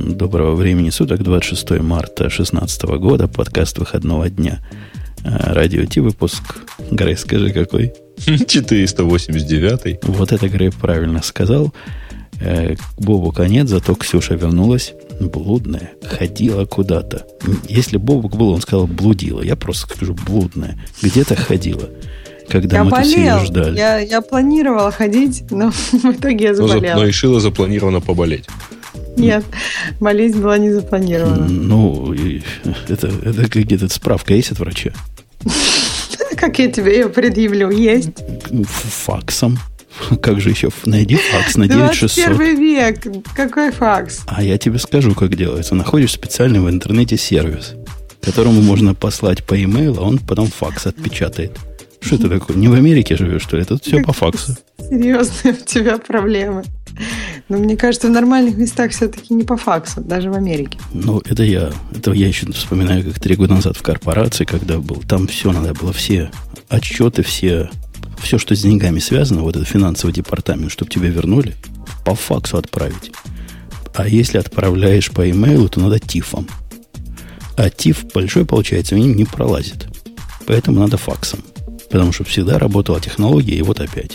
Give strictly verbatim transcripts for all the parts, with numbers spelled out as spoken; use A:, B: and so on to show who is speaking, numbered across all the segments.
A: Доброго времени суток, двадцать шестого марта две тысячи шестнадцатого года, подкаст выходного дня. Радио Ти, выпуск. Грей, скажи, какой?
B: четыреста восемьдесят девятый.
A: Вот это Грей правильно сказал. Бобу конец, зато Ксюша вернулась блудная, ходила куда-то. Если Бобук был, он сказал блудила. Я просто скажу блудная. Где-то ходила. Когда
C: я
A: мы
C: болел.
A: все ее ждали.
C: Я, я планировала ходить, но в итоге я заболела.
B: Но, но решила запланированно поболеть.
C: Нет, болезнь была не запланирована.
A: Ну, это, это какие-то справка есть от врача?
C: Как я тебе ее предъявлю? Есть.
A: Факсом. Как же еще? Найди факс на девять тысяч шестьсот.
C: двадцать первый век. Какой факс?
A: А я тебе скажу, как делается. Находишь специальный в интернете сервис, которому можно послать по e-mail, а он потом факс отпечатает. Что это такое? Не в Америке живешь, что ли? Тут все по факсу.
C: Серьезные у тебя проблемы. Но мне кажется, в нормальных местах все-таки не по факсу, даже в Америке.
A: Ну, это я. Это я еще вспоминаю, как три года назад в корпорации, когда был. Там все надо было, все отчеты, все, все, что с деньгами связано, вот этот финансовый департамент, чтобы тебе вернули, по факсу отправить. А если отправляешь по e-mail, то надо тифом. А тиф большой, получается, не, не пролазит. Поэтому надо факсом. Потому что всегда работала технология, и вот опять.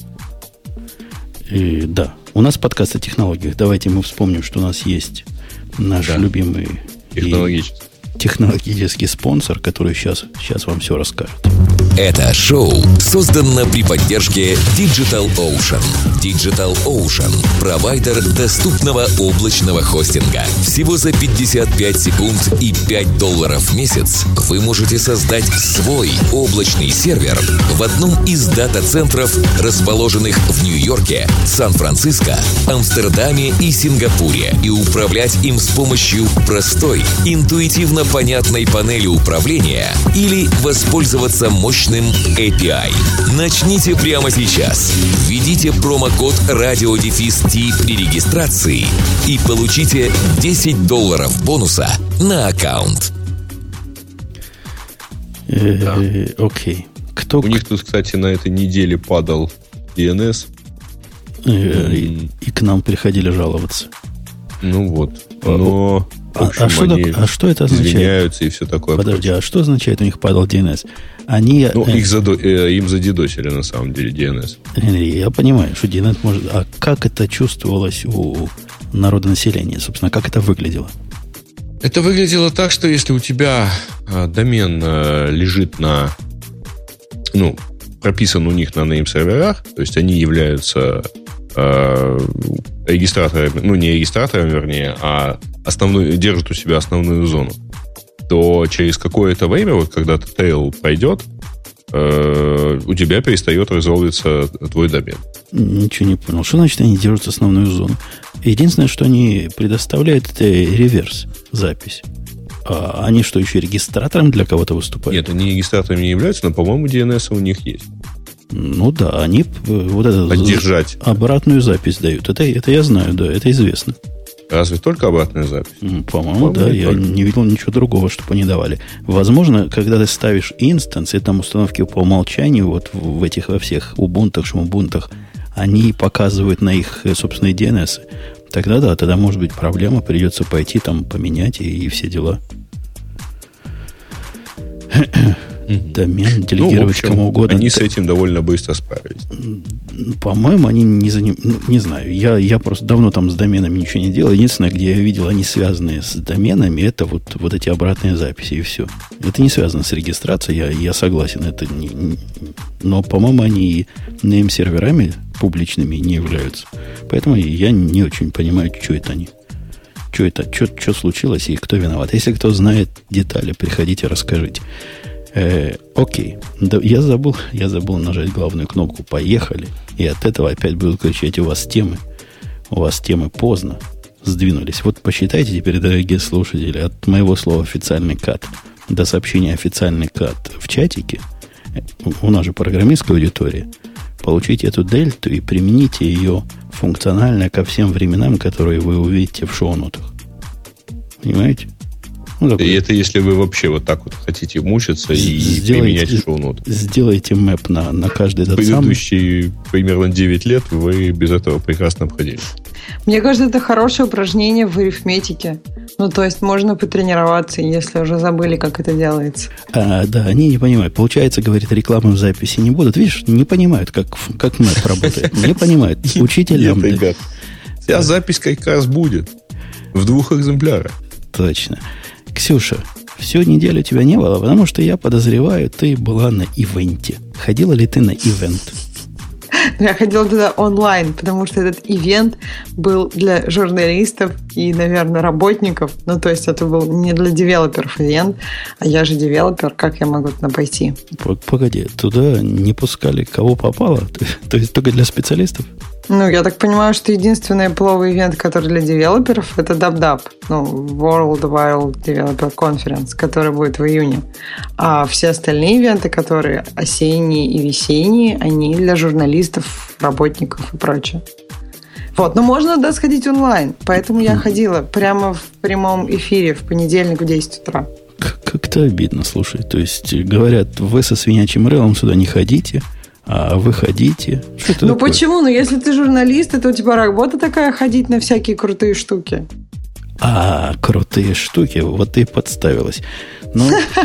A: И, да, у нас подкаст о технологиях. Давайте мы вспомним, что у нас есть наш да. любимый
B: технологический.
A: технологический спонсор, который сейчас, сейчас вам все расскажет.
D: Это шоу создано при поддержке DigitalOcean. DigitalOcean – провайдер доступного облачного хостинга. Всего за пятьдесят пять секунд и пять долларов в месяц вы можете создать свой облачный сервер в одном из дата-центров, расположенных в Нью-Йорке, Сан-Франциско, Амстердаме и Сингапуре, и управлять им с помощью простой, интуитивно понятной панели управления или воспользоваться мощным эй пи ай. Начните прямо сейчас. Введите промокод радиодефис-ти при регистрации и получите десять долларов бонуса на аккаунт.
B: Да.
A: Окей. Кто...
B: У них тут, кстати, на этой неделе падал ди эн эс.
A: И, и к нам приходили жаловаться.
B: Ну вот. Но...
A: А, общем, а, что так, а что это означает?
B: Извиняются и все такое.
A: Подожди, прочее. А что означает у них падал ди эн эс? Они,
B: ну,
A: э,
B: их задо, э, им задидосили на самом деле ди эн эс.
A: Я понимаю, что ди эн эс может... А как это чувствовалось у народонаселения? Собственно, как это выглядело?
B: Это выглядело так, что если у тебя э, домен э, лежит на... Ну, прописан у них на нейм-серверах, то есть они являются... регистраторами, ну не регистраторами, вернее, а основную, держат у себя основную зону, то через какое-то время, вот когда тейл пройдет, э, у тебя перестает резолвиться твой домен.
A: Ничего не понял. Что значит они держат основную зону? Единственное, что они предоставляют, это реверс запись. А они что, еще регистратором для кого-то выступают?
B: Нет, они регистраторами не являются, но, по-моему, ди эн эс у них есть.
A: Ну да, они вот эту
B: поддержать
A: обратную запись дают. Это, это я знаю, да, это известно.
B: Разве только обратная запись?
A: По-моему, По-моему да, я только. не видел ничего другого, чтобы они давали. Возможно, когда ты ставишь инстанс, и там установки по умолчанию, вот в этих во всех убунтах, шмубунтах, они показывают на их собственные ди эн эс. Тогда да, тогда может быть проблема, придется пойти там поменять и, и все дела. Домен делегировать ну, общем, кому угодно.
B: Они с этим довольно быстро справились.
A: По-моему, они не заним... ну, не знаю. Я, я просто давно там с доменами ничего не делал. Единственное, где я видел, они связанные с доменами, это вот, вот эти обратные записи и все. Это не связано с регистрацией, я, я согласен. Это не, не... Но, по-моему, они нейм-серверами публичными не являются. Поэтому я не очень понимаю, что это они. Что это, что, что случилось и кто виноват. Если кто знает детали, приходите, расскажите. Э, окей. Да, я забыл, я забыл нажать главную кнопку «Поехали». И от этого опять будут кричать: у вас темы, у вас темы поздно сдвинулись. Вот посчитайте теперь, дорогие слушатели, от моего слова «официальный кат» до сообщения «официальный кат» в чатике. У нас же программистская аудитория. Получите эту дельту и примените ее функционально ко всем временам, которые вы увидите в шоу-нотах. Понимаете? Ну,
B: и это если вы вообще вот так вот хотите мучиться и
A: сделайте,
B: применять шоу-ноты.
A: Сделайте мэп на, на каждый этот
B: Предыдущие самый... примерно девять лет вы без этого прекрасно обходились.
C: Мне кажется, это хорошее упражнение в арифметике. Ну, то есть можно потренироваться, если уже забыли, как это делается.
A: А, да, они не понимают. Получается, говорит, рекламы в записи не будут. Видишь, не понимают, как, как Mac работает. Не понимают. Учитель
B: Нет, ребят, вся запись как раз будет. В двух экземплярах.
A: Точно. Ксюша, всю неделю тебя не было, потому что я подозреваю, ты была на ивенте. Ходила ли ты на ивент?
C: Я ходила туда онлайн, потому что этот ивент был для журналистов и, наверное, работников. Ну, то есть это был не для девелоперов ивент, а я же девелопер, как я могу туда пойти?
A: Погоди, туда не пускали кого попало? То есть только для специалистов?
C: Ну, я так понимаю, что единственный Apple ивент, который для девелоперов, это даб даб, ну, World Wide Developer Conference, который будет в июне. А все остальные ивенты, которые осенние и весенние, они для журналистов, работников и прочее. Вот, но можно, да, сходить онлайн. Поэтому я ходила прямо в прямом эфире в понедельник в десять утра.
A: Как-то обидно, слушай. То есть говорят, вы со свинячьим рылом сюда не ходите, а вы ходите. Что это
C: ну
A: такое?
C: Почему? Ну если ты журналист, это у тебя работа такая ходить на всякие крутые штуки.
A: А, крутые штуки, вот ты подставилась. Но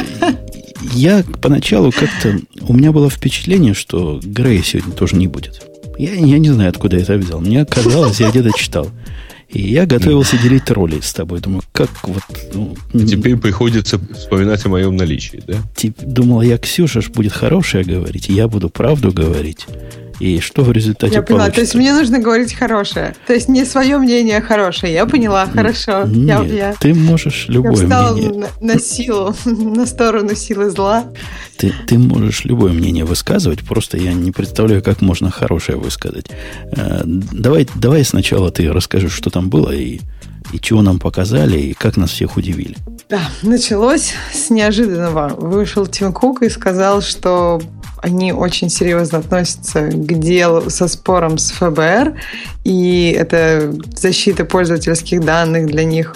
A: я поначалу как-то... У меня было впечатление, что Грея сегодня тоже не будет. Я, я не знаю, откуда я это взял. Мне казалось, я где-то читал. И я готовился делить роли с тобой. Думаю, как вот... Ну,
B: теперь приходится вспоминать о моем наличии, да?
A: Тип, думал, я, Ксюша ж будет хорошее говорить, и я буду правду говорить. И что в результате
C: я поняла,
A: получится?
C: То есть мне нужно говорить хорошее. То есть не свое мнение хорошее. Я поняла, хорошо.
A: Нет,
C: я,
A: ты можешь любое
C: я встала
A: мнение...
C: на, на силу, на сторону силы зла.
A: Ты, ты можешь любое мнение высказывать, просто я не представляю, как можно хорошее высказать. Давай, давай сначала ты расскажешь, что там было, и, и чего нам показали, и как нас всех удивили.
C: Да, началось с неожиданного. Вышел Тим Кук и сказал, что они очень серьезно относятся к делу со спором с эф бэ эр, и это защита пользовательских данных для них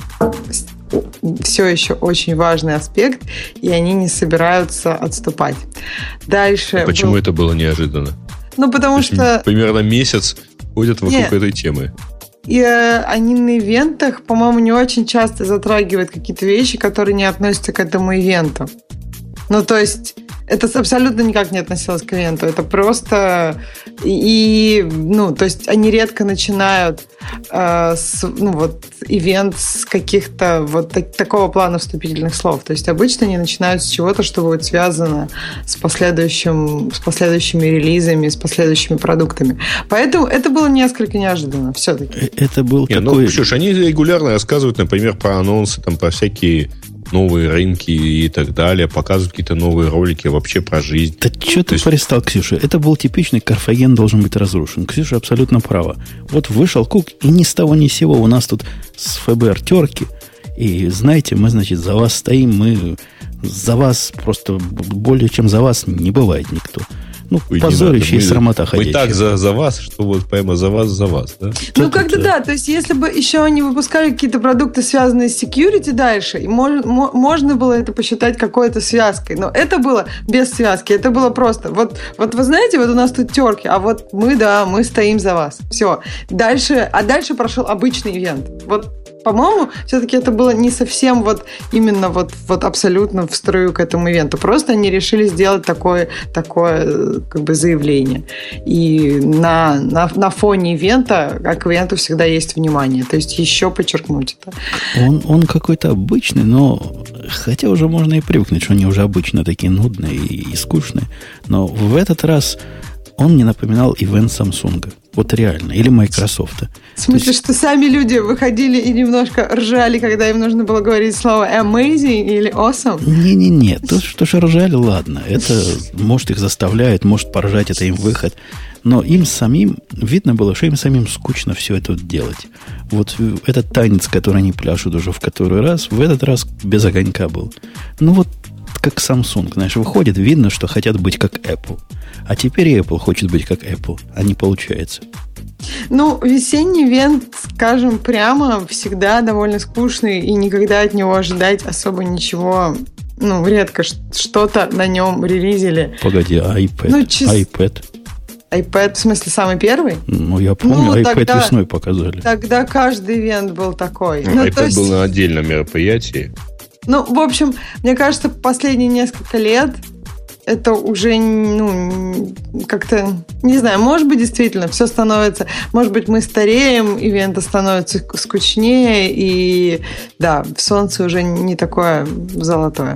C: все еще очень важный аспект, и они не собираются отступать. Дальше.
B: Почему
C: был...
B: это было неожиданно?
C: Ну, потому что...
B: Примерно месяц ходят вокруг Нет. этой темы.
C: И э, они на ивентах, по-моему, не очень часто затрагивают какие-то вещи, которые не относятся к этому ивенту. Ну, то есть, это абсолютно никак не относилось к ивенту. Это просто... И, ну, то есть, они редко начинают э, с, ну, вот, ивент с каких-то вот так, такого плана вступительных слов. То есть, обычно они начинают с чего-то, что будет связано с, последующим, с последующими релизами, с последующими продуктами. Поэтому это было несколько неожиданно все-таки.
A: Это был
B: не,
A: такой...
B: Ну, Ксюш, они регулярно рассказывают, например, про анонсы, там, про всякие... новые рынки и так далее, показывают какие-то новые ролики вообще про жизнь.
A: Да что ты есть... пристал, Ксюша? Это был типичный Карфаген должен быть разрушен. Ксюша абсолютно права. Вот вышел Кук, и ни с того ни с сего у нас тут с эф бэ эр терки, и знаете, мы, значит, за вас стоим, мы за вас просто более чем за вас не бывает никто. Ну, Ой, позорище и срамота ходячая.
B: Мы так за, за вас, что вот прямо за вас, за вас, да?
C: Ну, как-то да. То есть, если бы еще они выпускали какие-то продукты, связанные с security дальше, и мож, можно было это посчитать какой-то связкой. Но это было без связки. Это было просто. Вот, вот вы знаете, вот у нас тут терки, а вот мы, да, мы стоим за вас. Все. Дальше, а дальше прошел обычный ивент. Вот, по-моему, все-таки это было не совсем вот именно вот, вот абсолютно в строю к этому ивенту. Просто они решили сделать такое, такое как бы заявление. И на, на, на фоне ивента, как к ивенту всегда есть внимание. То есть еще подчеркнуть это.
A: Он, он какой-то обычный, но хотя уже можно и привыкнуть, что они уже обычно такие нудные и, и скучные. Но в этот раз он мне напоминал ивент Samsung. Вот реально. Или Microsoft.
C: В смысле, есть... что сами люди выходили и немножко ржали, когда им нужно было говорить слово amazing или awesome?
A: Не-не-не. То, что же ржали, ладно. Это, может, их заставляет, может, поржать, это им выход. Но им самим, видно было, что им самим скучно все это делать. Вот этот танец, который они пляшут уже в который раз, в этот раз без огонька был. Ну вот, как Samsung, знаешь, выходит, видно, что хотят быть как Apple. А теперь и Apple хочет быть как Apple, а не получается.
C: Ну, весенний ивент, скажем прямо, всегда довольно скучный, и никогда от него ожидать особо ничего, ну, редко что-то на нем релизили.
A: Погоди, а iPad?
C: Ну, чис...
A: iPad?
C: iPad, в смысле, самый первый?
A: Ну, я помню, ну, iPad тогда, весной показали.
C: Тогда каждый ивент был такой.
B: Ну, ну, iPad есть, был на отдельном мероприятии.
C: Ну, в общем, мне кажется, последние несколько лет это уже, ну, как-то, не знаю, может быть, действительно, все становится, может быть, мы стареем, ивенты становятся скучнее, и, да, солнце уже не такое золотое.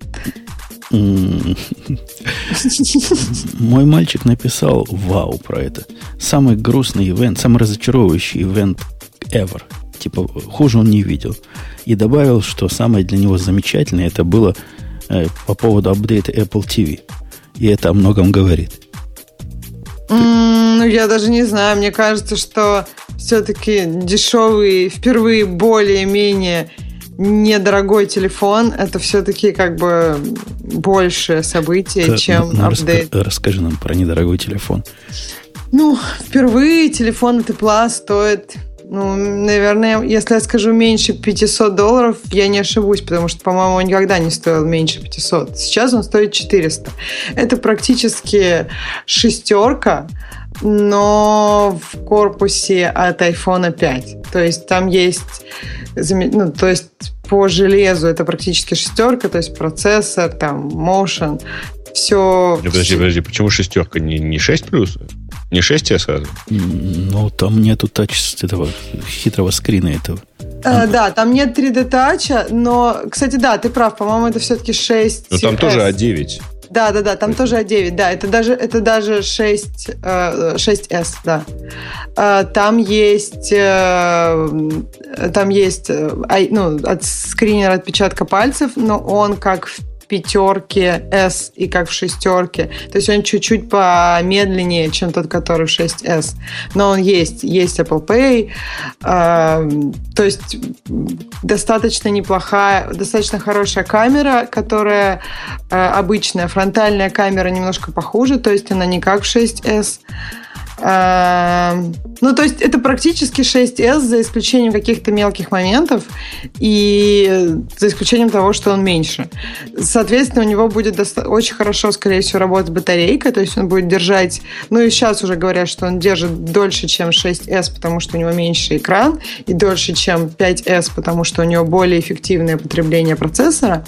A: Мой мальчик написал вау про это. Самый грустный ивент, самый разочаровывающий ивент ever. Типа, хуже он не видел. И добавил, что самое для него замечательное это было э, по поводу апдейта Apple ти ви. И это о многом говорит.
C: Mm, ну, я даже не знаю. Мне кажется, что все-таки дешевый, впервые более-менее недорогой телефон, это все-таки как бы большее событие, да, чем ну, апдейт.
A: Раска- расскажи нам про недорогой телефон.
C: Ну, впервые телефон от Apple стоит, ну, наверное, если я скажу меньше пятьсот долларов, я не ошибусь, потому что, по-моему, он никогда не стоил меньше пятьсот. Сейчас он стоит четыреста. Это практически шестерка, но в корпусе от айфон пять. То есть там есть, ну, то есть по железу это практически шестерка, то есть процессор, там, motion, все.
B: Подожди, все... подожди, почему шестерка, не, не шесть плюс? Не шесть эс сразу?
A: Ну, там нету тач этого хитрого скрина этого.
C: А, а, да, там нет три дэ-тача, но, кстати, да, ты прав, по-моему, это все-таки шесть.
B: Но там эс. Тоже а девять.
C: Да, да, да, там это... тоже а девять, да, это даже, это даже шесть, шесть эс, да. Там есть, там есть, ну, от скринер отпечатка пальцев, но он как в пятерке S и как в шестерке. То есть он чуть-чуть помедленнее, чем тот, который в шесть эс. Но он есть. Есть Apple Pay. Э, то есть достаточно неплохая, достаточно хорошая камера, которая э, обычная. Фронтальная камера немножко похуже, то есть она не как в шесть эс. Ну, то есть это практически шесть эс за исключением каких-то мелких моментов и за исключением того, что он меньше. Соответственно, у него будет доста- очень хорошо, скорее всего, работать батарейка, то есть он будет держать, ну и сейчас уже говорят, что он держит дольше, чем шесть эс, потому что у него меньше экран, и дольше, чем пять эс, потому что у него более эффективное потребление процессора.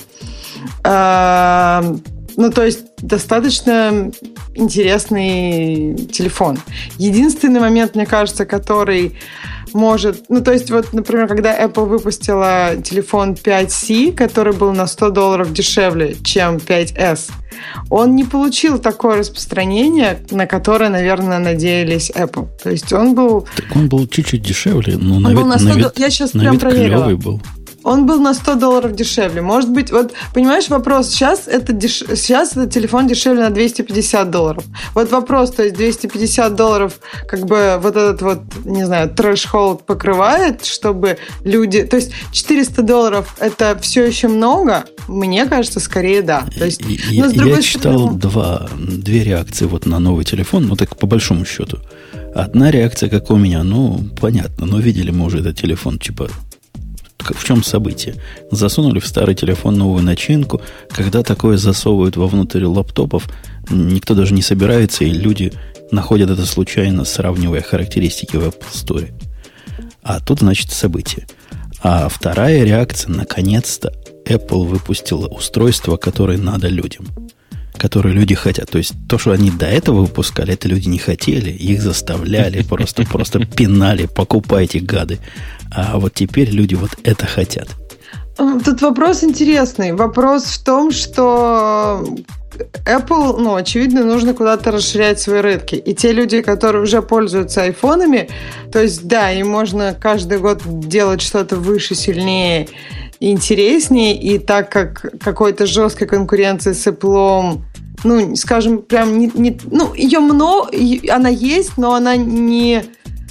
C: Ну, то есть достаточно интересный телефон. Единственный момент, мне кажется, который может... Ну, то есть вот, например, когда Apple выпустила телефон пять си, который был на сто долларов дешевле, чем пять эс, он не получил такое распространение, на которое, наверное, надеялись Apple. То есть он был...
A: Так он был чуть-чуть дешевле, но
C: он
A: на вид,
C: был на сто...
A: на вид,
C: Я сейчас
A: на
C: прям
A: вид
C: проверила.
A: клевый был.
C: Он был на сто долларов дешевле. Может быть, вот, понимаешь, вопрос, сейчас, это деш... сейчас этот телефон дешевле на двести пятьдесят долларов. Вот вопрос, то есть двести пятьдесят долларов, как бы вот этот вот, не знаю, трэш-холд покрывает, чтобы люди... То есть четыреста долларов это все еще много? Мне кажется, скорее да. То есть,
A: я но, с другой я читал стороны... два, две реакции вот на новый телефон, ну так по большому счету. Одна реакция, как у меня, ну, понятно, но видели мы уже этот телефон, типа... В чем событие? Засунули в старый телефон новую начинку. Когда такое засовывают вовнутрь лаптопов, никто даже не собирается, и люди находят это случайно, сравнивая характеристики в Apple Store. А тут, значит, событие. А вторая реакция, наконец-то, Apple выпустила устройство, которое надо людям. Которые люди хотят. То есть, то, что они до этого выпускали, это люди не хотели. Их заставляли, просто, просто пинали. Покупайте, гады. А вот теперь люди вот это хотят.
C: Тут вопрос интересный. Вопрос в том, что Apple, ну, очевидно, нужно куда-то расширять свои рынки. И те люди, которые уже пользуются айфонами, то есть, да, им можно каждый год делать что-то выше, сильнее и интереснее. И так как какой-то жесткой конкуренции с Apple, ну, скажем, прям не, не, ну, ее много, она есть, но она не...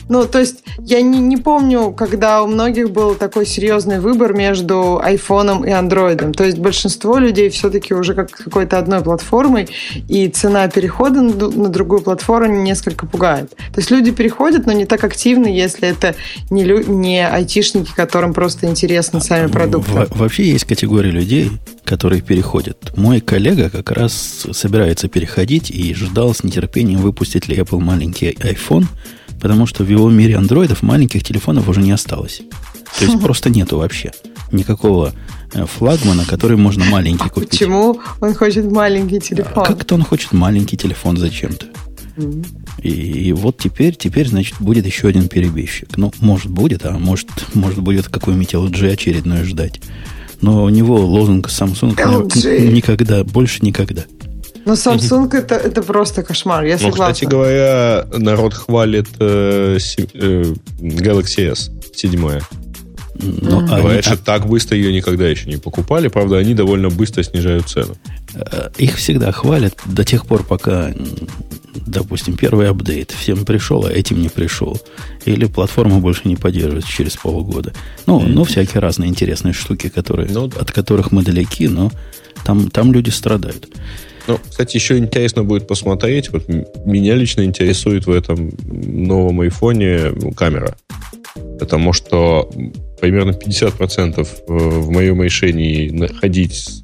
C: Ну, то есть я не, не помню, когда у многих был такой серьезный выбор между айфоном и андроидом. То есть большинство людей все-таки уже как какой-то одной платформой, и цена перехода на, на другую платформу несколько пугает. То есть люди переходят, но не так активно, если это не, лю, не айтишники, которым просто интересны сами продукты.
A: Во- вообще есть категория людей, которые переходят. Мой коллега как раз собирается переходить и ждал с нетерпением, выпустит ли Apple маленький iPhone, потому что в его мире андроидов маленьких телефонов уже не осталось. То есть просто нету вообще никакого флагмана, который можно маленький купить.
C: Почему он хочет маленький телефон?
A: Как-то он хочет маленький телефон зачем-то. Mm-hmm. И, и вот теперь, теперь, значит, будет еще один перебежчик. Ну, может, будет, а может, может будет какой-нибудь эл джи очередной ждать. Но у него лозунг Samsung никогда, больше никогда.
C: Но Samsung это, это просто кошмар, я согласна.
B: Ну, кстати говоря, народ хвалит э, э, Galaxy эс семь. Ну, mm-hmm. Говорят, что так быстро ее никогда еще не покупали. Правда, они довольно быстро снижают цену.
A: Их всегда хвалят до тех пор, пока, допустим, первый апдейт всем пришел, а этим не пришел. Или платформа больше не поддерживает через полгода. Ну, mm-hmm. ну всякие разные интересные штуки, которые, ну, да. от которых мы далеки, но там, там люди страдают.
B: Ну, кстати, еще интересно будет посмотреть. Вот меня лично интересует в этом новом айфоне камера. Потому что примерно пятьдесят процентов в моем решении находить с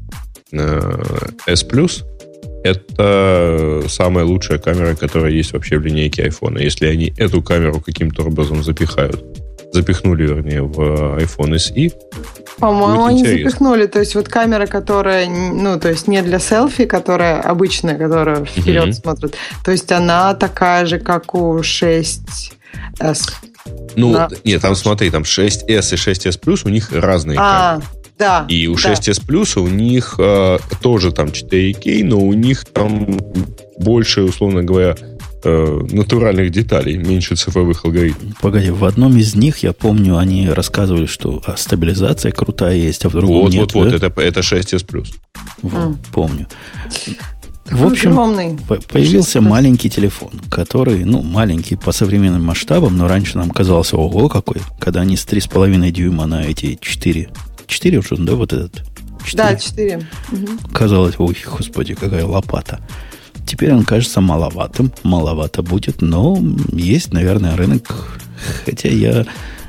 B: S Plus это самая лучшая камера, которая есть вообще в линейке айфона. Если они эту камеру каким-то образом запихают, запихнули, вернее, в iPhone эс и,
C: по-моему, они запихнули. То есть вот камера, которая, ну, то есть не для селфи, которая обычная, которая вперед mm-hmm. смотрит. То есть она такая же, как у шесть эс.
B: Ну, на... нет, там смотри, там шесть эс и шесть эс Plus, у них разные
C: а,
B: камеры.
C: Да,
B: и у
C: да.
B: шесть эс Plus у них э, тоже там четыре кей, но у них там больше, условно говоря, э, натуральных деталей, меньше цифровых алгоритмов.
A: Погоди, в одном из них, я помню, они рассказывали, что а, стабилизация крутая есть, а в другом
B: вот,
A: нет.
B: Вот, вот, вот, это, это шесть эс Plus.
A: Вот, mm. помню.
C: В общем, огромный.
A: Появился маленький телефон, который, ну, маленький по современным масштабам, но раньше нам казался, ого, какой, когда они с три с половиной дюйма на эти четыре, четыре уже, да, вот этот?
C: четыре. Да, четыре.
A: Казалось, ой, господи, какая лопата. Теперь он кажется маловатым, маловато будет, но есть, наверное, рынок, хотя я,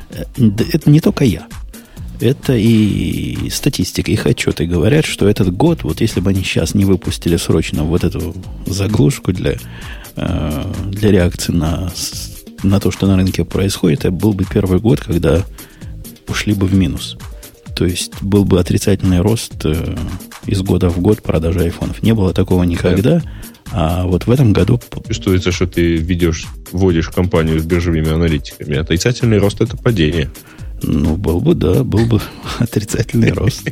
A: это не только я. Это и статистика, их отчеты говорят, что этот год, вот если бы они сейчас не выпустили срочно вот эту заглушку для, для реакции на, на то, что на рынке происходит, это был бы первый год, когда ушли бы в минус. То есть был бы отрицательный рост из года в год продажи айфонов. Не было такого никогда, а вот в этом году...
B: Чувствуется, что ты ведешь, вводишь компанию с биржевыми аналитиками. Отрицательный рост – это падение.
A: Ну, был бы, да, был бы отрицательный рост.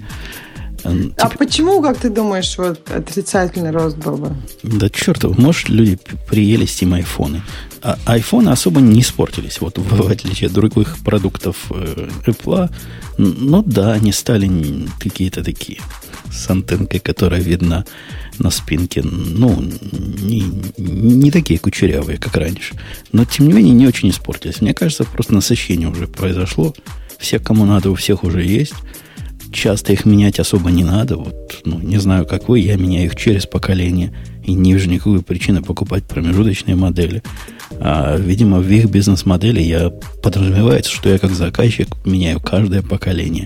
C: А почему, как ты думаешь, вот отрицательный рост был бы?
A: Да чертов, может, люди приели Steam айфоны. А айфоны особо не испортились, вот в отличие от других продуктов Apple. Ну да, они стали какие-то такие с антенкой, которая видна на спинке. Ну, не, не такие кучерявые, как раньше. Но, тем не менее, не очень испортились. Мне кажется, просто насыщение уже произошло. Все, кому надо, у всех уже есть. Часто их менять особо не надо. Вот, ну, не знаю, как вы, я меняю их через поколение. И не вижу никакой причины покупать промежуточные модели. А, видимо, в их бизнес-модели я подразумевается, что я как заказчик меняю каждое поколение.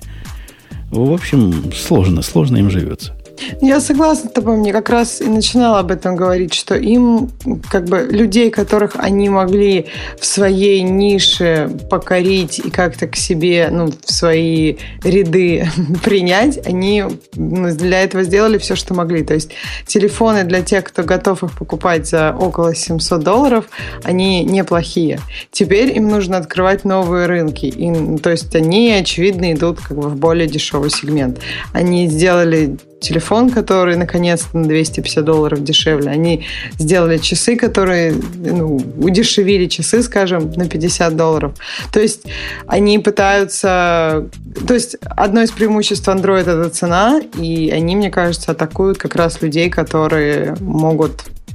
A: В общем, сложно, сложно им живется.
C: Я согласна с тобой, мне как раз и начинала об этом говорить, что им, как бы, людей, которых они могли в своей нише покорить и как-то к себе, ну, в свои ряды принять, они, ну, для этого сделали все, что могли. То есть телефоны для тех, кто готов их покупать за около семьсот долларов, они неплохие. Теперь им нужно открывать новые рынки. И, то есть они, очевидно, идут как бы в более дешевый сегмент. Они сделали телефон, который наконец-то на двести пятьдесят долларов дешевле. Они сделали часы, которые, ну, удешевили часы, скажем, на пятьдесят долларов. То есть они пытаются... То есть одно из преимуществ Android – это цена, и они, мне кажется, атакуют как раз людей, которые могут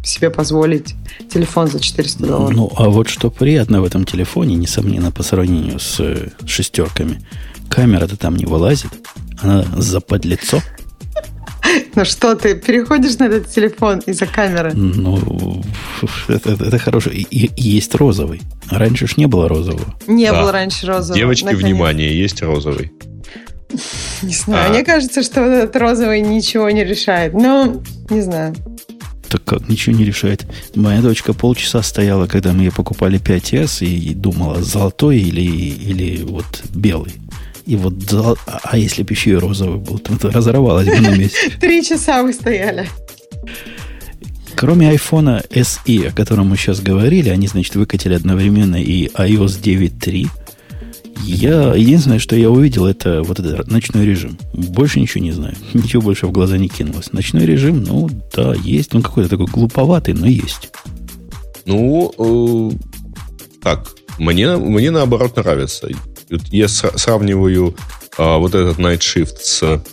C: себе позволить телефон за четыреста долларов.
A: Ну, а вот что приятно в этом телефоне, несомненно, по сравнению с шестерками, камера-то там не вылазит, она заподлицо.
C: Ну что ты, переходишь на этот телефон из-за камеры?
A: Ну, это, это, это хорошо. И, и есть розовый. Раньше ж не было розового.
C: Не
B: да.
C: было раньше розового.
B: Девочки,
C: наконец.
B: Внимание, есть розовый.
C: Не знаю,
B: А.
C: мне кажется, что вот этот розовый ничего не решает. Ну, не знаю.
A: Так как ничего не решает. Моя дочка полчаса стояла, когда мы ей покупали пять эс, и думала, золотой или, или вот белый. И вот, зол... а если бы еще и розовый был, то разорвалась бы на месте.
C: Три часа вы стояли.
A: Кроме айфона эс и, о котором мы сейчас говорили, они, значит, выкатили одновременно и ай о эс девять точка три. Я, единственное, что я увидел, это вот этот ночной режим. Больше ничего не знаю. Ничего больше в глаза не кинулось. Ночной режим, ну, да, есть. Он какой-то такой глуповатый, но есть.
B: Ну, э, так, мне, мне наоборот нравится. Я сравниваю э, вот этот Night Shift с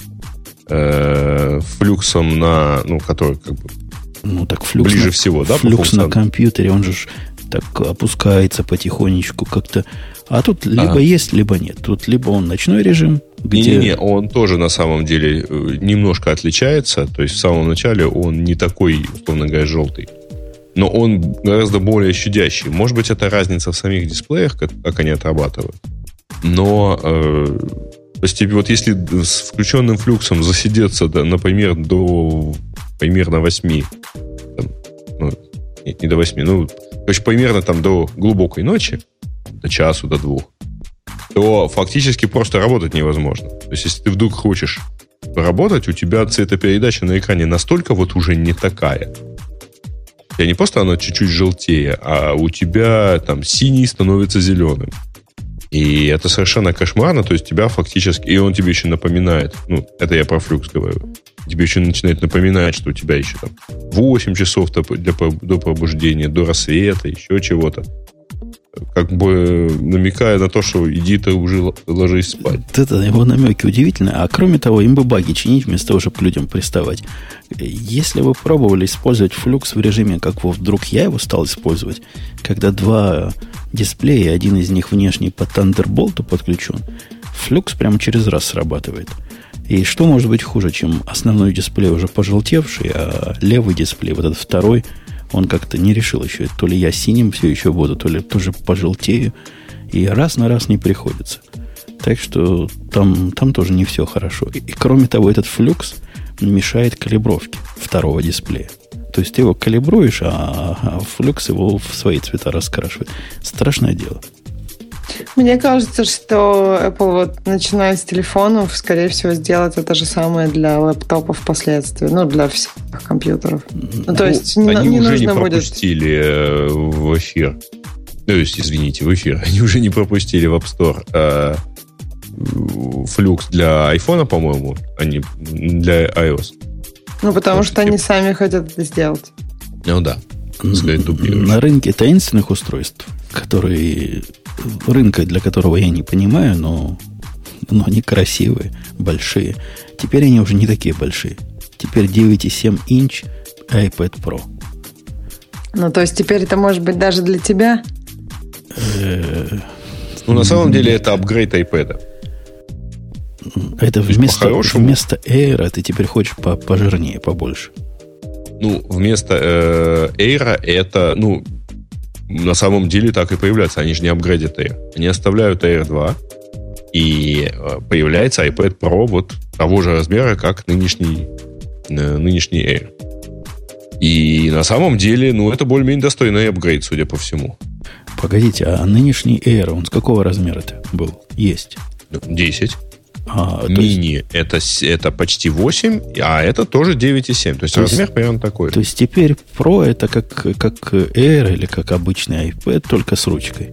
B: э, флюксом на, ну, который как бы
A: ну, так флюкс
B: ближе
A: на,
B: всего, да,
A: флюкс на компьютере, он же так опускается потихонечку как-то. А тут либо а. есть, либо нет. Тут либо он ночной режим, где...
B: Не-не-не, он тоже на самом деле немножко отличается. То есть в самом начале он не такой, условно говоря, желтый. Но он гораздо более щадящий. Может быть, это разница в самих дисплеях, как, как они отрабатывают. Но э, то есть, вот если с включенным флюксом засидеться, да, например, до примерно восьми, там, ну, нет, не до восьми, ну, короче, примерно там до глубокой ночи, до часу, до двух, то фактически просто работать невозможно. То есть, если ты вдруг хочешь поработать, у тебя цветопередача на экране настолько вот уже не такая. У тебя не просто она чуть-чуть желтее, а у тебя там синий становится зеленым. И это совершенно кошмарно, то есть тебя фактически... И он тебе еще напоминает, ну, это я про флюкс говорю, тебе еще начинает напоминать, что у тебя еще там восемь часов для, до пробуждения, до рассвета, еще чего-то. Как бы намекая на то, что иди ты уже ложись спать.
A: Это его намеки удивительны. А кроме того, им бы баги чинить вместо того, чтобы к людям приставать. Если вы пробовали использовать флюкс в режиме, как вот вдруг я его стал использовать, когда два дисплея, один из них внешний по Thunderbolt подключен, флюкс прямо через раз срабатывает. И что может быть хуже, чем основной дисплей уже пожелтевший, а левый дисплей, вот этот второй, он как-то не решил еще, то ли я синим все еще буду, то ли тоже пожелтею. И раз на раз не приходится. Так что там, там тоже не все хорошо. И, и кроме того, этот флюкс мешает калибровке второго дисплея. То есть ты его калибруешь, а, а флюкс его в свои цвета раскрашивает. Страшное дело.
C: Мне кажется, что Apple, вот, начиная с телефонов, скорее всего, сделает это же самое для лэптопов впоследствии. Ну, для всех компьютеров. Ну, то есть не,
B: они
C: не
B: уже
C: нужно
B: не
C: будет...
B: пропустили в эфир. То есть, извините, в эфир. Они уже не пропустили в App Store а, флюкс для айфона, по-моему, а не для iOS.
C: Ну, потому
B: Потому
C: что
B: что
C: они
B: типа...
C: сами хотят это сделать.
B: Ну, да.
A: На рынке таинственных устройств, которые... Рынка, для которого я не понимаю, но, но они красивые, большие. Теперь они уже не такие большие. Теперь девять и семь инч iPad Pro.
C: Ну, то есть теперь это может быть даже для тебя?
B: Ну, на самом деле, это апгрейд iPad.
A: Это вместо, вместо Air ты теперь хочешь пожирнее, побольше.
B: Ну, вместо э, Air это, ну, на самом деле так и появляется. Они же не апгрейдят Air. Они оставляют Air два, и э, появляется iPad Pro вот того же размера, как нынешний, э, нынешний Air. И на самом деле, ну, это более-менее достойный апгрейд, судя по всему.
A: Погодите, а нынешний Air, он с какого размера-то был? Есть.
B: десять.
A: А,
B: Мини есть... это, это почти восемь, а это тоже девять и семь. То есть то размер есть, примерно такой.
A: То есть теперь Pro это как, как Air или как обычный iPad, только с ручкой?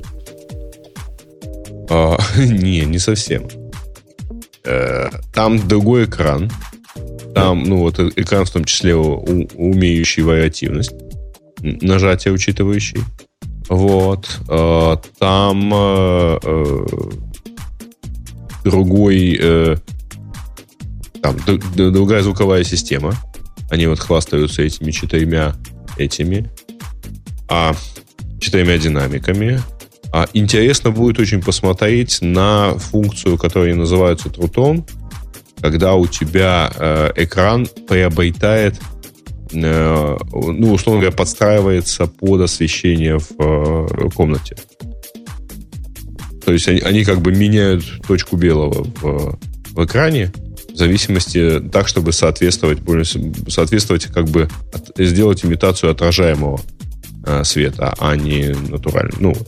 B: А, не, не совсем. Там другой экран. Там, ну, вот экран в том числе у, умеющий вариативность. Нажатие учитывающий. Вот. Там другой там другая звуковая система. Они вот хвастаются этими четырьмя этими, а четырьмя динамиками. А интересно будет очень посмотреть на функцию, которую называется True Tone, когда у тебя э, экран приобретает, э, ну, условно говоря, подстраивается под освещение в э, комнате. То есть они, они как бы меняют точку белого в, в экране в зависимости так, чтобы соответствовать, соответствовать как бы от, сделать имитацию отражаемого э, света, а не натурального. Ну,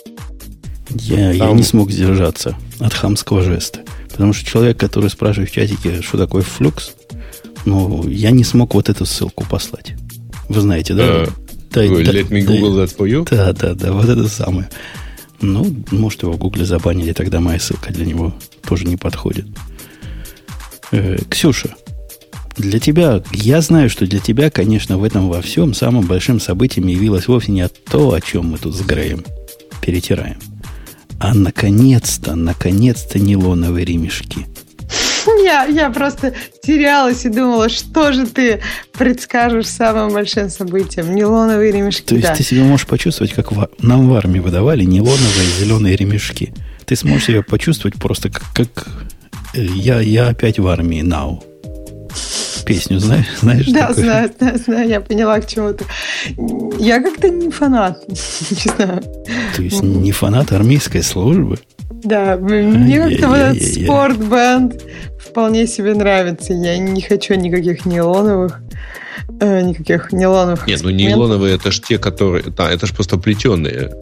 A: я, Там... я не смог сдержаться от хамского жеста. Потому что человек, который спрашивает в чатике, что такое флюкс, ну, я не смог вот эту ссылку послать. Вы знаете, да? Uh, да
B: let
A: да,
B: me Google да, that for you?
A: Да, да, да, вот это самое. Ну, может, его в Гугле забанили, тогда моя ссылка для него тоже не подходит. Э, Ксюша, для тебя, я знаю, что для тебя, конечно, в этом во всем самым большим событием явилось вовсе не то, о чем мы тут с Греем перетираем, а наконец-то, наконец-то нейлоновые ремешки.
C: Я, я просто терялась и думала, что же ты предскажешь самым большим событием. Нейлоновые ремешки,
A: То есть
C: да.
A: ты себя можешь почувствовать, как в, нам в армии выдавали нейлоновые зеленые ремешки. Ты сможешь себя почувствовать просто как, как я, я опять в армии now. Песню знаешь? знаешь
C: да,
A: такое?
C: знаю, знаю, знаю, я поняла к чему ты. Я как-то не фанат, не знаю.
A: То есть не фанат армейской службы?
C: Да, мне как-то вот этот спортбенд вполне себе нравится. Я не хочу никаких нейлоновых, э, никаких нейлоновых.
B: Нет, ну нейлоновые это ж те, которые... Да, это ж просто плетеные.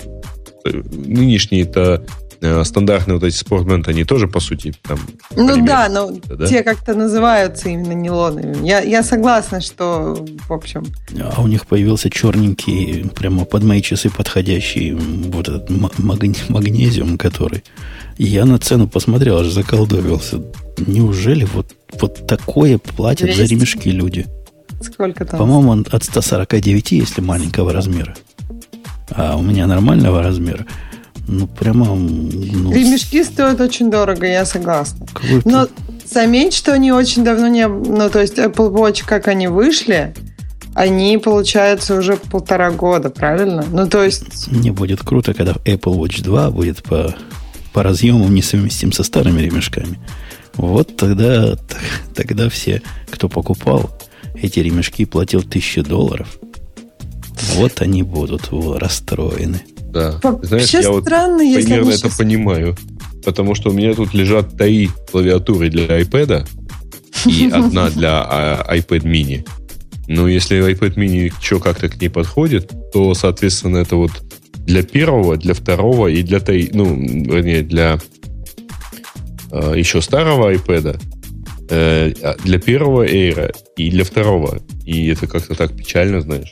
B: Нынешние-то э, стандартные вот эти спортбенды, они тоже, по сути, там...
C: Ну да, но
B: да?
C: те как-то называются именно нейлоновыми. Я, я согласна, что, в общем...
A: А у них появился черненький, прямо под мои часы подходящий вот этот магни- магнезиум, который... Я на цену посмотрел, аж заколдовился. Неужели вот, вот такое платят двести за ремешки люди?
C: Сколько там?
A: По-моему, он от сто сорок девять, если маленького размера. А у меня нормального размера. Ну, прямо... Ну,
C: ремешки стоят очень дорого, я согласна.
A: Какой-то...
C: Но заметь, что они очень давно не... Ну, то есть Apple Watch, как они вышли, они, получается, уже полтора года, правильно? Ну, то есть...
A: Мне будет круто, когда Apple Watch два будет по, по разъемам несовместим со старыми ремешками. Вот тогда, тогда все, кто покупал эти ремешки, платил тысячу долларов. Вот они будут расстроены.
B: Да.
C: Знаешь, я странно, вот если
B: примерно
C: сейчас...
B: это понимаю. Потому что у меня тут лежат три клавиатуры для iPad и одна для iPad mini. Но если iPad mini что как-то к ней подходит, то, соответственно, это вот для первого, для второго и для три, ну, вернее, для э, еще старого iPad, э, для первого Air и для второго. И это как-то так печально, знаешь.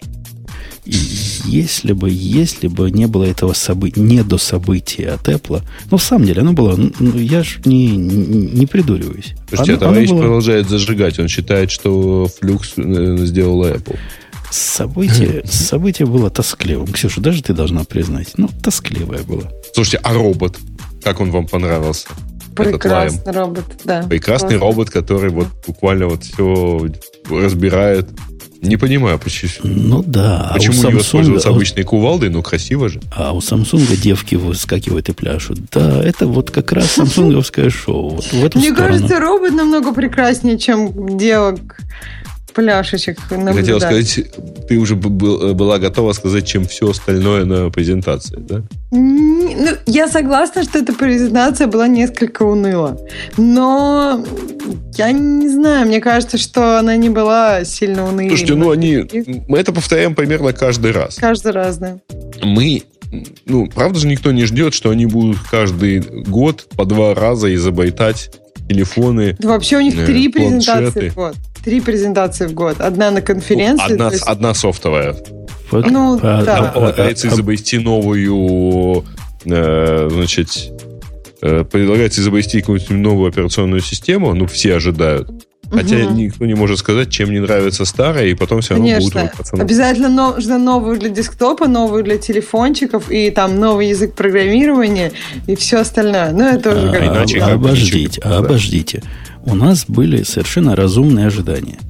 A: Если бы, если бы не было этого события, не до события от Apple, ну, в самом деле, оно было, ну, я же не, не, не придуриваюсь.
B: Слушайте, оно, а товарищ было... продолжает зажигать. Он считает, что флюкс сделала Apple.
A: Событие, событие было тоскливым. Ксюша, даже ты должна признать. Ну, тоскливое было.
B: Слушайте, а робот? Как он вам понравился?
C: Прекрасный робот, да.
B: Прекрасный Классно. робот, который вот буквально вот все разбирает. Не понимаю, почему.
A: Ну да.
B: Почему
A: а
B: не воспользоваться обычной кувалдой? Ну, красиво же.
A: А у Samsung девки выскакивают и пляшут. Да, это вот как раз самсунговское шоу. Вот в эту
C: Мне
A: сторону.
C: кажется, робот намного прекраснее, чем девок пляшечек наблюдать.
B: Хотела сказать, ты уже был, была готова сказать, чем все остальное на презентации, да?
C: Ну, я согласна, что эта презентация была несколько уныла. Но я не знаю, мне кажется, что она не была сильно унылой.
B: Слушайте, ну они... Мы это повторяем примерно каждый раз.
C: Каждый раз, да.
B: Мы... Ну, правда же никто не ждет, что они будут каждый год по два раза изобретать телефоны.
C: Да, вообще у них
B: э,
C: три
B: планшеты.
C: презентации в год. Три презентации в год. Одна на конференции.
B: Одна,
C: есть...
B: одна софтовая.
A: Вот,
C: ну,
A: а,
C: да.
B: Там полагается
A: а,
B: изобрести новую, э, значит, э, предлагается изобрести какую-то новую операционную систему, ну, все ожидают. Хотя угу. никто не может сказать, чем не нравится старая, и потом все равно
C: Конечно.
B: будут... Пацаны...
C: Обязательно нужно новую для десктопа, новую для телефончиков, и там новый язык программирования, и все остальное. Ну, это уже как...
B: Иначе
A: а,
B: как
A: обождите,
B: да.
A: обождите. У нас были совершенно разумные ожидания.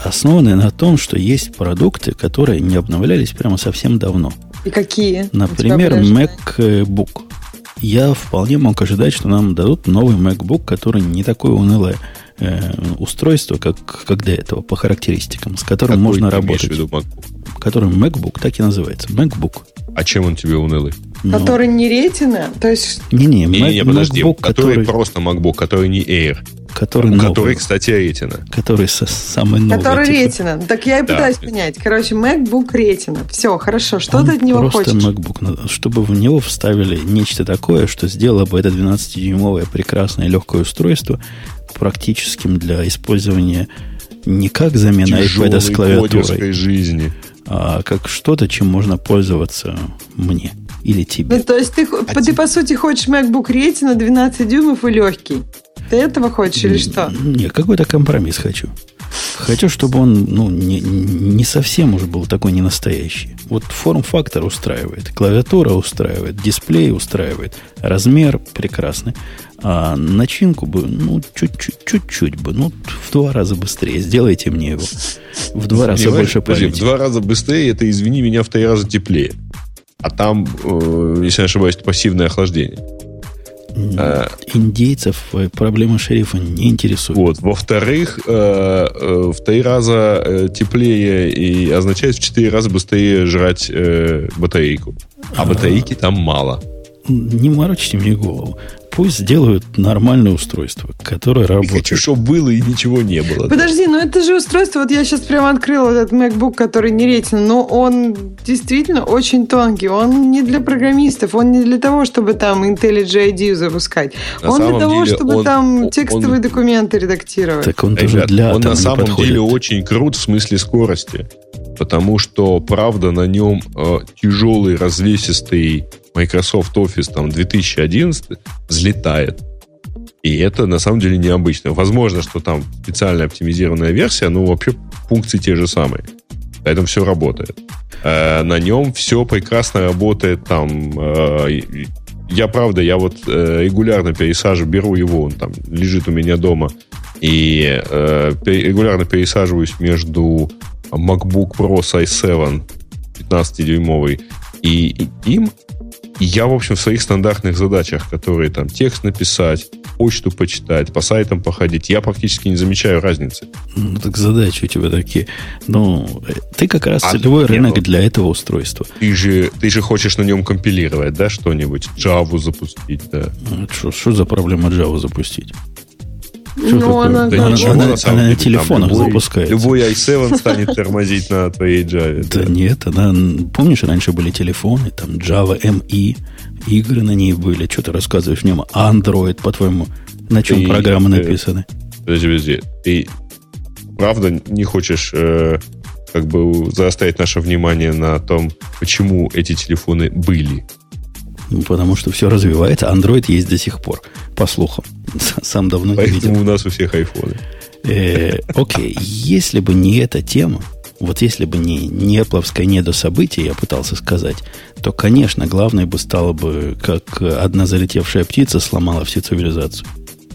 A: основанные на том, что есть продукты, которые не обновлялись прямо совсем давно.
C: И какие?
A: Например, MacBook. Я вполне мог ожидать, что нам дадут новый MacBook, который не такое унылое э, устройство, как, как до этого, по характеристикам, с которым
B: Какой
A: можно
B: ты
A: работать.
B: имеешь в виду MacBook?
A: Который MacBook, так и называется. MacBook.
B: А чем он тебе унылый?
A: Ну,
C: который не ретина? То есть...
A: Не-не,
B: Не, не,
A: Mac,
B: подожди.
A: MacBook,
B: который,
A: который,
B: просто MacBook, который не Air.
A: который,
B: У
A: новый,
B: который, кстати, ретина.
A: который со, самый новый.
C: Который
A: типа.
C: ретина. Так я и
B: Да.
C: пытаюсь понять. Короче, MacBook ретина. Все, хорошо. Что
A: Он
C: ты от него
A: просто
C: хочешь?
A: MacBook. Чтобы в него вставили нечто такое, что сделало бы это двенадцатидюймовое прекрасное легкое устройство практическим для использования не как замена iPad с клавиатурой,
B: кодерской жизни.
A: а как что-то, чем можно пользоваться мне или тебе.
C: Ну, то есть ты,
B: А
C: ты, по сути, хочешь MacBook ретина двенадцать дюймов и легкий. Ты этого хочешь или что?
A: Не, какой-то компромисс хочу. Хочу, чтобы он ну, не, не совсем уже был такой ненастоящий. Вот форм-фактор устраивает, клавиатура устраивает, дисплей устраивает, размер прекрасный. А начинку бы, ну, чуть-чуть, чуть-чуть бы, ну, в два раза быстрее. Сделайте мне его. В два раза
B: Понимаешь?
A: больше
B: Подожди,
A: памяти.
B: в два раза быстрее, это, извини меня, в три раза теплее. А там, э, если не ошибаюсь, пассивное охлаждение. А,
A: Индейцев э, проблема шерифа не интересует.
B: вот. Во-вторых, э, э, в три раза э, теплее и означает в четыре раза быстрее жрать э, батарейку. А батарейки там мало.
A: Не морочьте мне голову. Пусть сделают нормальное устройство, которое
B: Я
A: работает.
B: хочу, чтобы было и ничего не было.
C: Подожди, ну это же устройство, вот я сейчас прямо открыла вот этот MacBook, который не ретина, но он действительно очень тонкий, он не для программистов, он не для того, чтобы там IntelliJ IDEA запускать,
B: На
C: он для
B: самом
C: того,
B: деле
C: чтобы
B: он-
C: там
B: он-
C: текстовые документы редактировать.
A: Так он тоже
B: Ребят,
A: для
B: он
A: атома
B: на
A: не
B: самом
A: подходит.
B: деле очень крут в смысле скорости. Потому что, правда, на нем э, тяжелый, развесистый Microsoft Office там, две тысячи одиннадцатый взлетает. И это на самом деле необычно. Возможно, что там специально оптимизированная версия, но вообще функции те же самые. Поэтому все работает. Э, на нем все прекрасно работает. Там, э, я, правда, я вот э, регулярно пересаживаю, беру его, он там лежит у меня дома, и э, регулярно пересаживаюсь между MacBook Pro с ай семь пятнадцатидюймовый и, и им. И я, в общем, в своих стандартных задачах, которые там текст написать, почту почитать, по сайтам походить, я практически не замечаю разницы.
A: Ну, так задачи у тебя такие. Ну, ты как раз
B: А,
A: целевой
B: нет,
A: рынок
B: ну,
A: для этого устройства.
B: Ты же, ты же хочешь на нем компилировать, да, что-нибудь? Java запустить, да.
A: Что, что за проблема Java запустить? Что
C: Ну,
A: такое?
C: она,
A: Да
C: да,
A: она,
B: ничего,
A: она-
B: на самом
A: она на
B: деле,
A: телефонах
B: там любой-
A: запускается.
B: Любой ай семь станет тормозить на твоей Java.
A: Да нет, она... Помнишь, раньше были телефоны, там Java эм и, игры на ней были. Что ты рассказываешь в нем? Android, по-твоему, на чем
B: Ты,
A: программы
B: э,
A: написаны?
B: Подожди, подожди. Ты правда не хочешь э, как бы заострять наше внимание на том, почему эти телефоны были?
A: Ну, потому что все развивается. Android есть до сих пор, по слухам. Сам давно не видел.
B: Поэтому у нас у всех айфоны.
A: Э, Окей, если бы не эта тема, вот если бы не, не Apple-овское недособытие, я пытался сказать, то, конечно, главное бы стало бы, как одна залетевшая птица сломала всю цивилизацию.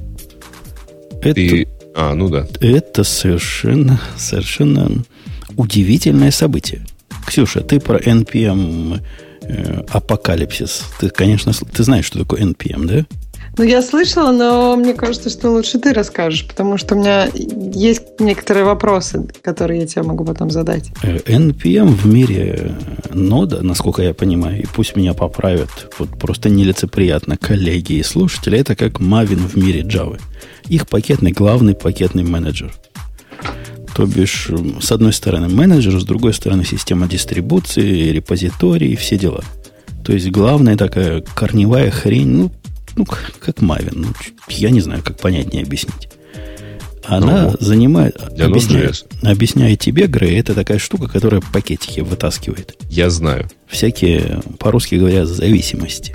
A: Это,
B: Ты... А, ну да.
A: это совершенно, совершенно удивительное событие. Ксюша, ты про эн пи эм э, апокалипсис. Ты, конечно, сл- ты знаешь, что такое эн пи эм, да?
C: Ну, я слышала, но мне кажется, что лучше ты расскажешь, потому что у меня есть некоторые вопросы, которые я тебе могу потом задать.
A: Э, эн пи эм в мире нода, насколько я понимаю, и пусть меня поправят, вот просто нелицеприятно коллеги и слушатели, это как Maven в мире Java. Их пакетный, главный пакетный менеджер. То бишь, с одной стороны менеджер, с другой стороны система дистрибуции, репозитории, все дела. То есть главная такая корневая хрень, ну, ну как Maven. Ну, я не знаю, как понятнее объяснить. Она
B: Ну,
A: занимает...
B: для
A: Объясняет,
B: Node.js.
A: объясняет тебе, Грей, это такая штука, которая пакетики вытаскивает.
B: Я знаю.
A: Всякие, по-русски говоря, зависимости.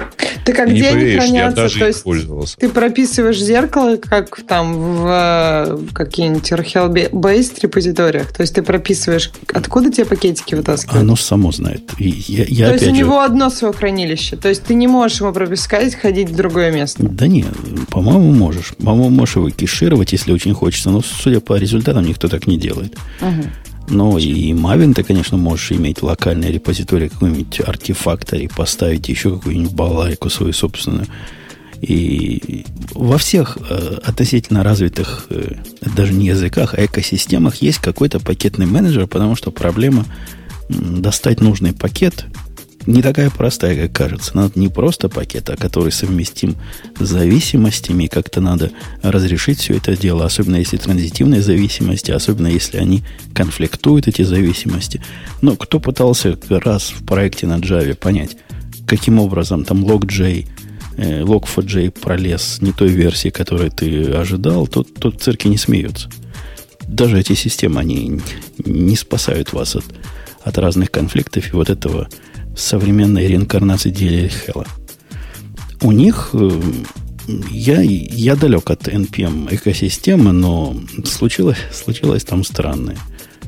C: Так а
B: И не
C: где они
B: поверишь, я
C: хранятся?
B: даже
C: То
B: им
C: есть
B: пользовался.
C: ты прописываешь зеркало, как там в каких-нибудь Rahel-based репозиториях? То есть ты прописываешь, откуда тебе пакетики вытаскивают?
A: Оно само знает. И я, я
C: То есть у
A: опять же-
C: него одно свое хранилище. То есть ты не можешь его пропускать, ходить в другое место.
A: Да нет, по-моему, можешь. По-моему, можешь его кешировать, если очень хочется. Но, судя по результатам, никто так не делает.
C: Угу.
A: Ну, и Maven ты, конечно, можешь иметь локальный репозиторий, какой-нибудь артефактор, поставить еще какую-нибудь балайку свою собственную. И во всех э, относительно развитых, э, даже не языках, а экосистемах есть какой-то пакетный менеджер, потому что проблема м, достать нужный пакет не такая простая, как кажется. Надо не просто пакет, а который совместим с зависимостями. Как-то надо разрешить все это дело, особенно если транзитивные зависимости, особенно если они конфликтуют, эти зависимости. Но кто пытался раз в проекте на Java понять, каким образом там log.j, э, лог фор джей пролез не той версии, которой ты ожидал, тот, тот в цирке не смеется. Даже эти системы, они не спасают вас от, от разных конфликтов и вот этого современной реинкарнации ди эл эл Hell. У них э, я, я далек от эн пи эм экосистемы, но случилось, случилось там странное.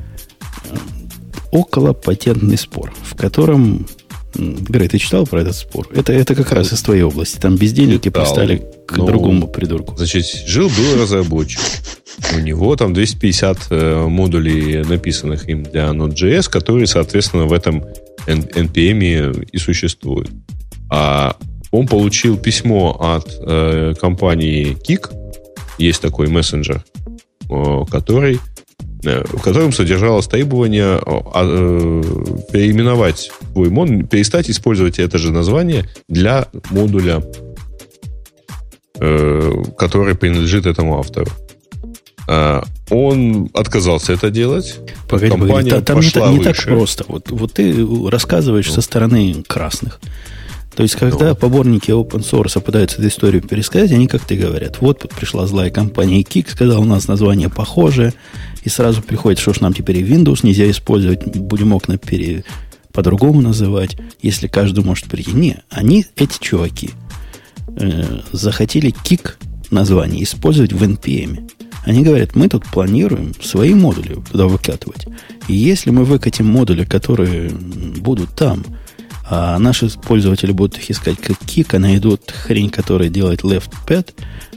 A: Около патентный спор, в котором... Грей, ты читал про этот спор? Это, это как раз из твоей области. Там бездельники
B: Читал.
A: пристали к
B: Ну,
A: другому придурку.
B: Значит, жил-был разработчик. У него там двести пятьдесят э, модулей, написанных им для Node.js, которые, соответственно, в этом эн пи эм и существуют. А он получил письмо от э, компании Kik. Есть такой мессенджер, э, который, э, в котором содержалось требование э, э, переименовать свой модуль, перестать использовать это же название для модуля, э, который принадлежит этому автору. Он отказался это делать.
A: Погоди,
B: Компания
A: погоди, та- там не,
B: пошла
A: так- не так
B: выше.
A: просто. Вот, вот ты рассказываешь со стороны красных. То есть, когда
B: Ну.
A: поборники open source пытаются эту историю пересказать, они как-то говорят, вот пришла злая компания Kik, сказала, у нас название похожее, и сразу приходит, что ж нам теперь и Windows нельзя использовать, будем окна пере... по-другому называть, если каждый может прийти. Не, они, эти чуваки, э, захотели Kik название использовать в эн пи эм. Они говорят, мы тут планируем свои модули туда выкатывать. И если мы выкатим модули, которые будут там, а наши пользователи будут их искать как Kik, а найдут хрень, которая делает LeftPad,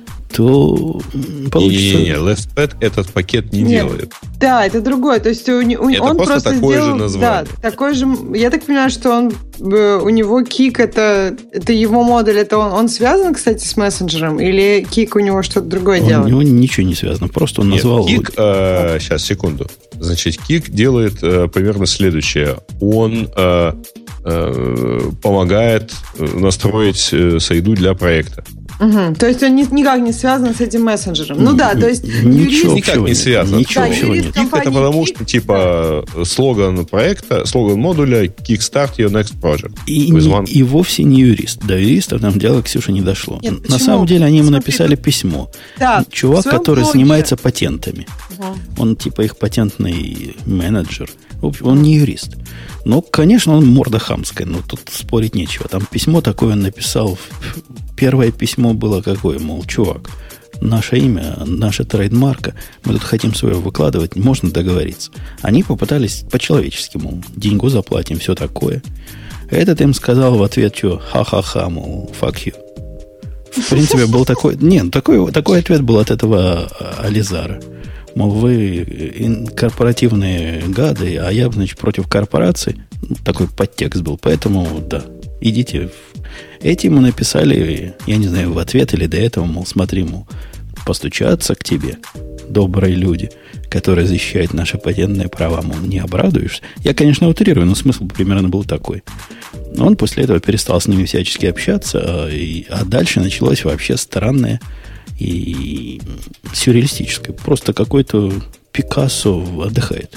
A: то получится...
B: Не-не-не, LeftPad этот пакет не
C: Нет.
B: делает.
C: Да, это другое. То есть у, у-
B: Это
C: он
B: просто
C: просто
B: такое же
C: сделал,
B: название.
C: Да, такой же. Я так понимаю, что он э, у него Kik это это его модуль, это он, он связан, кстати, с мессенджером, или Kik у него что-то другое
A: Он-
C: делает?
A: у него ничего не связано. Просто он
B: Нет,
A: назвал...
B: Kik, э, сейчас, секунду. Значит, Kik делает э, примерно следующее. Он э, э, помогает настроить э, среду для проекта.
C: Угу. То есть он ни- никак не связан с этим мессенджером. Ну да, то есть
A: Ничего
C: юрист-
B: Никак
A: общего
B: не
A: нет.
B: связано.
A: Ничего
C: Да,
A: общего
C: юрист
A: нет.
B: Kik это
C: компании
B: потому,
C: Kik,
B: что типа слоган проекта, слоган модуля Kickstart your next project.
A: И,
B: With
A: не-
B: one-
A: и вовсе не юрист. До юристов там дело, Ксюша, не дошло.
C: Нет,
A: На
C: почему?
A: самом деле они ему
C: Смотри,
A: написали
C: тут-
A: письмо.
C: Да, в
A: Чувак,
C: своем
A: который
C: блоге.
A: занимается патентами.
C: Ага.
A: Он типа их патентный менеджер. В общем, он не юрист. Но, конечно, он морда хамская, но тут спорить нечего. Там письмо такое он написал. Первое письмо было какое? Мол, чувак, наше имя, наша трейдмарка, мы тут хотим свое выкладывать, можно договориться. Они попытались по-человечески, мол, деньгу заплатим, все такое. Этот им сказал в ответ, что ха-ха-ха, мол, fuck you. В принципе, был такой... Нет, такой, такой ответ был от этого Ализара. Мол, вы корпоративные гады, а я, значит, против корпораций. Такой подтекст был. Поэтому, да, идите. в- Эти ему написали, я не знаю, в ответ или до этого, мол, смотри, мол, постучаться к тебе, добрые люди, которые защищают наши патентные права, мол, не обрадуешься. Я, конечно, утрирую, но смысл примерно был такой. Но он после этого перестал с ними всячески общаться, а, и- а дальше началось вообще странное и сюрреалистическое. Просто какой-то Пикассо отдыхает.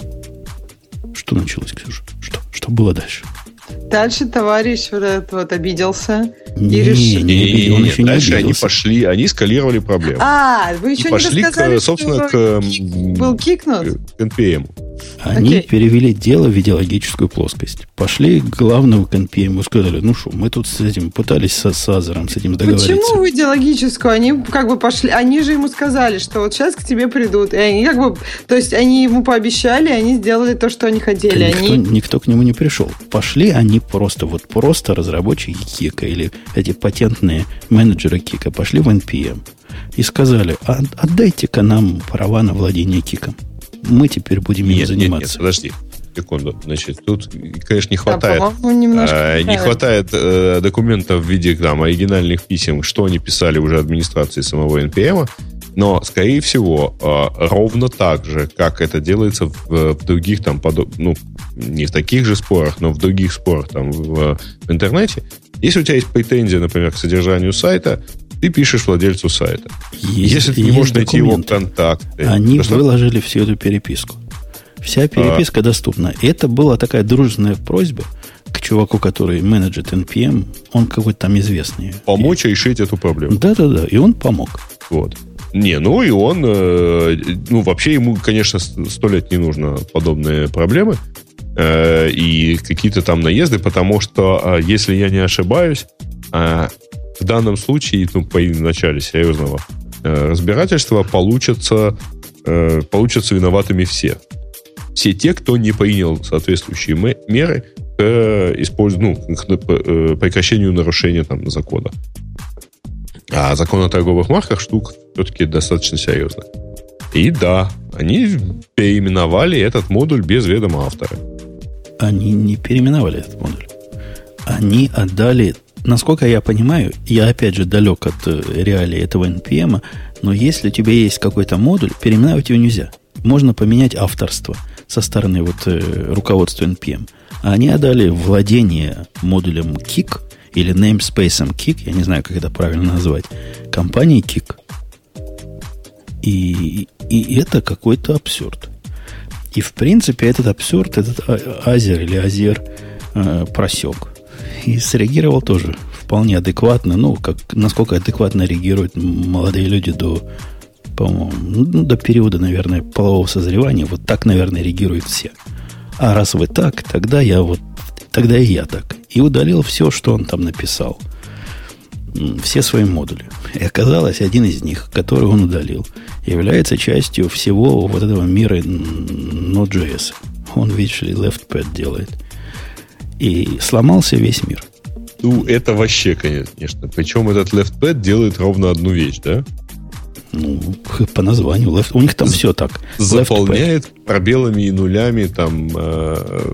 A: Что началось, Ксюша? Что? Что было дальше?
C: Дальше товарищ вот этот вот обиделся и
A: Не,
C: решил.
A: не, не, он еще не
B: Дальше они
A: обиделся.
B: пошли, они эскалировали проблему.
C: А, вы
B: И
C: еще не
B: пошли, к,
C: рассказали,
B: собственно,
C: что
B: к, м,
C: Kik был кикнут?
B: к эн пи эм.
A: Они
C: Окей.
A: перевели дело в идеологическую плоскость. Пошли к главному к эн пи эм и сказали, ну что, мы тут с этим пытались со, с Азером, с этим договориться.
C: Почему в идеологическую? Они как бы пошли, они же ему сказали, что вот сейчас к тебе придут. И они как бы, то есть они ему пообещали, и они сделали то, что они хотели.
A: Никто,
C: они...
A: никто к нему не пришел. Пошли они просто, вот просто разработчики Кика или эти патентные менеджеры Кика пошли в эн пи эм и сказали, а, отдайте-ка нам права на владение Киком. Мы теперь будем им
B: нет,
A: заниматься.
B: Нет, нет, подожди. Секунду. Значит, тут, конечно, не хватает,
C: Да, немножко
B: э, не хватает э, документов в виде там, оригинальных писем, что они писали уже администрации самого эн пи эм, но, скорее всего, э, ровно так же, как это делается в, в других, там, подоб... ну, не в таких же спорах, но в других спорах там, в, в интернете. Если у тебя есть претензия, например, к содержанию сайта, ты пишешь владельцу сайта.
A: Есть,
B: Если ты не можешь найти его контакты...
A: Они
B: что?
A: выложили всю эту переписку. Вся переписка а... доступна. Это была такая дружественная просьба к чуваку, который менеджет эн пи эм. Он какой-то там известный.
B: Помочь и... решить эту проблему.
A: Да-да-да. И он помог.
B: Вот. Не, ну и он... Э, ну, вообще ему, конечно, сто лет не нужно подобные проблемы э, и какие-то там наезды, потому что, э, если я не ошибаюсь, э, в данном случае, ну, по начале серьезного э, разбирательства получатся, э, получатся виноватыми все. Все те, кто не принял соответствующие мэ- меры к, э, использ... ну, к э, прекращению нарушения там, закона. А закон о торговых марках штука все-таки достаточно серьезная. И да, они переименовали этот модуль без ведома автора.
A: Они не переименовали этот модуль. Они отдали... Насколько я понимаю, я опять же далек от э, реалий этого эн пи эм, но если у тебя есть какой-то модуль, переименовать его нельзя. Можно поменять авторство со стороны вот, э, руководства эн пи эм. А они отдали владение модулем Kik или namespace Kik, я не знаю, как это правильно назвать, компании Kik. И, и это какой-то абсурд. И в принципе этот абсурд, этот Азер или Азер э, просек. И среагировал тоже вполне адекватно. Ну, как, насколько адекватно реагируют молодые люди до, по-моему, ну, до периода, наверное, полового созревания. Вот так, наверное, реагируют все. А раз вы так, тогда я вот, тогда и я так. И удалил все, что он там написал. Все свои модули. И оказалось, один из них, который он удалил, является частью всего вот этого мира Node.js. Он, видишь ли, LeftPad делает. И сломался весь мир.
B: Ну, это вообще, конечно. Причем этот LeftPad делает ровно одну вещь, да?
A: Ну, по названию. Left, у них там все так.
B: Заполняет LeftPad пробелами и нулями там... Э,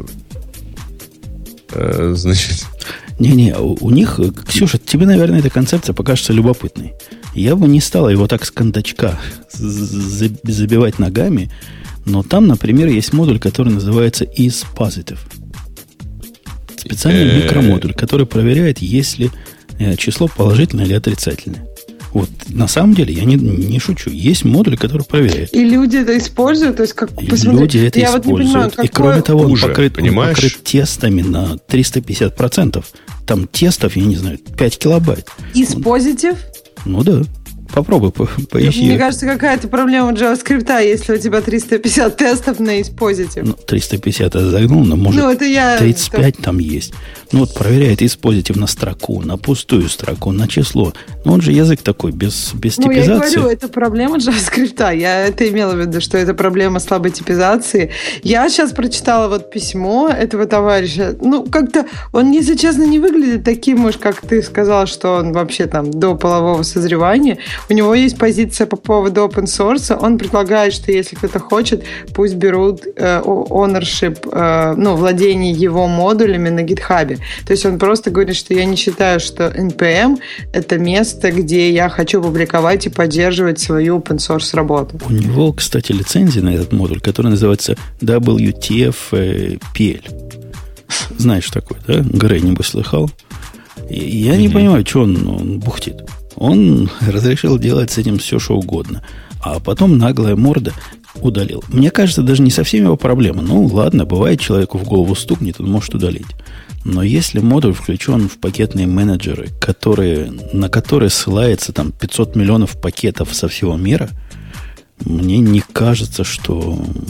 B: э, значит...
A: Не-не, у, у них... Ксюша, тебе, наверное, эта концепция покажется любопытной. Я бы не стал его так с кондачка забивать ногами, но там, например, есть модуль, который называется isPositive. Специальный микромодуль, который проверяет, есть ли число положительное или отрицательное. Вот на самом деле, я не, не шучу, есть модуль, который проверяет.
C: И люди это используют, то есть как
A: и люди это я используют. Вот не понимаю, какое... И кроме того, он
B: Уже,
A: покрыт, он покрыт тестами на триста пятьдесят процентов. Там тестов, я не знаю, пять килобайт.
C: isPositive?
A: Ну да. Попробуй, по- поищи.
C: Мне кажется, какая-то проблема JavaScript, если у тебя триста пятьдесят тестов на isPositive.
A: Ну, триста пятьдесят я загнул, но может
C: ну, это я...
A: тридцать пять там есть. Ну, вот проверяет isPositive на строку, на пустую строку, на число. Но он же язык такой, без, без
C: ну,
A: типизации.
C: Ну, я говорю, это проблема JavaScript. Я это имела в виду, что это проблема слабой типизации. Я сейчас прочитала вот письмо этого товарища. Ну, как-то он, если честно, не выглядит таким уж, как ты сказал, что он вообще там до полового созревания. У него есть позиция по поводу open source. Он предлагает, что если кто-то хочет, пусть берут э, ownership, э, ну, владение его модулями на GitHub. То есть он просто говорит, что я не считаю, что эн пи эм это место, где я хочу публиковать и поддерживать свою open source работу.
A: У него, кстати, лицензия на этот модуль, который называется дабл ю ти эф пи эл. Знаешь такой, да? Грей, небось, слыхал? И я mm-hmm. не понимаю, что он, он бухтит. Он разрешил делать с этим все, что угодно. А потом наглая морда удалил. Мне кажется, даже не совсем его проблема. Ну, ладно, бывает, человеку в голову стукнет, он может удалить. Но если модуль включен в пакетные менеджеры, которые, на которые ссылается там пятьсот миллионов пакетов со всего мира, мне не кажется, что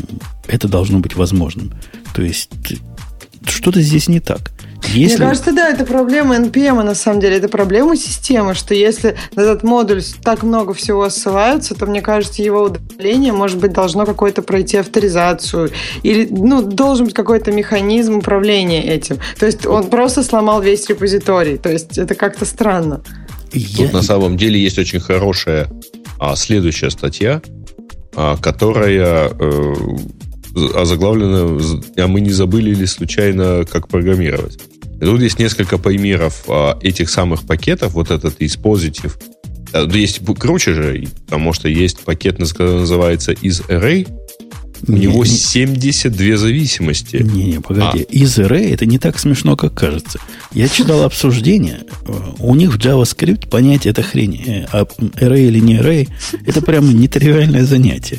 A: это должно быть возможным. То есть что-то здесь не так. Если...
C: Мне кажется, да, это проблема эн пи эм, на самом деле. Это проблема системы, что если на этот модуль так много всего ссылаются, то, мне кажется, его удаление, может быть, должно какой-то пройти авторизацию. Или, ну, должен быть какой-то механизм управления этим. То есть он просто сломал весь репозиторий. То есть это как-то странно.
B: Я... Тут на самом деле есть очень хорошая а, следующая статья, а, которая... Э, озаглавлено, а мы не забыли ли случайно, как программировать. И тут есть несколько примеров а, этих самых пакетов, вот этот из Positive. А, есть круче же, потому что есть пакет, который называется isArray. У не, него не, семьдесят две зависимости.
A: Не-не, погоди. А. isArray это не так смешно, как кажется. Я читал обсуждение. У них в JavaScript понятие это хрень. А array или не array, это прямо нетривиальное занятие.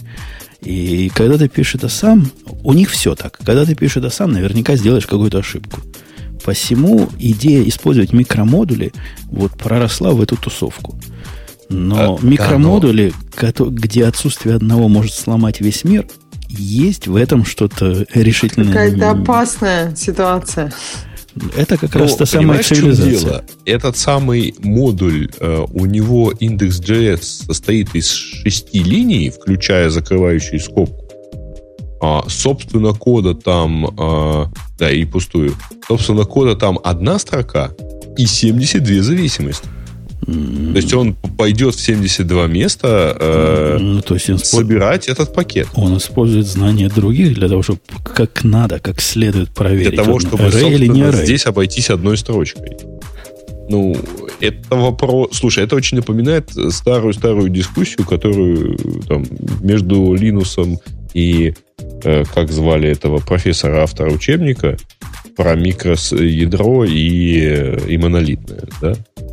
A: И когда ты пишешь это сам, у них все так. Когда ты пишешь это сам, наверняка сделаешь какую-то ошибку. Посему идея использовать микромодули вот проросла в эту тусовку. Но а, микромодули, да, но... где отсутствие одного может сломать весь мир, есть в этом что-то решительное.
C: Какая-то опасная ситуация.
A: Это как ну, раз та самая цивилизация.
B: Этот самый модуль, э, у него index.js состоит из шести линий, включая закрывающую скобку. А, собственно, кода там... Э, да, и пустую. Собственно, кода там одна строка и семьдесят две зависимости. Mm-hmm. То есть он пойдет в семьдесят два места э, ну, то есть он собирать этот пакет.
A: Он использует знания других для того, чтобы как надо, как следует проверить.
B: Для того, чтобы, собственно, здесь обойтись одной строчкой. Ну, это вопрос... Слушай, это очень напоминает старую-старую дискуссию, которую там, между Линусом и, э, как звали этого профессора-автора учебника, про микроядро и, и монолитное, да?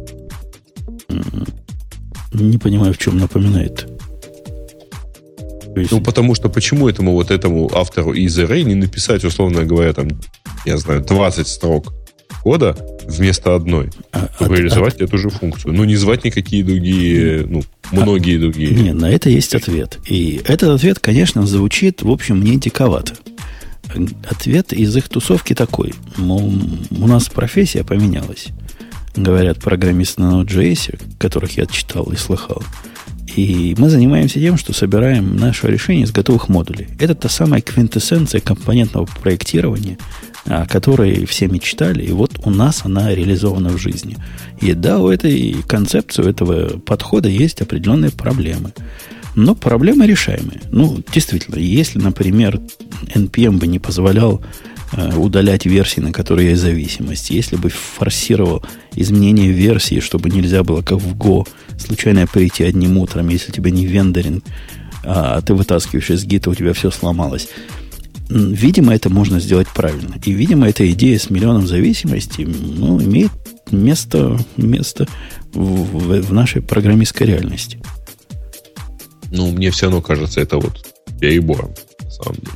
A: Не понимаю, в чем напоминает.
B: Есть... Ну, потому что почему этому вот этому автору isArray не написать, условно говоря, там, я знаю, двадцать строк кода вместо одной, а, чтобы а, реализовать а... эту же функцию. Ну, не звать никакие другие, ну, многие а... другие.
A: Нет, на это есть ответ. И этот ответ, конечно, звучит, в общем, мне диковато. Ответ из их тусовки такой. Мол, у нас профессия поменялась. Говорят программисты на Node.js, которых я читал и слыхал. И мы занимаемся тем, что собираем наше решение из готовых модулей. Это та самая квинтэссенция компонентного проектирования, о которой все мечтали, и вот у нас она реализована в жизни. И да, у этой концепции, у этого подхода есть определенные проблемы. Но проблемы решаемые. Ну, действительно, если, например, эн пи эм бы не позволял удалять версии, на которые есть зависимость. Если бы форсировал изменение версии, чтобы нельзя было, как в Go, случайно прийти одним утром, если тебе не вендоринг, а ты вытаскиваешь из гита, у тебя все сломалось. Видимо, это можно сделать правильно. И, видимо, эта идея с миллионом зависимостей, ну, имеет место, место в, в нашей программистской реальности.
B: Ну, мне все равно кажется, это вот перебором, на самом деле.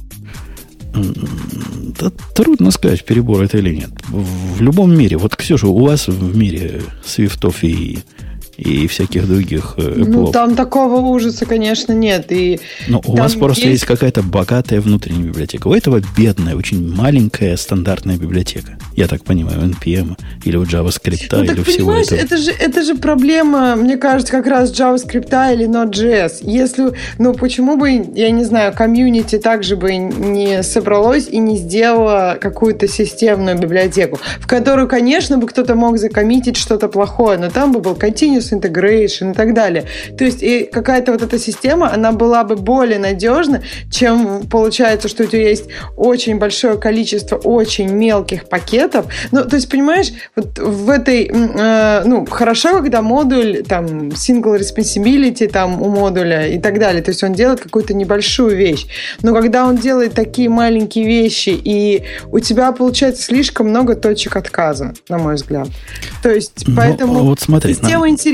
A: Да, трудно сказать, перебор это или нет. В, в любом мире. Вот, Ксюша, у вас в мире свифтов и, и всяких других Apple.
C: Ну, там такого ужаса, конечно, нет. И
A: но у вас просто есть... есть какая-то богатая внутренняя библиотека. У этого бедная, очень маленькая стандартная библиотека. Я так понимаю, эн пи эм или у JavaScript, ну, или всего этого.
C: Это же, это же проблема, мне кажется, как раз JavaScript или Node.js. Если, ну, почему бы, я не знаю, комьюнити также бы не собралось и не сделало какую-то системную библиотеку, в которую, конечно, бы кто-то мог закоммитить что-то плохое, но там бы был continuous integration и так далее. То есть и какая-то вот эта система, она была бы более надежна, чем получается, что у тебя есть очень большое количество очень мелких пакетов. Ну, то есть, понимаешь, вот в этой, э, ну, хорошо, когда модуль, там, single responsibility, там, у модуля и так далее, то есть он делает какую-то небольшую вещь, но когда он делает такие маленькие вещи, и у тебя получается слишком много точек отказа, на мой взгляд. То есть,
A: ну,
C: поэтому
A: вот смотри,
C: система
A: нам...
C: интересна,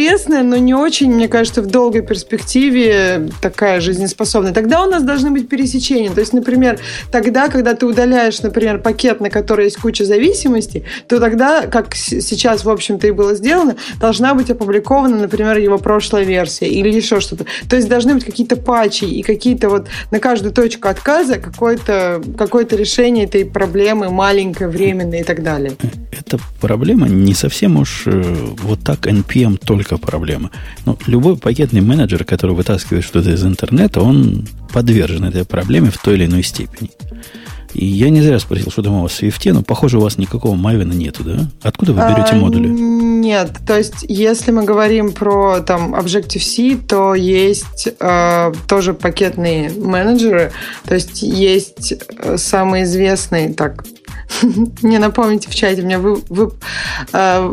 C: интересная, но не очень, мне кажется, в долгой перспективе такая жизнеспособная. Тогда у нас должны быть пересечения. То есть, например, тогда, когда ты удаляешь, например, пакет, на который есть куча зависимостей, то тогда, как сейчас, в общем-то, и было сделано, должна быть опубликована, например, его прошлая версия или еще что-то. То есть должны быть какие-то патчи и какие-то вот на каждую точку отказа какое-то, какое-то решение этой проблемы маленькое, временное и так далее.
A: Эта проблема не совсем уж вот так эн пи эм только проблема. Но любой пакетный менеджер, который вытаскивает что-то из интернета, он подвержен этой проблеме в той или иной степени. И я не зря спросил, что там у вас в Swift, но, похоже, у вас никакого Maven нету, да? Откуда вы берете а, модули?
C: Нет, то есть, если мы говорим про там Objective-C, то есть э, тоже пакетные менеджеры, то есть, есть самый известный, так, не напомните в чате, у меня вы, вы э,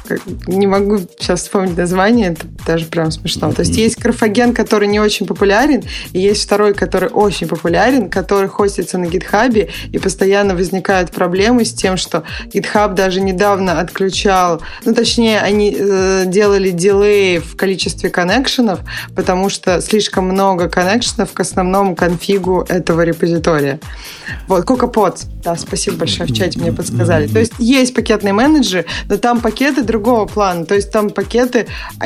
C: не могу сейчас вспомнить название, это даже прям смешно. То есть есть Graphogen, который не очень популярен, и есть второй, который очень популярен, который хостится на GitHub, и постоянно возникают проблемы с тем, что GitHub даже недавно отключал, ну, точнее, они э, делали дилей в количестве коннекшенов, потому что слишком много коннекшенов к основному конфигу этого репозитория. Вот, CocoaPods. Да, спасибо большое, в чате мне подсказали. То есть есть пакетные менеджеры, но там пакеты другого плана. То есть там пакеты,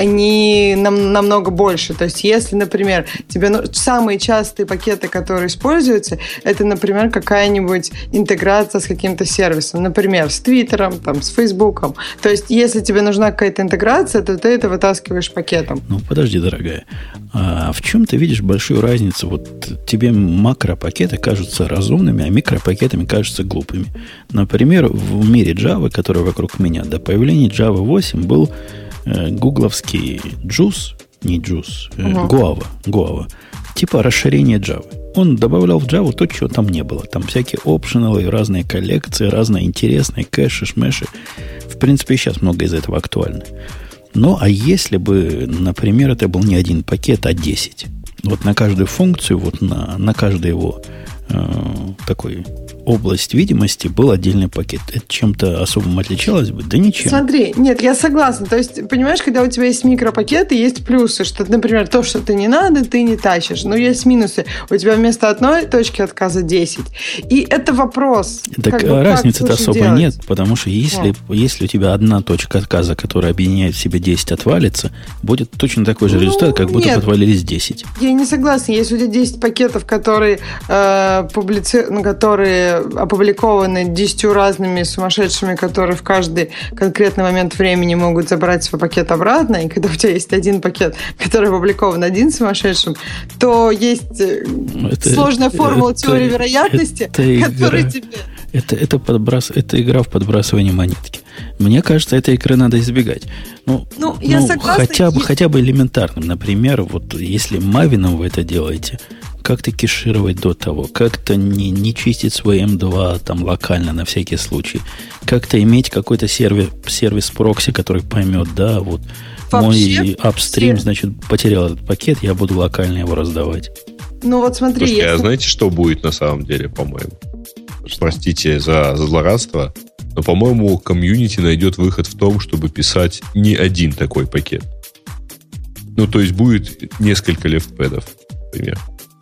C: они нам, намного больше. То есть если, например, тебе ну, самые частые пакеты, которые используются, это, например, какая-нибудь интеграция с каким-то сервисом. Например, с Твиттером, там, с Фейсбуком. То есть если тебе нужна какая-то интеграция, то ты это вытаскиваешь пакетом.
A: Ну, подожди, дорогая. А в чем ты видишь большую разницу? Вот тебе макропакеты кажутся разумными, а микропакетами кажутся глупыми. Например, в мире Java, который вокруг меня, до появления Java восемь был э, гугловский Juice, не Juice, э, uh-huh. Guava, Guava, типа расширение Java. Он добавлял в Java то, чего там не было. Там всякие опшеналы, разные коллекции, разные интересные кэши, шмеши. В принципе, и сейчас много из этого актуально. Ну, а если бы, например, это был не один пакет, а десять. Вот на каждую функцию, вот на, на каждый его э, такой область видимости был отдельный пакет. Это чем-то особым отличалось бы? Да ничем.
C: Смотри, нет, я согласна. То есть, понимаешь, когда у тебя есть микропакеты, есть плюсы, что, например, то, что ты не надо, ты не тащишь. Но есть минусы. У тебя вместо одной точки отказа десять. И это вопрос.
A: Так как бы, разницы-то особо делать? Нет, потому что если, если у тебя одна точка отказа, которая объединяет в себе десять, отвалится, будет точно такой же ну, результат, как будто нет, отвалились десять.
C: Я не согласна. Если у тебя десять пакетов, которые, э, публици... ну, которые опубликованы десятью разными сумасшедшими, которые в каждый конкретный момент времени могут забрать свой пакет обратно, и когда у тебя есть один пакет, который опубликован один сумасшедшим, то есть это, сложная формула это, теории это, вероятности, это которая игра, тебе...
A: Это, это, подбрас, это игра в подбрасывание монетки. Мне кажется, этой игры надо избегать. Ну,
C: ну, я ну согласна,
A: хотя бы,
C: есть...
A: хотя бы элементарным. Например, вот если Maven вы это делаете, как-то кешировать до того, как-то не, не чистить свой эм два там локально на всякий случай, как-то иметь какой-то сервис, сервис прокси, который поймет, да, вот вообще мой апстрим, значит, потерял этот пакет, я буду локально его раздавать.
C: Ну вот смотри.
B: Слушайте, если... а знаете, что будет на самом деле, по-моему? Что? Простите за, за злорадство, но, по-моему, комьюнити найдет выход в том, чтобы писать не один такой пакет. Ну, то есть будет несколько левпэдов, например.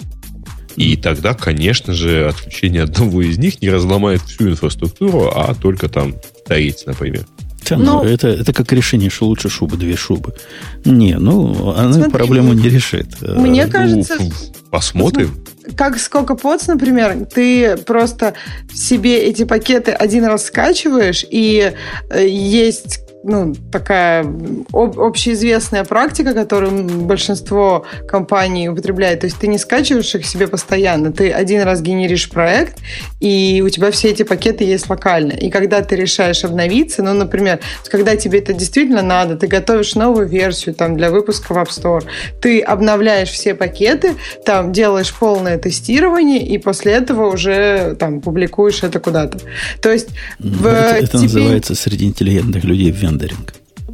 B: И тогда, конечно же, отключение одного из них не разломает всю инфраструктуру, а только там треть, например.
A: Да, ну, ну, это, это как решение, что лучше шубы, две шубы. Не, ну, она смотри, проблему не решит.
C: Мне кажется... Ну,
B: посмотрим.
C: Как с CocoaPods, например, ты просто себе эти пакеты один раз скачиваешь, и есть... ну, такая об, общеизвестная практика, которую большинство компаний употребляет. То есть ты не скачиваешь их себе постоянно. Ты один раз генеришь проект, и у тебя все эти пакеты есть локально. И когда ты решаешь обновиться, ну, например, когда тебе это действительно надо, ты готовишь новую версию там, для выпуска в App Store, ты обновляешь все пакеты, там, делаешь полное тестирование, и после этого уже там, публикуешь это куда-то. То есть
A: в это, это тебе... называется среди интеллигентных людей вендоринг.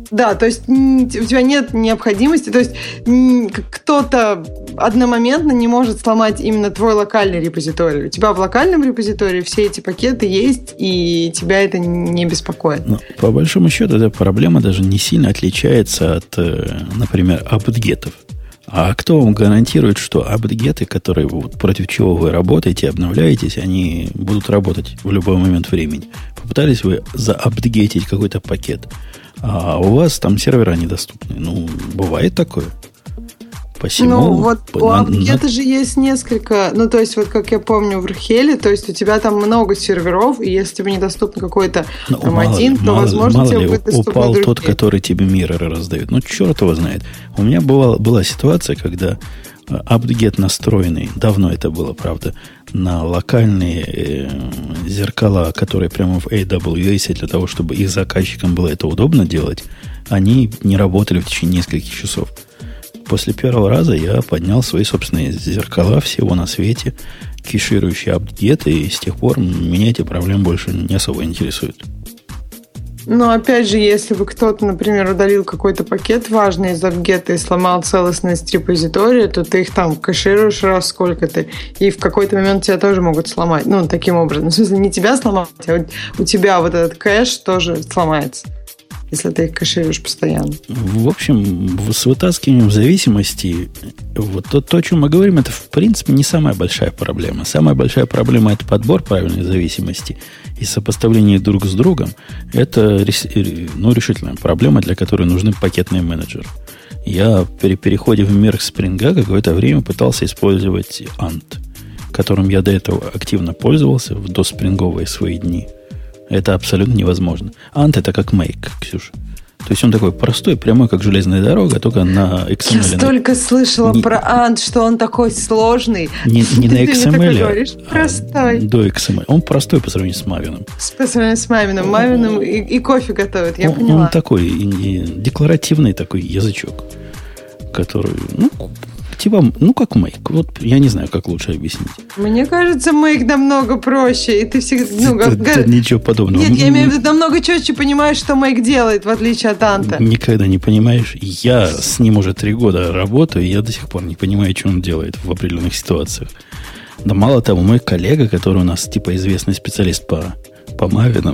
C: Да, то есть у тебя нет необходимости, то есть кто-то одномоментно не может сломать именно твой локальный репозиторий. У тебя в локальном репозитории все эти пакеты есть, и тебя это не беспокоит.
A: Но, по большому счету, эта проблема даже не сильно отличается от, например, apt-гетов. А кто вам гарантирует, что apt-геты, которые вот, против чего вы работаете, обновляетесь, они будут работать в любой момент времени? Попытались вы за-apt-гетить какой-то пакет, а у вас там сервера недоступны. Ну, бывает такое. Посему,
C: ну, вот у
A: на,
C: apt-гета
A: на...
C: же есть несколько, ну, то есть, вот как я помню в Рхеле, то есть у тебя там много серверов, и если тебе недоступен какой-то ну, там
A: мало
C: один,
A: ли,
C: то,
A: мало,
C: возможно,
A: мало
C: тебе
A: ли,
C: будет доступен
A: упал
C: другие.
A: Тот, который тебе мирроры раздает. Ну, черт его знает. У меня бывала, была ситуация, когда apt-get настроенный, давно это было, правда, на локальные э, зеркала, которые прямо в эй дабл ю эс, для того, чтобы их заказчикам было это удобно делать, они не работали в течение нескольких часов. После первого раза я поднял свои собственные зеркала всего на свете, кеширующие apt-get, и с тех пор меня эти проблемы больше не особо интересуют.
C: Но опять же, если бы кто-то, например, удалил какой-то пакет важный из apt-get и сломал целостность репозитория, то ты их там кэшируешь раз сколько-то, и в какой-то момент тебя тоже могут сломать. Ну, таким образом. В смысле, не тебя сломать, а у тебя вот этот кэш тоже сломается, если ты их кэшируешь постоянно.
A: В общем, с вытаскиванием зависимости, вот то, то, о чем мы говорим, это, в принципе, не самая большая проблема. Самая большая проблема – это подбор правильной зависимости и сопоставление друг с другом. Это ну, решительная проблема, для которой нужны пакетные менеджеры. Я при переходе в мир Спринга какое-то время пытался использовать Ant, которым я до этого активно пользовался в доспринговые свои дни. Это абсолютно невозможно. Ant это как Make, Ксюша. То есть он такой простой, прямой, как железная дорога, только на икс эм эл.
C: Я столько слышала не, про Ant, что он такой сложный.
A: Не, не на икс эм эл,
C: ты говоришь, простой.
A: А до икс эм эл. Он простой по сравнению с Maven.
C: По сравнению с Maven. Maven и, и кофе готовит, я
A: он,
C: поняла.
A: Он такой и, и декларативный такой язычок, который, ну, типа, ну, как Make. Вот я не знаю, как лучше объяснить.
C: Мне кажется, Make намного проще. И ты всегда... Ну,
A: это,
C: как...
A: это ничего подобного.
C: Нет, я имею в виду, намного четче понимаешь, что Make делает, в отличие от Анта.
A: Никогда не понимаешь. Я с ним уже три года работаю, и я до сих пор не понимаю, что он делает в определенных ситуациях. Да мало того, мой коллега, который у нас, типа, известный специалист по, по Maven,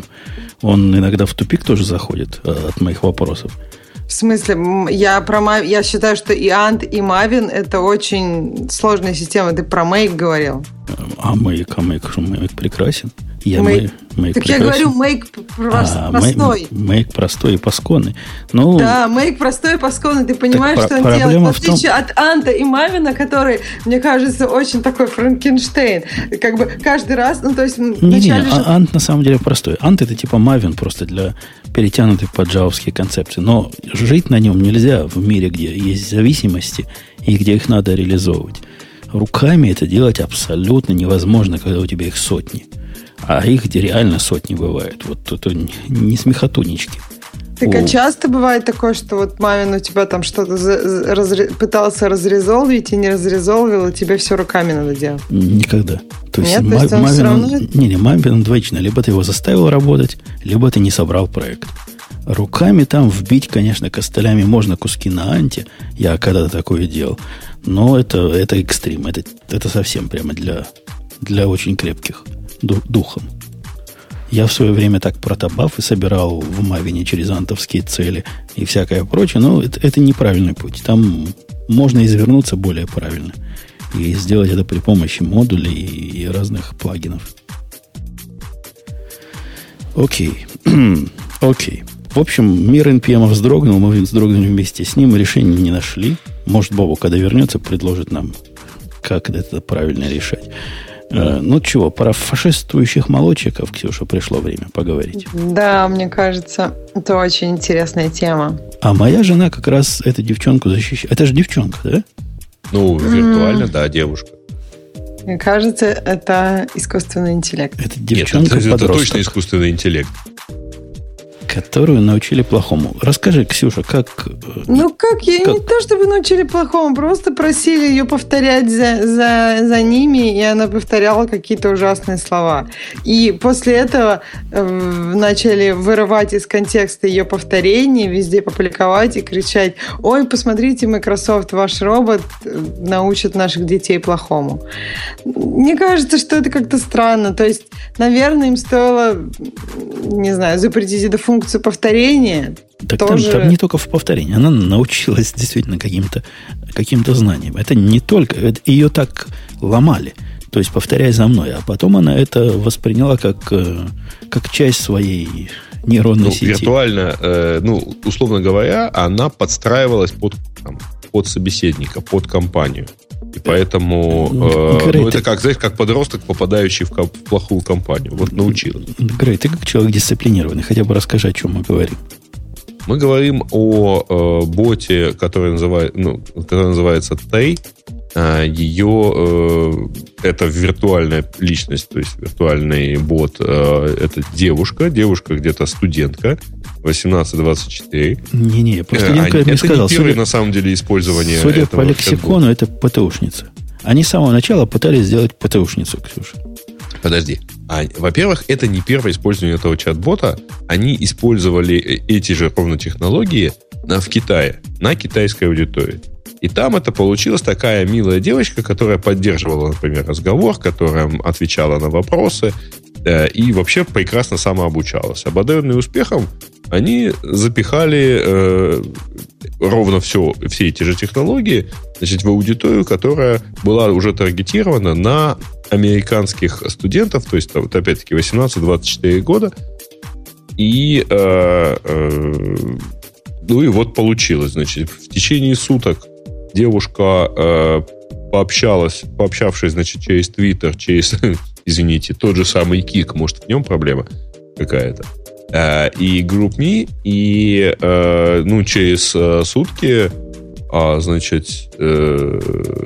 A: он иногда в тупик тоже заходит от моих вопросов.
C: В смысле, я, про, я считаю, что и Ant, и Maven это очень сложная система. Ты про Make говорил.
A: А Make, а Make, что Make прекрасен. Я
C: Make.
A: Make
C: так
A: прекрасен.
C: Я говорю, Make
A: а,
C: простой.
A: Make простой и пасконный. Ну,
C: да, Make простой и пасконный. Ты понимаешь,
A: так,
C: что он делает. В отличие том... от Анта и Мавина, который, мне кажется, очень такой Франкенштейн. Как бы каждый раз, ну, то есть...
A: Не, не, же... Ант на самом деле простой. Ант это типа Maven просто для перетянутых под джавовские концепции. Но жить на нем нельзя в мире, где есть зависимости и где их надо реализовывать. Руками это делать абсолютно невозможно, когда у тебя их сотни. А их где реально сотни бывает. Вот это не смехотунечки.
C: Так а часто бывает такое, что вот Мавин у тебя там что-то за, разре, пытался разрезолвить и не разрезолвил, и тебе все руками надо делать?
A: Никогда. То есть,
C: Нет,
A: ма-
C: то есть он
A: Мавин,
C: все равно...
A: он, не, не, Мавин двоично. Либо ты его заставил работать, либо ты не собрал проект. Руками там вбить, конечно, костылями можно куски на анте. Я когда-то такое делал. Но это, это экстрим. Это, это совсем прямо для, для очень крепких духом. Я в свое время так протобафы собирал в Мавине через антовские цели и всякое прочее, но это, это неправильный путь. Там можно извернуться более правильно и сделать это при помощи модулей и, и разных плагинов. Окей. Окей. В общем, мир эн пи эм вздрогнул, мы вздрогнули вместе с ним, решения не нашли. Может, Бобу, когда вернется, предложит нам, как это правильно решать. Ну чего, про фашистующих молодчиков, Ксюша, пришло время поговорить.
C: Да, мне кажется, это очень интересная тема.
A: А моя жена как раз эту девчонку защищает. Это же девчонка, да?
B: Ну, виртуально, mm. да, девушка.
C: Мне кажется, это искусственный интеллект.
A: Это девчонка.
B: Нет, это, это точно искусственный интеллект.
A: Которую научили плохому. Расскажи, Ксюша, как...
C: Ну, как? Я
A: как?
C: не то, чтобы научили плохому, просто просили ее повторять за, за, за ними, и она повторяла какие-то ужасные слова. И после этого э, начали вырывать из контекста ее повторения, везде публиковать и кричать: ой, посмотрите, Microsoft, ваш робот научит наших детей плохому. Мне кажется, что это как-то странно. То есть, наверное, им стоило, не знаю, запретить эту функцию повторения.
A: Так
C: тоже...
A: там, там не только в повторении. Она научилась действительно каким-то, каким-то знаниям. Это не только... Это, ее так ломали. То есть, повторяй за мной. А потом она это восприняла как, как часть своей нейронной
B: ну,
A: сети.
B: Виртуально, э, ну, условно говоря, она подстраивалась под, там, под собеседника, под компанию. И поэтому э,
A: Грей,
B: ну, это
A: ты...
B: как, знаешь, как подросток, попадающий в, в плохую компанию. Вот научила.
A: Грей, ты как человек дисциплинированный, хотя бы расскажи, о чем мы говорим.
B: Мы говорим о э, боте, который, называет, ну, который называется Tay. Э, ее э, это виртуальная личность, то есть виртуальный бот. Э, это девушка, девушка где-то студентка, восемнадцать-двадцать четыре.
A: Не-не, просто студентка
B: э,
A: мне сказал.
B: Это не первое,
A: судя,
B: на самом деле, использование
A: Судя
B: этого
A: по лексикону, это ПТУшница. Они с самого начала пытались сделать ПТУшницу, Ксюша.
B: Подожди. А, во-первых, это не первое использование этого чат-бота. Они использовали эти же ровно технологии на, в Китае, на китайской аудитории. И там это получилась такая милая девочка, которая поддерживала, например, разговор, которая отвечала на вопросы э, и вообще прекрасно самообучалась. Обладенные успехом, они запихали э, ровно все, все эти же технологии, значит, в аудиторию, которая была уже таргетирована на американских студентов, то есть, вот, опять-таки, восемнадцать-двадцать четыре года. И, э, э, ну и вот получилось. Значит, в течение суток девушка э, пообщалась, пообщавшись, значит, через Twitter, через, извините, тот же самый Кик, может, в нем проблема какая-то, э, и GroupMe, и, э, ну, через э, сутки, а, значит, э,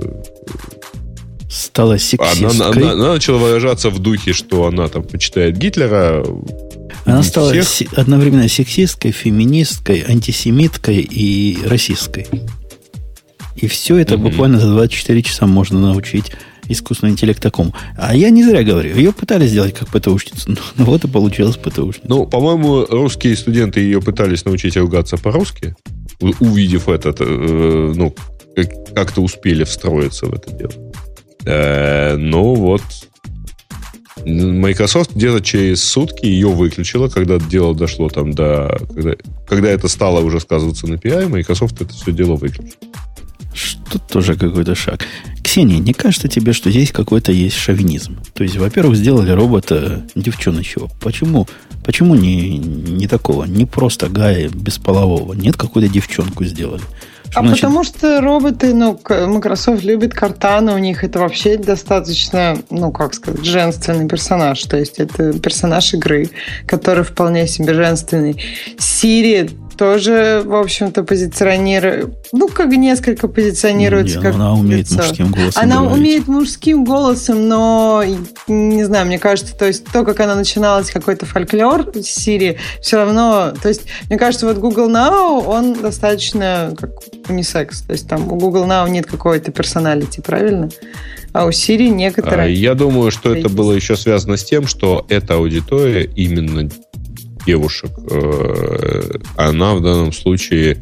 A: стала сексисткой.
B: Она, она, она начала выражаться в духе, что она там почитает Гитлера.
A: Она стала се- одновременно сексисткой, феминисткой, антисемиткой и расистской. И все это mm-hmm. буквально за двадцать четыре часа можно научить искусственный интеллект такому. А я не зря говорю. Ее пытались сделать как ПТУшницу. Ну вот и получилось ПТУшница.
B: Ну, по-моему, русские студенты ее пытались научить ругаться по-русски, увидев это, э, ну, как- как-то успели встроиться в это дело. Э, ну вот, Microsoft где-то через сутки ее выключила, когда дело дошло там до... Когда, когда это стало уже сказываться на пи ай, Microsoft это все дело выключила.
A: Что тоже какой-то шаг. Ксения, не кажется тебе, что здесь какой-то есть шовинизм? То есть, во-первых, сделали робота девчоночего. Почему? Почему не, не такого? Не просто гая бесполового. Нет, какую-то девчонку сделали. Что
C: а
A: значит...
C: потому что роботы, ну, Microsoft любит Cortana, у них это вообще достаточно, ну, как сказать, женственный персонаж. То есть это персонаж игры, который вполне себе женственный. Siri тоже, в общем-то, позиционирует, ну, как несколько позиционируется.
A: Не,
C: как
A: она умеет
C: лицо.
A: мужским голосом
C: Она
A: говорить.
C: умеет мужским голосом, но, не знаю, мне кажется, то есть то, как она начиналась, какой-то фольклор Siri, все равно, то есть, мне кажется, вот Google Now, он достаточно как унисекс, то есть там у Google Now нет какой-то персоналити, правильно? А у Siri некоторые...
B: Я думаю, что это было еще связано с тем, что эта аудитория именно девушек, она в данном случае,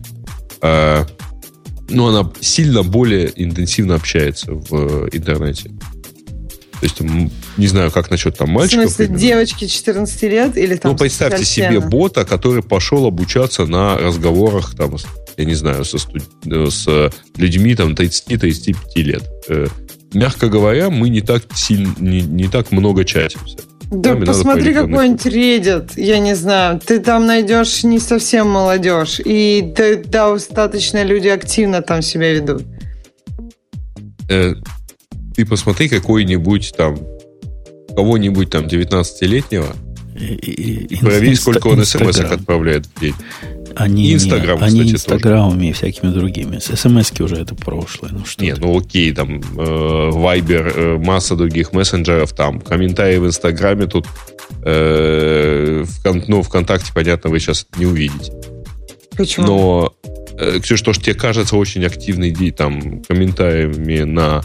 B: ну, она сильно более интенсивно общается в интернете. То есть, не знаю, как насчет там мальчиков.
C: В смысле, именно. Девочки четырнадцати лет или там...
B: Ну, представьте себе бота, который пошел обучаться на разговорах там, я не знаю, со студ... с людьми там тридцать-тридцать пять лет. Мягко говоря, мы не так сильно, не, не так много чатимся.
C: Да,
B: Нам
C: посмотри какой-нибудь Reddit, я не знаю, ты там найдешь не совсем молодежь, и ты, да, достаточно люди активно там себя ведут.
B: Э, ты посмотри какой-нибудь там, кого-нибудь там девятнадцатилетнего, и, и, и проверь, инста- сколько он смс-ок отправляет в день.
A: Они,
B: Инстаграм,
A: они
B: кстати,
A: инстаграмами и всякими другими. смс-ки уже это прошлое. Ну, что
B: не, ты? ну окей, там Viber, э, масса других мессенджеров, там комментарии в Инстаграме тут Э, в, ну, ВКонтакте, понятно, вы сейчас не увидите.
C: Почему?
B: Но, э, Ксюш, то, что тебе кажется очень активной там, комментариями на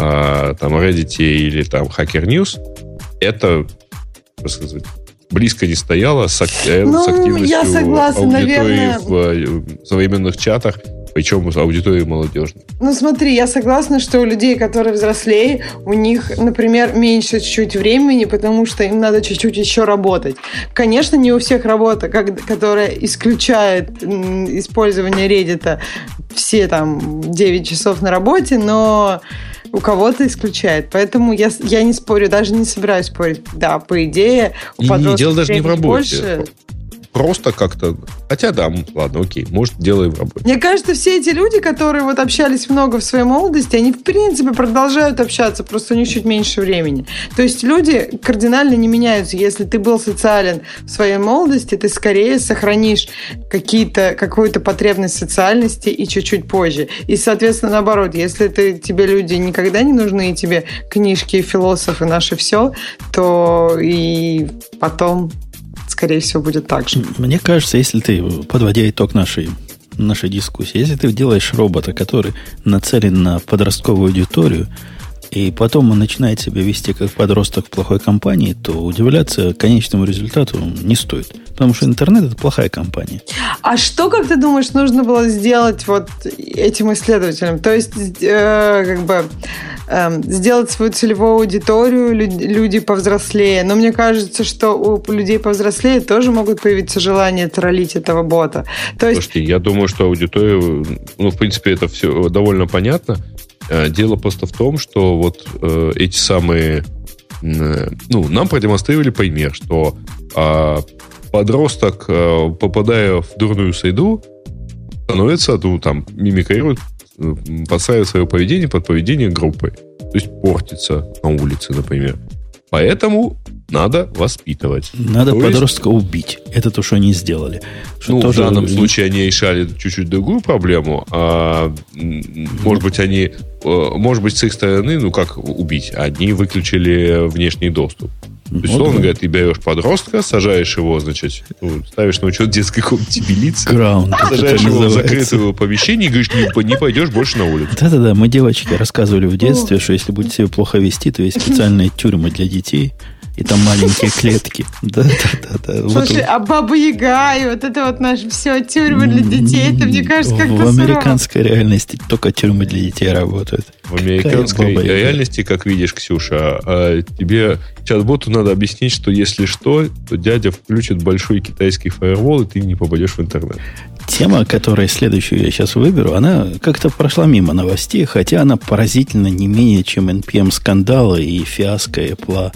B: э, там, Reddit или там Hacker News, это, как сказать, близко не стояло с, ак-
C: ну,
B: с активностью
C: я согласна,
B: аудитории
C: наверное...
B: в, в современных чатах, причем аудитории молодежной.
C: Ну, смотри, я согласна, что у людей, которые взрослее, у них, например, меньше чуть-чуть времени, потому что им надо чуть-чуть еще работать. Конечно, не у всех работа, как, которая исключает использование Reddit все там девять часов на работе, но у кого-то исключает. Поэтому я, я не спорю, даже не собираюсь спорить. Да, по идее, у
B: и
C: подростков
B: дело даже не в работе.
C: Больше...
B: Просто как-то... Хотя да, ладно, окей, может, делаем в работе.
C: Мне кажется, все эти люди, которые вот общались много в своей молодости, они, в принципе, продолжают общаться, просто у них чуть меньше времени. То есть люди кардинально не меняются. Если ты был социален в своей молодости, ты скорее сохранишь какие-то, какую-то потребность социальности и чуть-чуть позже. И, соответственно, наоборот, если ты, тебе люди никогда не нужны, и тебе книжки, философы, наше все, то и потом... скорее всего, будет так же.
A: Мне кажется, если ты, подводя итог нашей, нашей дискуссии, если ты делаешь робота, который нацелен на подростковую аудиторию, и потом он начинает себя вести как подросток в плохой компании, то удивляться конечному результату не стоит. Потому что интернет – это плохая компания.
C: А что, как ты думаешь, нужно было сделать вот этим исследователям? То есть, э, как бы, э, сделать свою целевую аудиторию, люди, люди повзрослее. Но мне кажется, что у людей повзрослее тоже могут появиться желание троллить этого бота. То есть...
B: Слушайте, я думаю, что аудитория... Ну, в принципе, это все довольно понятно. Дело просто в том, что вот э, эти самые... Э, ну, нам продемонстрировали пример, что э, подросток, э, попадая в дурную среду, становится, ну, там, мимикрирует, э, подстраивает свое поведение под поведение группы. То есть портится на улице, например. Поэтому надо воспитывать.
A: Надо
B: то
A: подростка
B: есть,
A: убить. Это то, что они сделали. Что
B: ну,
A: тоже...
B: в данном случае они решали чуть-чуть другую проблему. А, может быть, они... Может быть, с их стороны, ну, как убить? Они выключили внешний доступ. То есть,
A: вот,
B: он
A: да.
B: говорит, ты берешь подростка, сажаешь его, значит, ну, ставишь на учет детской комнате милиции,
A: Граунд,
B: сажаешь его в закрытое помещение и говоришь, не, не пойдешь больше на улицу.
A: Да-да-да, мы девочке рассказывали в детстве, что если будете себя плохо вести, то есть специальные тюрьмы для детей, и там маленькие клетки. Да-да-да.
C: Слушай, а Баба Яга и вот это вот наше все тюрьмы для детей, это, мне кажется, как-то
A: в американской реальности только тюрьмы для детей работают.
B: В американской реальности, как видишь, Ксюша, тебе чат-боту надо объяснить, что если что, то дядя включит большой китайский фаервол, и ты не попадешь в интернет.
A: Тема, которую следующую я сейчас выберу, она как-то прошла мимо новостей, хотя она поразительно не менее, чем эн пи эм-скандалы и фиаско Apple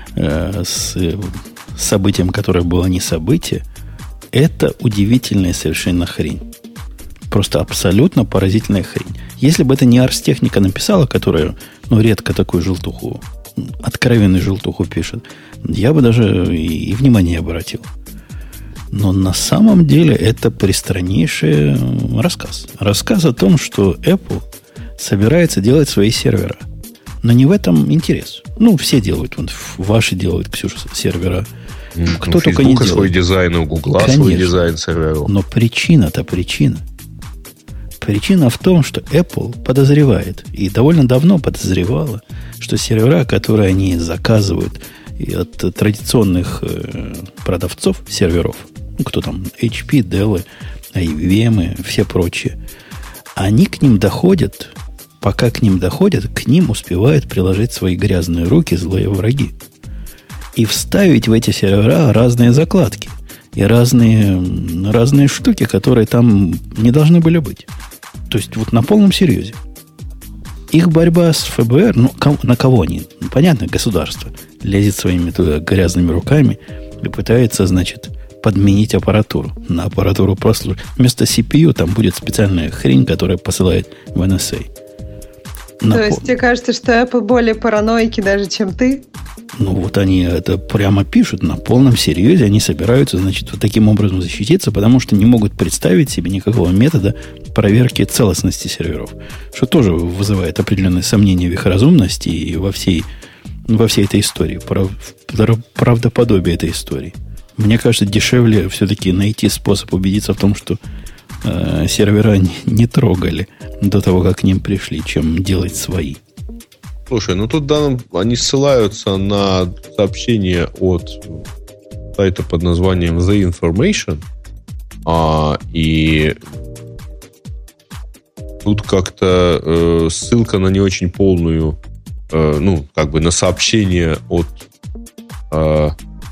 A: э, с событием, которое было не событие. Это удивительная совершенно хрень. Просто абсолютно поразительная хрень. Если бы это не Ars Technica написала, которая, ну, редко такую желтуху, откровенную желтуху пишет, я бы даже и, и внимания не обратил. Но на самом деле это пристраннейший рассказ. Рассказ о том, что Apple собирается делать свои сервера. Но не в этом интерес. Ну, все делают. Вон, ваши делают, Ксюша, сервера. Кто
B: у
A: только не делает.
B: Свой дизайн, у Гугла свой дизайн серверов.
A: Но причина-то причина. Причина в том, что Apple подозревает, и довольно давно подозревала, что сервера, которые они заказывают от традиционных э, продавцов серверов, ну, кто там, эйч пи, Dell, ай би эм, все прочие, они к ним доходят, пока к ним доходят, к ним успевают приложить свои грязные руки злые враги. И вставить в эти сервера разные закладки и разные, разные штуки, которые там не должны были быть. То есть вот на полном серьезе. Их борьба с эф бэ эр, ну, на кого они? Ну, понятно, государство лезет своими туда грязными руками и пытается, значит, подменить аппаратуру. На аппаратуру прослушать. Вместо си пи ю там будет специальная хрень, которая посылает в эн эс эй.
C: На То есть пол... тебе кажется, что Apple более параноики даже, чем ты?
A: Ну, вот они это прямо пишут. На полном серьезе они собираются, значит, вот таким образом защититься, потому что не могут представить себе никакого метода проверки целостности серверов. Что тоже вызывает определенные сомнения в их разумности и во всей во всей этой истории, прав, правдоподобие этой истории. Мне кажется, дешевле все-таки найти способ убедиться в том, что э, сервера не, не трогали до того, как к ним пришли, чем делать свои.
B: Слушай, ну тут данным они ссылаются на сообщение от сайта под названием The Information, а, и тут как-то э, ссылка на не очень полную, э, ну, как бы на сообщение от э,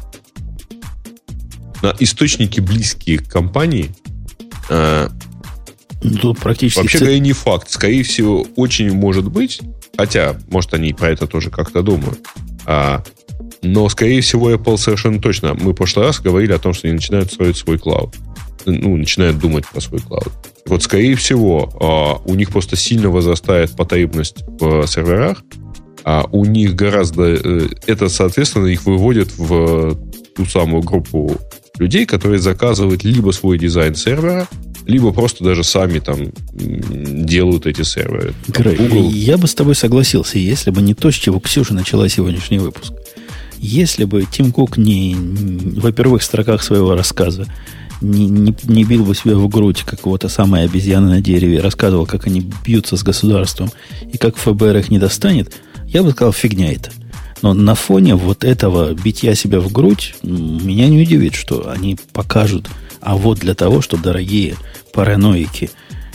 B: на источники, близкие к компании. Э,
A: тут практически...
B: Вообще говоря, не факт. Скорее всего, очень может быть, хотя, может, они про это тоже как-то думают, а, но, скорее всего, Apple совершенно точно. Мы в прошлый раз говорили о том, что они начинают строить свой клауд. Ну, начинают думать про свой клауд. Вот, скорее всего, у них просто сильно возрастает потребность в серверах, а у них гораздо... Это, соответственно, их выводит в ту самую группу людей, которые заказывают либо свой дизайн сервера, либо просто даже сами там делают эти серверы.
A: Грей, Google... Я бы с тобой согласился, если бы не то, с чего Ксюша начала сегодняшний выпуск. Если бы Тим Кук не, во первых строках своего рассказа не, не, не бил бы себя в грудь, как вот та самая обезьяна на дереве, рассказывал, как они бьются с государством и как ФБР их не достанет, я бы сказал, фигня это. Но на фоне вот этого битья себя в грудь меня не удивит, что они покажут, а вот для того, что, дорогие параноики,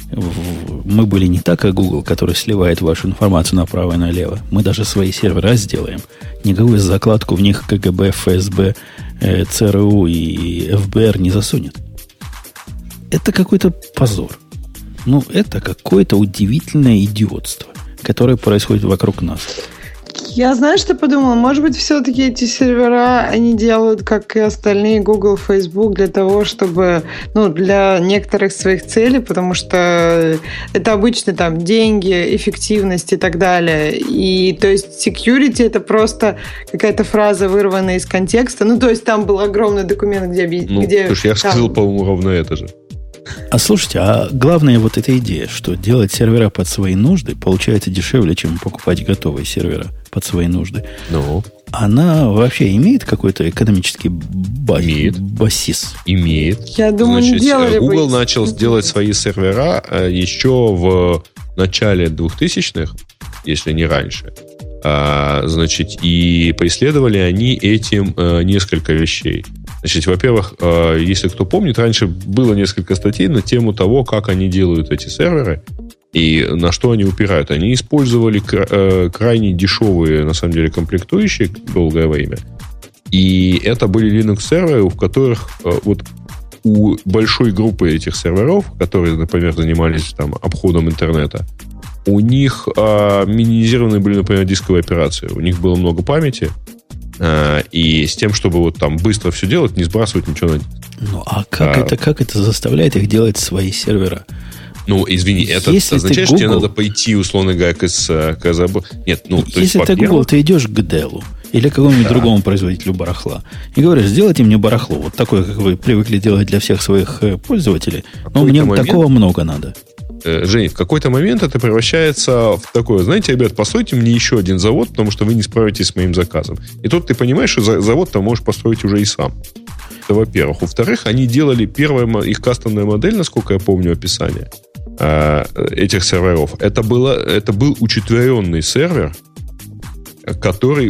A: мы были не так, как Google, который сливает вашу информацию направо и налево. Мы даже свои сервера сделаем. Никакую закладку в них КГБ, ФСБ, ЦРУ и ФБР не засунет. Это какой-то позор. Ну, это какое-то удивительное идиотство, которое происходит вокруг нас.
C: Я, знаешь, что подумала? Может быть, все-таки эти сервера, они делают, как и остальные Google, Facebook, для того, чтобы, ну, для некоторых своих целей, потому что это обычно там деньги, эффективность и так далее. И, то есть, security — это просто какая-то фраза, вырванная из контекста. Ну, то есть, там был огромный документ, где...
B: Ну,
C: где
B: слушай, я
C: там...
B: сказал, по-моему, ровно это же.
A: А слушайте, а главная вот эта идея, что делать сервера под свои нужды получается дешевле, чем покупать готовые сервера под свои нужды.
B: Ну?
A: Она вообще имеет какой-то экономический ба-
B: имеет.
A: басис?
B: Имеет.
C: Я думаю,
B: Значит,
C: не делали
B: Google
C: бы...
B: начал делать свои сервера еще в начале двухтысячных, если не раньше. Значит, и преследовали они этим несколько вещей. Значит, во-первых, если кто помнит, раньше было несколько статей на тему того, как они делают эти серверы и на что они упирают. Они использовали крайне дешевые, на самом деле, комплектующие долгое время. И это были Linux-серверы, в которых вот у большой группы этих серверов, которые, например, занимались там обходом интернета, у них а, минимизированы были, например, дисковые операции. У них было много памяти, а, и с тем, чтобы вот там быстро все делать, не сбрасывать ничего на диск.
A: Ну, а как, а, это, как это заставляет их делать свои сервера?
B: Ну, извини, это
A: если
B: означает,
A: Google,
B: что тебе надо пойти, условно говоря, к КЗБ. Нет, ну, то
A: если
B: есть,
A: ты Google, ты идешь к Dell или к какому-нибудь да. другому производителю барахла и говоришь, сделайте мне барахло, вот такое, как вы привыкли делать для всех своих пользователей, но мне момент... такого много надо.
B: Жень, в какой-то момент это превращается в такое, знаете, ребят, постройте мне еще один завод, потому что вы не справитесь с моим заказом. И тут ты понимаешь, что завод ты можешь построить уже и сам. Это во-первых. Во-вторых, они делали первая их кастомная модель, насколько я помню описание этих серверов. Это, было, это был учетверенный сервер, который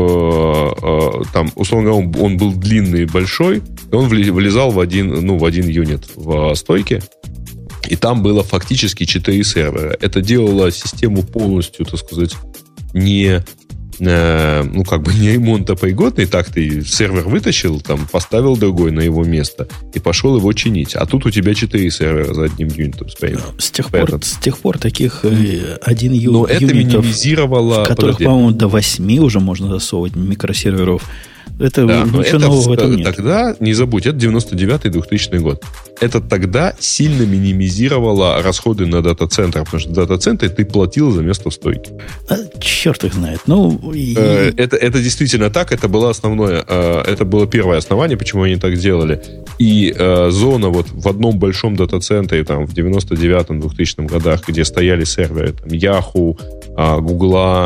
B: в, там, условно говоря, он, он был длинный и большой, и он влезал в один, ну, в один юнит в стойке. И там было фактически четыре сервера. Это делало систему полностью, так сказать, не, э, ну, как бы не ремонтопригодной. Так ты сервер вытащил, там, поставил другой на его место и пошел его чинить. А тут у тебя четыре сервера за одним юнитом стоят.
A: С тех пор, с тех пор таких э, один ю,
B: Но
A: юнитов,
B: это минимизировало...
A: в которых,
B: подожди.
A: по-моему, до восьми уже можно засовывать микросерверов. Это
B: да,
A: ничего
B: это
A: нового в этом нет.
B: Тогда, не забудь, это девяносто девятый двухтысячный год. Это тогда сильно минимизировало расходы на дата-центр, потому что дата-центр ты платил за место в стойке.
A: А, черт их знает. Ну, и...
B: это, это действительно так, это было основное, это было первое основание, почему они так сделали. И э, зона вот в одном большом дата-центре там, в девяносто девятом двухтысячном годах, где стояли серверы там, Yahoo, Google,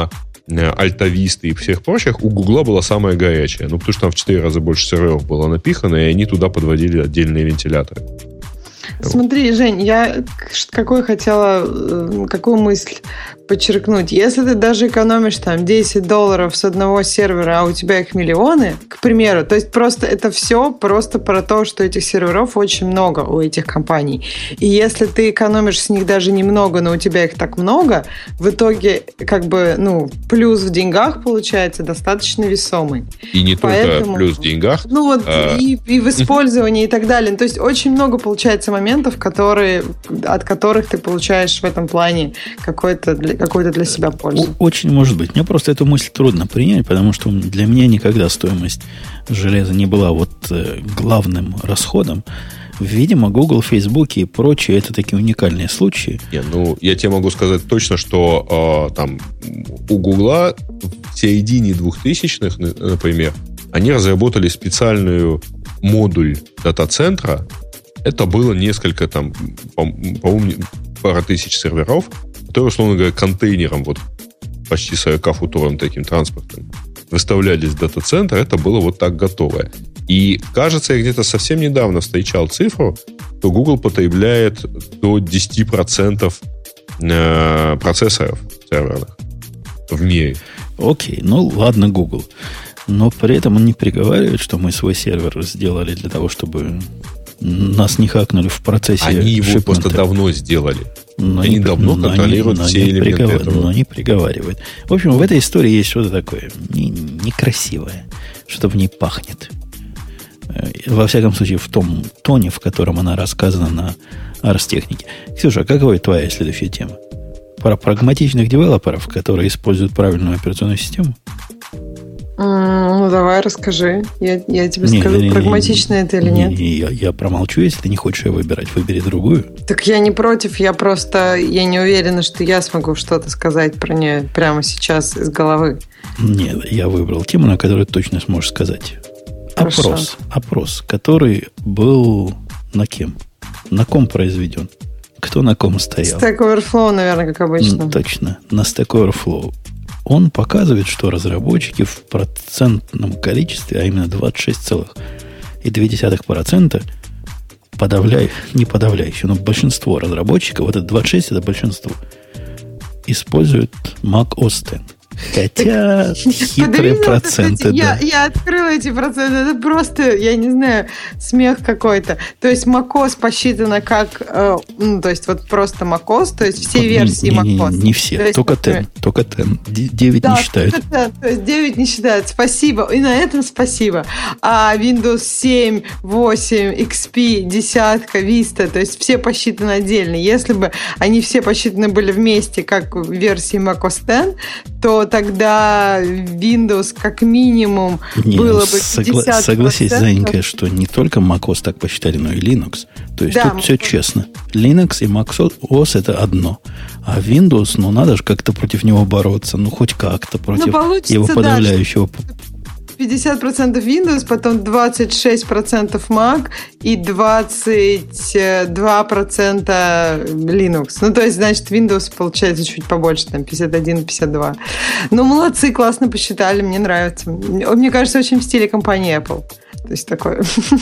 B: Альтависты и всех прочих, у Гугла была самая горячая. Ну, потому что там в четыре раза больше серверов было напихано, и они туда подводили отдельные вентиляторы.
C: Смотри, Жень, я какой хотела, какую мысль подчеркнуть. Если ты даже экономишь там десять долларов с одного сервера, а у тебя их миллионы, к примеру, то есть просто это все просто про то, что этих серверов очень много у этих компаний. И если ты экономишь с них даже немного, но у тебя их так много, в итоге как бы, ну, плюс в деньгах получается достаточно весомый.
B: И не
C: Поэтому,
B: только плюс в деньгах.
C: Ну вот
B: а...
C: и, и в использовании и так далее. То есть очень много получается моментов, которые, от которых ты получаешь в этом плане какой-то для, какую-то для себя пользу.
A: Очень может быть. Мне просто эту мысль трудно принять, потому что для меня никогда стоимость железа не была вот э, главным расходом. Видимо, Google, Facebook и прочие это такие уникальные случаи.
B: Не, ну, я тебе могу сказать точно, что э, там у Google в середине двухтысячных, например, они разработали специальную модуль дата-центра. Это было несколько, там, по-моему, пара тысяч серверов, которые, условно говоря, контейнером, вот почти сорокафутовым таким транспортом, выставлялись в дата-центр. Это было вот так готовое. И, кажется, я где-то совсем недавно встречал цифру, что Google потребляет до десять процентов процессоров серверных в мире.
A: Окей, ну ладно, Google. Но при этом он не приговаривает, что мы свой сервер сделали для того, чтобы нас не хакнули в процессе
B: Они его
A: шипмента.
B: Просто давно сделали.
A: Но
B: Они
A: не,
B: давно
A: но
B: контролируют
A: не,
B: все
A: но
B: элементы
A: приговар,
B: этого.
A: Но не приговаривают. В общем, в этой истории есть что-то такое не, некрасивое. Что в ней пахнет. Во всяком случае, в том тоне, в котором она рассказана на Арстехнике. Ксюша, какова твоя следующая тема? Про прагматичных девелоперов, которые используют правильную операционную систему?
C: Mm, ну, давай, расскажи. Я, я тебе
A: не,
C: скажу,
A: не,
C: прагматично
A: не,
C: это или
A: не,
C: нет.
A: Не, я, я промолчу, если ты не хочешь ее выбирать. Выбери другую.
C: Так я не против, я просто я не уверена, что я смогу что-то сказать про нее прямо сейчас из головы.
A: Нет, я выбрал тему, на которую ты точно сможешь сказать.
C: Хорошо.
A: Опрос. Опрос, который был на кем? На ком произведен? Кто на ком стоял?
C: Stack Overflow, наверное, как обычно.
A: Точно, на Stack Overflow. Он показывает, что разработчики в процентном количестве, а именно двадцать шесть целых две десятых процента, подавляю, не подавляющее, но большинство разработчиков, вот это двадцать шесть это большинство, используют Mac о эс X. Хотя хитрые
C: Подавила,
A: проценты,
C: кстати,
A: да.
C: Я, я открыла эти проценты. Это просто, я не знаю, смех какой-то. То есть macOS посчитано как, э, ну, то есть вот просто macOS, то есть все версии
A: не, не,
C: macOS.
A: Не, не все,
C: есть,
A: только
C: например,
A: десять. Только десять. девять
C: да,
A: не считают.
C: Только десять, то есть девять не считают. Спасибо. И на этом спасибо. А Windows семь, восемь, икс пи, десятка, Vista, то есть все посчитаны отдельно. Если бы они все посчитаны были вместе, как в версии macOS X, то тогда Windows как минимум
A: Не,
C: было
A: ну,
C: бы пятьдесят процентов.
A: Согласись, Занька, что не только macOS так посчитали, но и Linux. То есть
C: да,
A: тут все честно. Linux и macOS это одно. А Windows, ну надо же как-то против него бороться. Ну хоть как-то против
C: ну,
A: его подавляющего.
C: пятьдесят процентов Windows, потом двадцать шесть процентов Mac и двадцать два процента Linux. Ну, то есть, значит, Windows получается чуть побольше, там, пятьдесят один - пятьдесят два. Ну, молодцы, классно посчитали, мне нравится. Мне кажется, очень в стиле компании Apple. То есть, такое.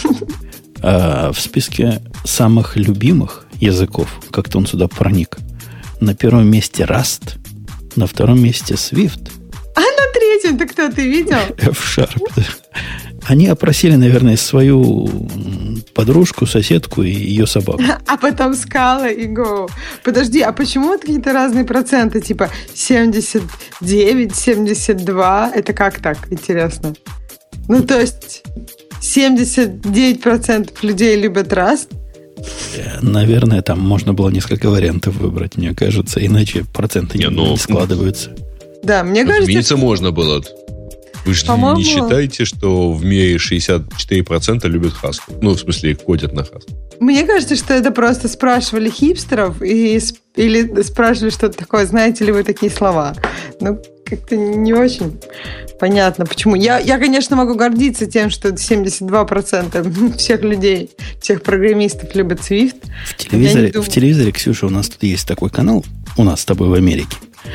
A: А в списке самых любимых языков, как-то он сюда проник, на первом месте Rust, на втором месте Swift.
C: А на третьем ты кто, ты видел?
A: F-Sharp. Они опросили, наверное, свою подружку, соседку и ее собаку.
C: А потом Scala и Go. Подожди, а почему вот какие-то разные проценты? Типа семьдесят девять, семьдесят два. Это как так? Интересно. Ну, то есть семьдесят девять процентов людей любят Rust?
A: Наверное, там можно было несколько вариантов выбрать, мне кажется. Иначе проценты не,
B: ну,
A: не складываются.
C: Да, мне кажется...
B: Разумеется, можно было. Вы же
C: По-моему...
B: не считаете, что в мире шестьдесят четыре процента любят Haskell? Ну, в смысле, кодят на Haskell.
C: Мне кажется, что это просто спрашивали хипстеров и, или спрашивали что-то такое, знаете ли вы такие слова. Ну, как-то не очень понятно, почему. Я, я, конечно, могу гордиться тем, что семьдесят два процента всех людей, всех программистов любят Swift.
A: В телевизоре, в телевизоре, Ксюша, у нас тут есть такой канал, у нас с тобой в Америке, в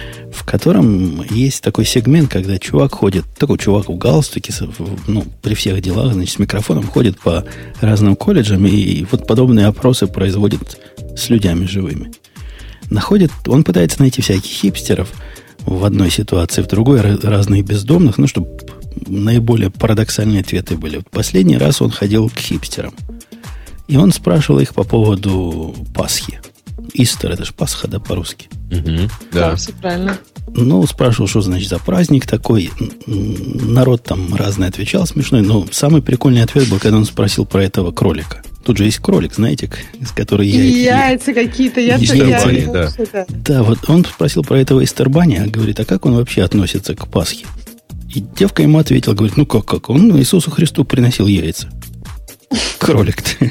A: котором есть такой сегмент, когда чувак ходит, такой чувак в галстуке, ну, при всех делах, значит, с микрофоном ходит по разным колледжам и, и вот подобные опросы производит с людьми живыми. Находит, он пытается найти всяких хипстеров в одной ситуации, в другой разных бездомных, ну, чтобы наиболее парадоксальные ответы были. Вот последний раз он ходил к хипстерам. И он спрашивал их по поводу Пасхи. Истер, это же Пасха, да, по-русски?
B: Угу,
C: да.
B: да,
C: все правильно.
A: Ну, спрашивал, что значит за праздник такой. Народ там разный отвечал, смешной. Но самый прикольный ответ был, когда он спросил про этого кролика. Тут же есть кролик, знаете, с которой яйца.
C: Яйца какие-то, я
B: Истер-бани, да.
A: Да, вот он спросил про этого Истер-бани, а говорит, а как он вообще относится к Пасхе? И девка ему ответила, говорит, ну как, как? Он Иисусу Христу приносил яйца. Кролик-то.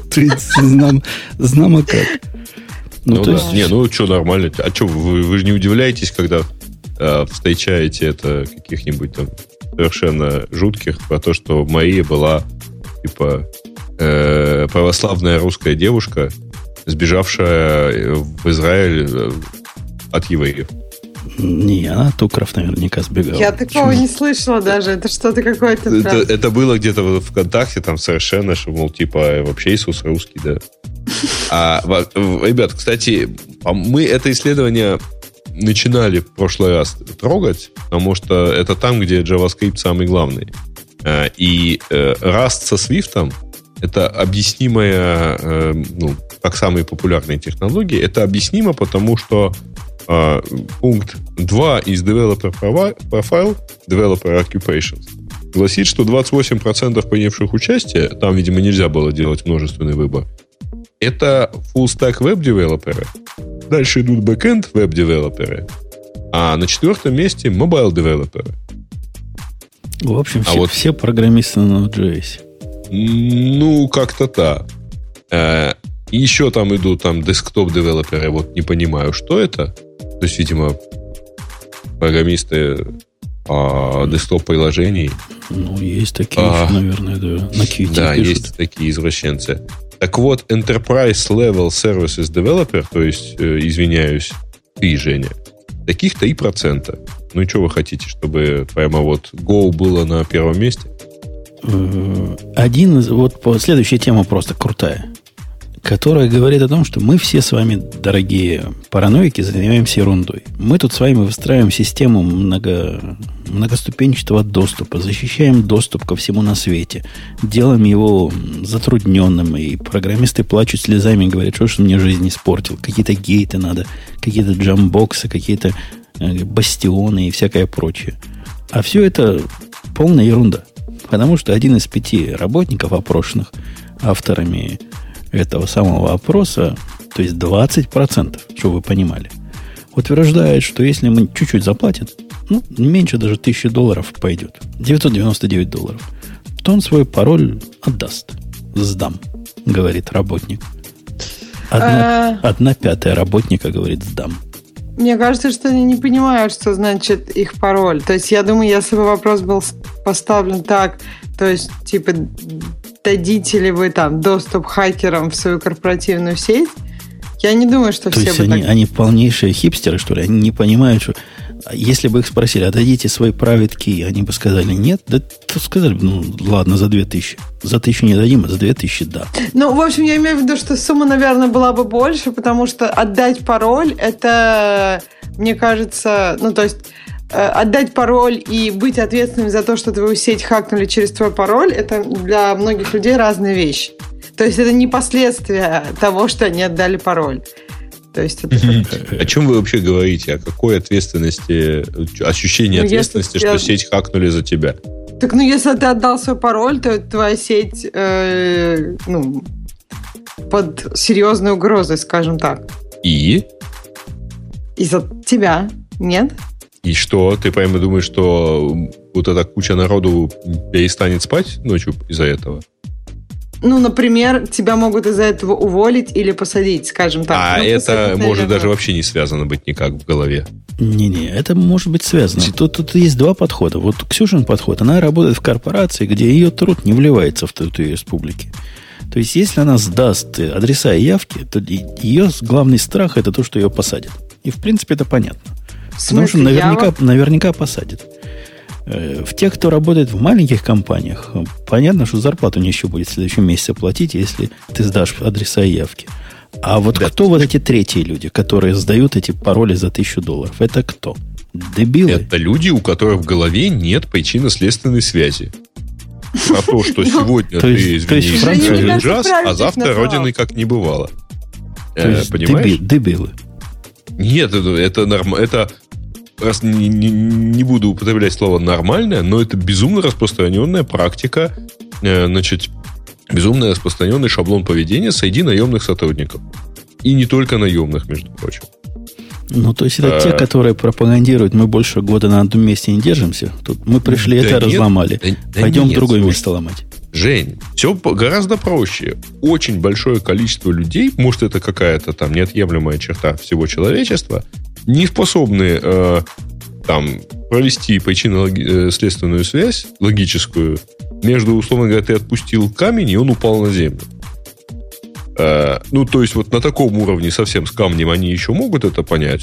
A: Знамо как.
B: Ну, ну да. Есть... Не, ну что, нормально. А что, вы, вы же не удивляетесь, когда э, встречаете это каких-нибудь там совершенно жутких про то, что Мария была типа э, православная русская девушка, сбежавшая в Израиль от евреев.
A: Не, она от укров наверняка сбегала.
C: Я такого не слышала даже. Это что-то какое-то...
B: Это, это было где-то в ВКонтакте там совершенно, что, мол, типа, вообще Иисус русский, да. А, ребят, кстати, мы это исследование начинали в прошлый раз трогать, потому что это там, где JavaScript самый главный. И Rust со Swift это объяснимая, ну, как самые популярные технологии, это объяснимо, потому что Uh, пункт два из Developer Profile, Developer Occupations, гласит, что двадцать восемь процентов принявших участие, там, видимо, нельзя было делать множественный выбор, это full-stack веб-девелоперы. Дальше идут back-end веб-девелоперы, а на четвертом месте mobile-девелоперы.
A: В общем,
B: а
A: все,
B: вот,
A: все программисты на Node.js.
B: Ну, как-то так. Uh, и еще там идут там десктоп-девелоперы, вот не понимаю, что это. То есть, видимо, программисты а, десктоп-приложений.
A: Ну, есть такие
B: а,
A: еще, наверное, да. На Qt
B: да,
A: пишут.
B: есть такие извращенцы. Так вот, Enterprise Level Services Developer, то есть, э, извиняюсь, ты, Женя, таких три процента. Ну и что вы хотите, чтобы прямо вот Go было на первом месте?
A: Один из... Вот по, следующая тема просто крутая, которая говорит о том, что мы все с вами, дорогие параноики, занимаемся ерундой. Мы тут с вами выстраиваем систему много, многоступенчатого доступа, защищаем доступ ко всему на свете, делаем его затрудненным, и программисты плачут слезами и говорят, что ж мне жизнь испортил, какие-то гейты надо, какие-то джамбоксы, какие-то бастионы и всякое прочее. А все это полная ерунда. Потому что один из пяти работников, опрошенных авторами этого самого опроса, то есть двадцать процентов, чтобы вы понимали, утверждает, что если мы чуть-чуть заплатят, ну, меньше даже тысячи долларов пойдет, девятьсот девяносто девять долларов, то он свой пароль отдаст. Сдам, говорит работник. Одна, одна пятая работника говорит сдам.
C: Мне кажется, что они не понимают, что значит их пароль. То есть я думаю, если бы вопрос был поставлен так, то есть типа дадите ли вы там доступ хакерам в свою корпоративную сеть, я не думаю, что
A: то
C: все
A: есть
C: бы
A: они,
C: так...
A: они полнейшие хипстеры, что ли? Они не понимают, что... Если бы их спросили, а дадите свой private key, они бы сказали нет, да то сказали бы, ну ладно, за две тысячи. За тысячу не дадим, а за две тысячи да.
C: Ну, в общем, я имею в виду, что сумма, наверное, была бы больше, потому что отдать пароль, это, мне кажется, ну, то есть отдать пароль и быть ответственным за то, что твою сеть хакнули через твой пароль, это для многих людей разные вещи. То есть это не последствия того, что они отдали пароль. То есть это
B: О чем вы вообще говорите? О какой ответственности, ощущении ну, ответственности, что я... сеть хакнули за тебя?
C: Так, ну, если ты отдал свой пароль, то твоя сеть э, ну, под серьезной угрозой, скажем так.
B: И?
C: Из-за тебя, нет?
B: И что? Ты прямо думаешь, что вот эта куча народу перестанет спать ночью из-за этого?
C: Ну, например, тебя могут из-за этого уволить или посадить, скажем так.
B: А
C: ну,
B: это
C: посадить,
B: может
C: наверное.
B: даже вообще не связано быть никак в голове.
A: Не-не, это может быть связано. Тут, тут есть два подхода. Вот Ксюшин подход, она работает в корпорации, где ее труд не вливается в территорию республики. То есть, если она сдаст адреса и явки, то ее главный страх – это то, что ее посадят. И, в принципе, это понятно. Потому что наверняка, наверняка посадят. В тех, кто работает в маленьких компаниях, понятно, что зарплату не еще будет в следующем месяце платить, если ты сдашь адреса и явки. А вот да. кто вот эти третьи люди, которые сдают эти пароли за тысячу долларов? Это кто? Дебилы?
B: Это люди, у которых в голове нет причинно-следственной связи. Про то, что сегодня ты, извини, джаз, а завтра родиной как не бывало. Понимаешь?
A: Дебилы.
B: Нет, это нормально. Это раз не, не, не буду употреблять слово нормальное, но это безумно распространенная практика, значит, безумно распространенный шаблон поведения среди наемных сотрудников. И не только наемных, между прочим.
A: Ну, то есть это а... те, которые пропагандируют, мы больше года на одном месте не держимся. Тут мы пришли, да это нет, разломали. Да, Пойдем да в другое нет, место ломать.
B: Жень, все гораздо проще. Очень большое количество людей, может, это какая-то там неотъемлемая черта всего человечества, не способны э, там провести причинно-следственную связь логическую между, условно говоря, ты отпустил камень, и он упал на землю. Э, ну, то есть, вот на таком уровне совсем с камнем они еще могут это понять.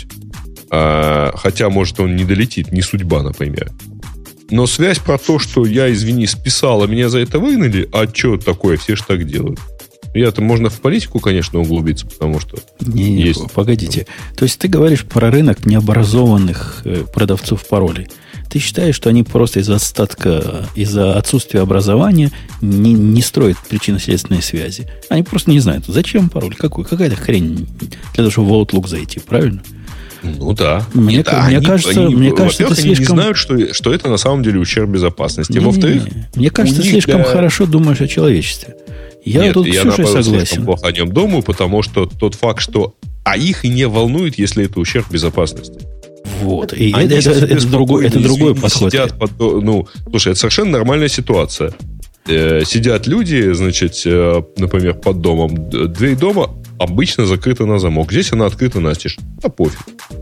B: Э, хотя, может, он не долетит, не судьба, например. Но связь про то, что я, извини, списал, а меня за это выгнали, а что такое, все же так делают. Я-то можно в политику, конечно, углубиться, потому что
A: не, не, есть... Погодите. То есть ты говоришь про рынок необразованных продавцов паролей. Ты считаешь, что они просто из-за остатка, из-за отсутствия образования не, не строят причинно-следственные связи. Они просто не знают, зачем пароль, какой, какая-то хрень для того, чтобы в Outlook зайти, правильно?
B: Ну да.
A: Мне,
B: да,
A: мне
B: они,
A: кажется,
B: они,
A: мне кажется, это
B: они
A: слишком...
B: не знают, что, что это на самом деле ущерб безопасности. Не, Во-вторых,
A: не, не. Мне кажется, ты слишком для... хорошо думаешь о человечестве. Я
B: Нет,
A: тут
B: я
A: Ксюшей согласен.
B: Слишком плохо о нем думаю, потому что тот факт, что а их и не волнует, если это ущерб безопасности.
A: Вот. И это, это, это, это другой, это другой подход.
B: Под, ну, слушай, это совершенно нормальная ситуация. Э, сидят люди, значит, э, например, под домом. Дверь дома обычно закрыта на замок. Здесь она открыта настежь. А пофиг.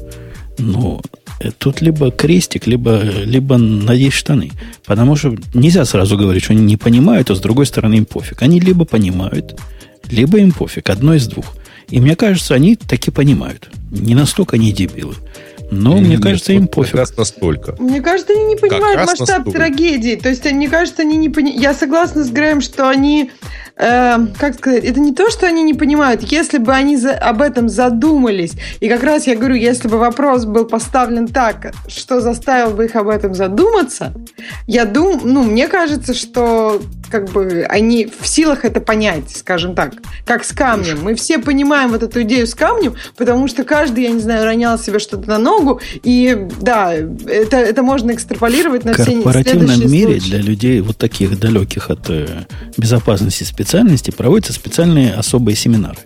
A: Ну, тут либо крестик, либо, либо надеть штаны. Потому что нельзя сразу говорить, что они не понимают, а с другой стороны им пофиг. Они либо понимают, либо им пофиг. Одно из двух. И мне кажется, они таки понимают. Не настолько они дебилы. Но, мне кажется, им пофиг.
B: Как раз настолько.
C: Мне кажется, они не понимают масштаб настолько. трагедии. То есть, мне кажется, они не понимают. Я согласна с Грэем, что они... Э, как сказать? Это не то, что они не понимают. Если бы они за, об этом задумались, и как раз я говорю, если бы вопрос был поставлен так, что заставил бы их об этом задуматься, я думаю, ну, мне кажется, что как бы они в силах это понять, скажем так. Как с камнем. Мы все понимаем вот эту идею с камнем, потому что каждый, я не знаю, ронял себе что-то на ногу, и да, это, это можно экстраполировать на все следующие случаи. В корпоративном мире
A: для людей вот таких далеких от э, безопасности специальностей проводятся специальные особые семинары.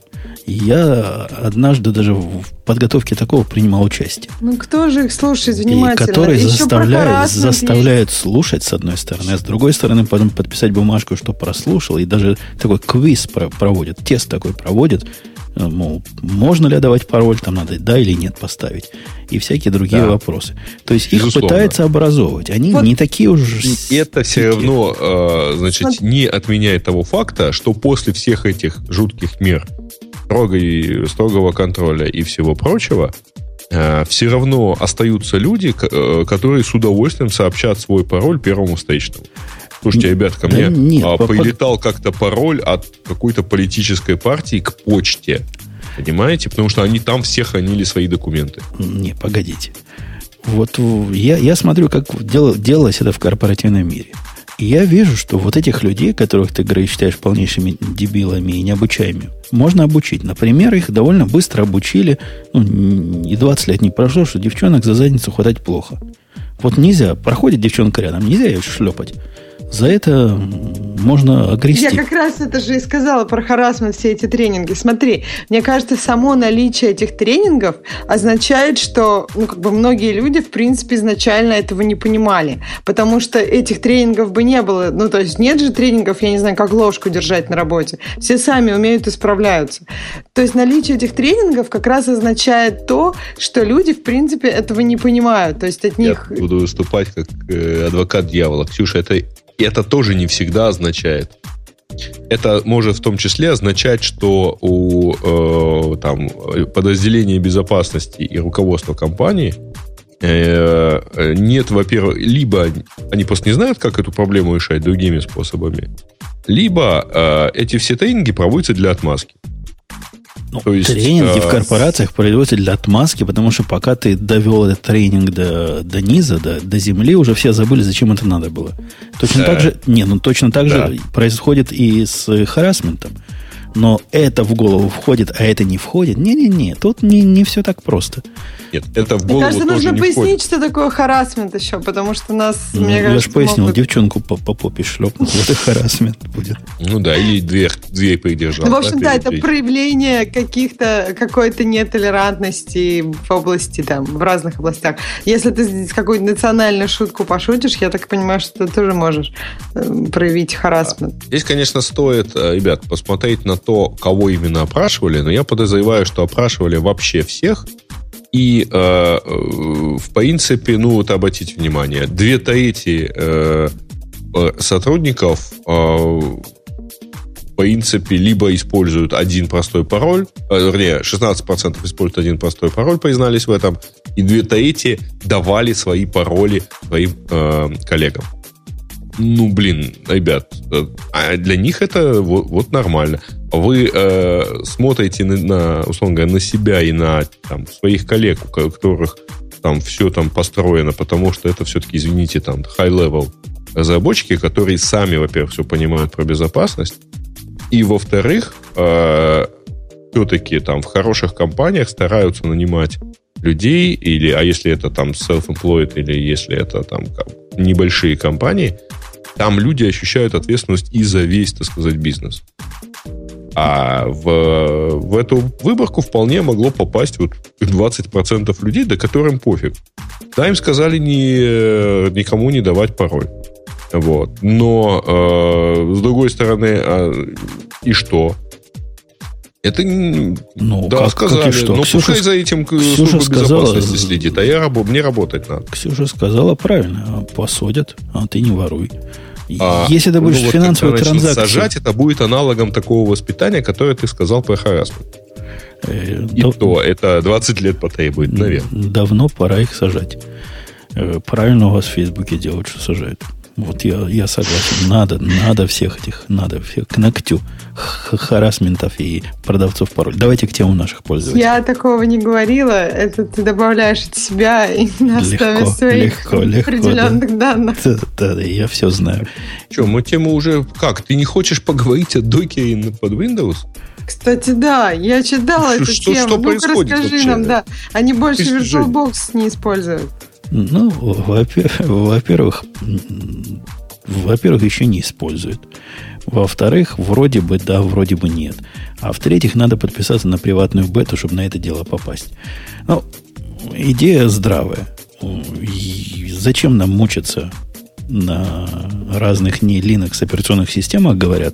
A: Я однажды даже в подготовке такого принимал участие.
C: Ну, кто же их слушает внимательно?
A: И которые заставляют, заставляют слушать, с одной стороны, а с другой стороны, потом подписать бумажку, что прослушал, и даже такой квиз проводят, тест такой проводят, мол, можно ли отдавать пароль, там надо да или нет поставить, и всякие другие да. вопросы. То есть Безусловно. Их пытаются образовывать. Они вот. не такие уж...
B: И это все равно, э, значит, вот. не отменяет того факта, что после всех этих жутких мер строгой, строгого контроля и всего прочего, э, все равно остаются люди, к, которые с удовольствием сообщат свой пароль первому встречному. Слушайте, ребят, ко мне да нет, а, прилетал как-то пароль от какой-то политической партии к почте. Понимаете? Потому что они там все хранили свои документы.
A: Не, погодите. Вот я, я смотрю, как дел, делалось это в корпоративном мире. И я вижу, что вот этих людей, которых ты, Грей, считаешь полнейшими дебилами и необучаемыми, можно обучить. Например, их довольно быстро обучили, ну, и двадцать лет не прошло, что девчонок за задницу хватать плохо. Вот нельзя, проходит девчонка рядом, нельзя ее шлепать. За это можно огрести.
C: Я как раз это же и сказала про харассмент, все эти тренинги. Смотри, мне кажется, само наличие этих тренингов означает, что ну, как бы многие люди, в принципе, изначально этого не понимали. Потому что этих тренингов бы не было. Ну, то есть нет же тренингов, я не знаю, как ложку держать на работе. Все сами умеют и справляются. То есть наличие этих тренингов как раз означает то, что люди, в принципе, этого не понимают. То есть от них...
B: Я буду выступать как э, адвокат дьявола. Ксюша, это... И это тоже не всегда означает. Это может в том числе означать, что у э, там, подразделения безопасности и руководства компании э, нет, во-первых, либо они просто не знают, как эту проблему решать другими способами, либо э, эти все тренинги проводятся для отмазки.
A: Ну,
B: То есть,
A: тренинги
B: э,
A: в корпорациях проводятся для отмазки, потому что пока ты довел этот тренинг до, до низа, до, до земли, уже все забыли, зачем это надо было. Точно
B: да.
A: так же, не, ну точно так
B: да.
A: же происходит и с харассментом. Но это в голову входит, а это не входит. Не-не-не, тут не, не все так просто.
B: Нет, это в голову
C: Мне кажется,
B: тоже
C: нужно
B: не
C: пояснить,
B: входит.
C: что такое харассмент еще, потому что нас,
A: Ну,
C: мне
A: я
C: кажется,
A: же пояснил,
C: могут...
A: девчонку по, по попе шлепнул, вот и харассмент будет.
B: Ну да, или дверь, дверь придержал.
C: Ну, в общем, да,
B: перед
C: это
B: дверью.
C: проявление каких-то, какой-то нетолерантности в области, там, в разных областях. Если ты здесь какую-то национальную шутку пошутишь, я так понимаю, что ты тоже можешь э, проявить харассмент.
B: Здесь, конечно, стоит, ребят, посмотреть на то, кого именно опрашивали, но я подозреваю, что опрашивали вообще всех. И, э, э, в принципе, ну, вот обратите внимание, две трети э, сотрудников, э, в принципе, либо используют один простой пароль, э, вернее, шестнадцать процентов используют один простой пароль, признались в этом, и две трети давали свои пароли своим э, коллегам. Ну, блин, ребят, а для них это вот, вот нормально. Вы э, смотрите на, на, условно говоря, на себя и на там, своих коллег, у которых там все там построено, потому что это все-таки, извините, там high-level разработчики, которые сами, во-первых, все понимают про безопасность, и, во-вторых, э, все-таки там в хороших компаниях стараются нанимать людей, или, а если это там self-employed, или если это там небольшие компании, там люди ощущают ответственность и за весь, так сказать, бизнес. А в, в эту выборку вполне могло попасть вот двадцать процентов людей, да которым пофиг. Да, им сказали ни, никому не давать пароль. Вот. Но, э, с другой стороны, э, и что? Это,
A: ну,
B: да,
A: как,
B: сказали,
A: как и что?
B: но
A: Ксюша,
B: пускай за этим
A: Ксюша
B: служба безопасности
A: сказала,
B: следит, а я, мне работать надо.
A: Ксюша сказала правильно, посадят, а ты не воруй.
B: А,
A: Если ты будешь
B: ну, вот
A: финансовую транзакцию...
B: сажать, это будет аналогом такого воспитания, которое ты сказал про харассмент.
A: Э,
B: И
A: дав...
B: то, это двадцать лет потребует, наверное.
A: Давно пора их сажать. Э, правильно у вас в Фейсбуке делают, что сажают. Вот я, я согласен. Надо, надо всех этих, надо всех к ногтю харассментов и продавцов пароль. Давайте к тему наших пользователей.
C: Я такого не говорила. Это ты добавляешь от себя и на основе своих
A: легко, легко,
C: определенных
A: да.
C: данных.
A: Да, да, да, я все знаю.
B: Че, мы тему уже... Как? Ты не хочешь поговорить о докере под Windows?
C: Кстати, да, я читала
B: Что-
C: эту
B: что-
C: тему.
B: что
C: Ну-ка,
B: происходит
C: расскажи
B: вообще?
C: нам, да. Они больше
B: Ты, Жень.
C: VirtualBox не используют.
A: Ну, во-первых, во-первых, м, во-первых, еще не используют. Во-вторых, вроде бы да, вроде бы нет. А в-третьих, надо подписаться на приватную бету, чтобы на это дело попасть. Ну, идея здравая. И зачем нам мучиться на разных не Linux операционных системах, говорят,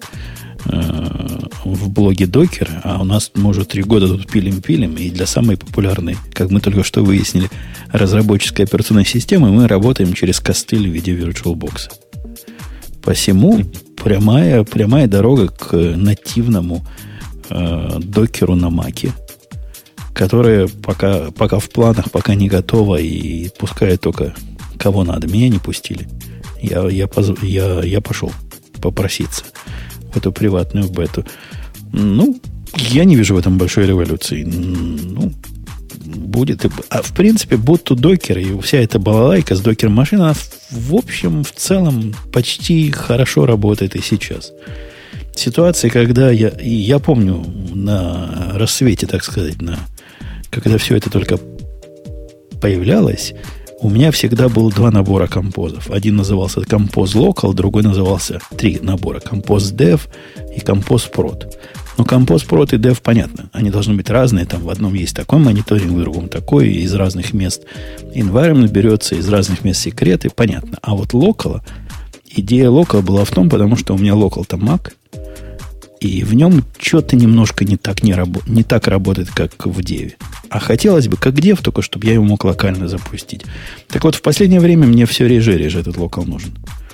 A: в блоге Docker, а у нас, может, три года тут пилим-пилим, и для самой популярной, как мы только что выяснили, разработческой операционной системы мы работаем через костыль в виде VirtualBox. Посему прямая, прямая дорога к нативному э, докеру на Маке, которая пока, пока в планах, пока не готова, и пускай только кого надо. Меня не пустили. Я, я, поз, я, я пошел попроситься в эту приватную бету. Ну, я не вижу в этом большой революции. Ну, будет. А в принципе, будто докер и вся эта балалайка с докер-машиной, она в общем, в целом почти хорошо работает и сейчас. Ситуации, когда я... И я помню на рассвете, так сказать, на, когда все это только появлялось, у меня всегда было два набора композов. Один назывался Compose Local, другой назывался три набора. Compose Dev и Compose Prod. Но Compose Prod и Dev, понятно, они должны быть разные. Там в одном есть такой мониторинг, в другом такой. Из разных мест environment берется, из разных мест секреты, понятно. А вот Local, идея Local была в том, потому что у меня Local там Mac, и в нем что-то немножко не так, не, рабо- не так работает, как в Деве. А хотелось бы, как Dev, только чтобы я его мог локально запустить. Так вот, в последнее время мне все реже и реже этот локал нужен.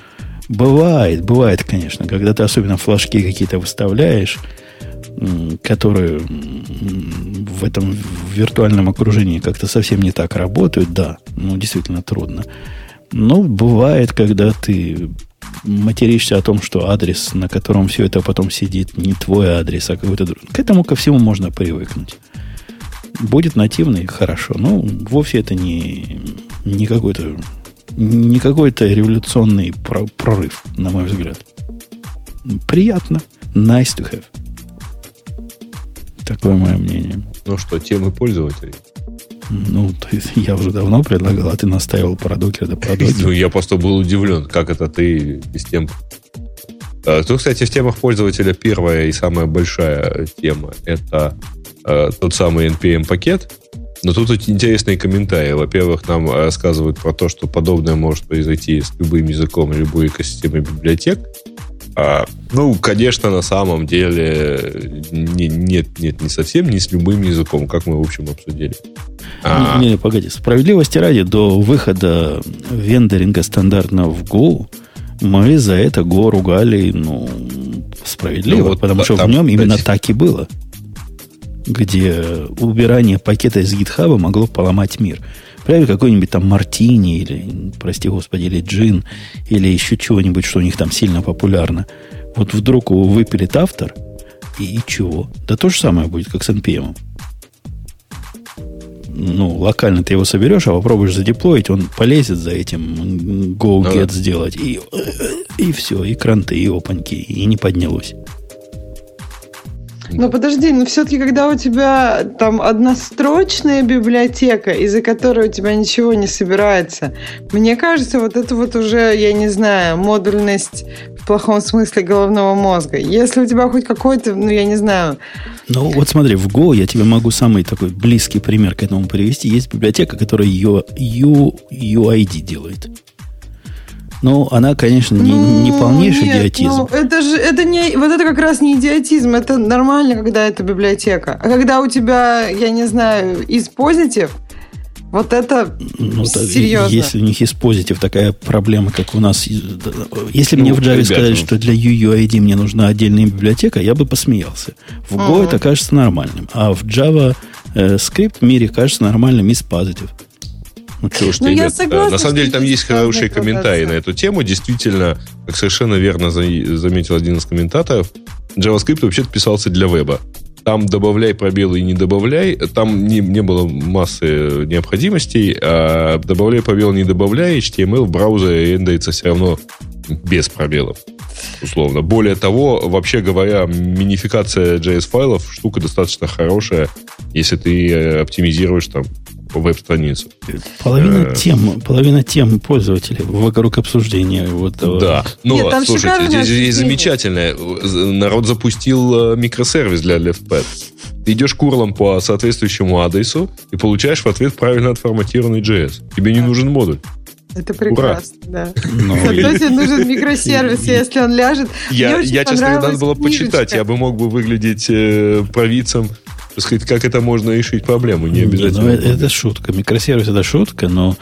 A: Бывает, бывает, конечно, когда ты особенно флажки какие-то выставляешь, которые в этом виртуальном окружении как-то совсем не так работают, да, ну, действительно трудно. Но бывает, когда ты материшься о том, что адрес, на котором все это потом сидит, не твой адрес, а какой-то другой. К этому ко всему можно привыкнуть. Будет нативный, хорошо. Но вовсе это не, не какой-то не какой-то революционный прорыв, на мой взгляд. Приятно. Nice to have. Такое мое мнение.
B: Ну что, темы пользователей?
A: Ну, я уже давно предлагал, а ты настаивал про докер, да про докер.
B: Ну, я просто был удивлен, как это ты без тем. Тут, кстати, в темах пользователя первая и самая большая тема – это э, тот самый эн пи эм-пакет. Но тут очень интересные комментарии. Во-первых, нам рассказывают про то, что подобное может произойти с любым языком, любой экосистемой библиотек. А, ну, конечно, на самом деле не, нет, нет, не совсем не с любым языком, как мы, в общем, обсудили. А...
A: Не, не, погоди. Справедливости ради, до выхода вендоринга стандартного в Go мы за это Go ругали, ну, справедливо, ну, вот потому что там, в нем кстати... именно так и было. Где убирание пакета из GitHub могло поломать мир. Правильно, какой-нибудь там Мартини или, прости господи, или Джин, или еще чего-нибудь, что у них там сильно популярно. Вот вдруг его выпилит автор, и, и чего? Да то же самое будет, как с эн пи эм. Ну, локально ты его соберешь, а попробуешь задеплоить, он полезет за этим go-get ну, сделать, и, и все, и кранты, и опаньки, и не поднялось.
C: Но подожди, но все-таки, когда у тебя там однострочная библиотека, из-за которой у тебя ничего не собирается, мне кажется, вот это вот уже, я не знаю, модульность в плохом смысле головного мозга. Если у тебя хоть какой-то, ну, я не знаю...
A: Ну, вот смотри, в Go я тебе могу самый такой близкий пример к этому привести. Есть библиотека, которая ю ай ди делает. Ну, она, конечно, не, ну, не полнейший нет, идиотизм. Ну,
C: это же, это не, вот это как раз не идиотизм, это нормально, когда это библиотека. А когда у тебя, я не знаю, из позитив, вот это ну, серьезно.
A: Если у них из позитив такая проблема, как у нас... Если ну, мне в Java ребята, сказали, ну... что для ю ай ди мне нужна отдельная библиотека, я бы посмеялся. В Go uh-huh. это кажется нормальным. А в Java э, скрипт мире кажется нормальным из позитив.
B: Ну, что ж, ну, ребят, согласна, на самом деле там есть хорошие комментарии на эту тему. Действительно, как совершенно верно заметил один из комментаторов, JavaScript вообще-то писался для веба. Там добавляй пробелы и не добавляй. Там не, не было массы необходимостей. А добавляй пробелы, не добавляй. эйч ти эм эл в браузере рендерится все равно без пробелов. Условно. Более того, вообще говоря, минификация джей эс-файлов штука достаточно хорошая, если ты оптимизируешь там веб-страницу.
A: Половина э- тем, половина тем пользователей вокруг обсуждения. Вот,
B: да. Но, Нет, слушайте, здесь есть замечательное. Народ запустил микросервис для LeftPad. Ты идешь курлом по соответствующему адресу и получаешь в ответ правильно отформатированный джей эс. Тебе не нужен модуль.
C: Это прекрасно, Ура. Да. Но Зато тебе нужен микросервис, если он ляжет.
B: Я, я честно говоря, надо было книжечка. Почитать. Я бы мог бы выглядеть э, провидцем, так сказать, как это можно решить проблему. Не обязательно.
A: Не, ну, это, это шутка. Микросервис это шутка, но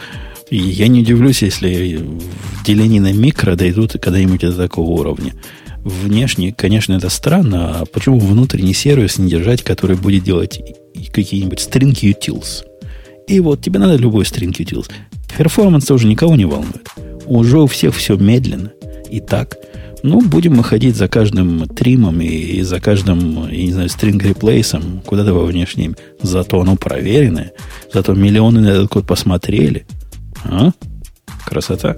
A: я не удивлюсь, если в делении на микро дойдут когда-нибудь до такого уровня. Внешне, конечно, это странно. А почему внутренний сервис не держать, который будет делать какие-нибудь string utils? И вот тебе надо любой string utils. Перформанс уже никого не волнует. Уже у всех все медленно. И так. Ну, будем мы ходить за каждым тримом и, и за каждым, я не знаю, string-реплейсом куда-то во внешнем. Зато оно проверенное. Зато миллионы на этот код посмотрели. А? Красота.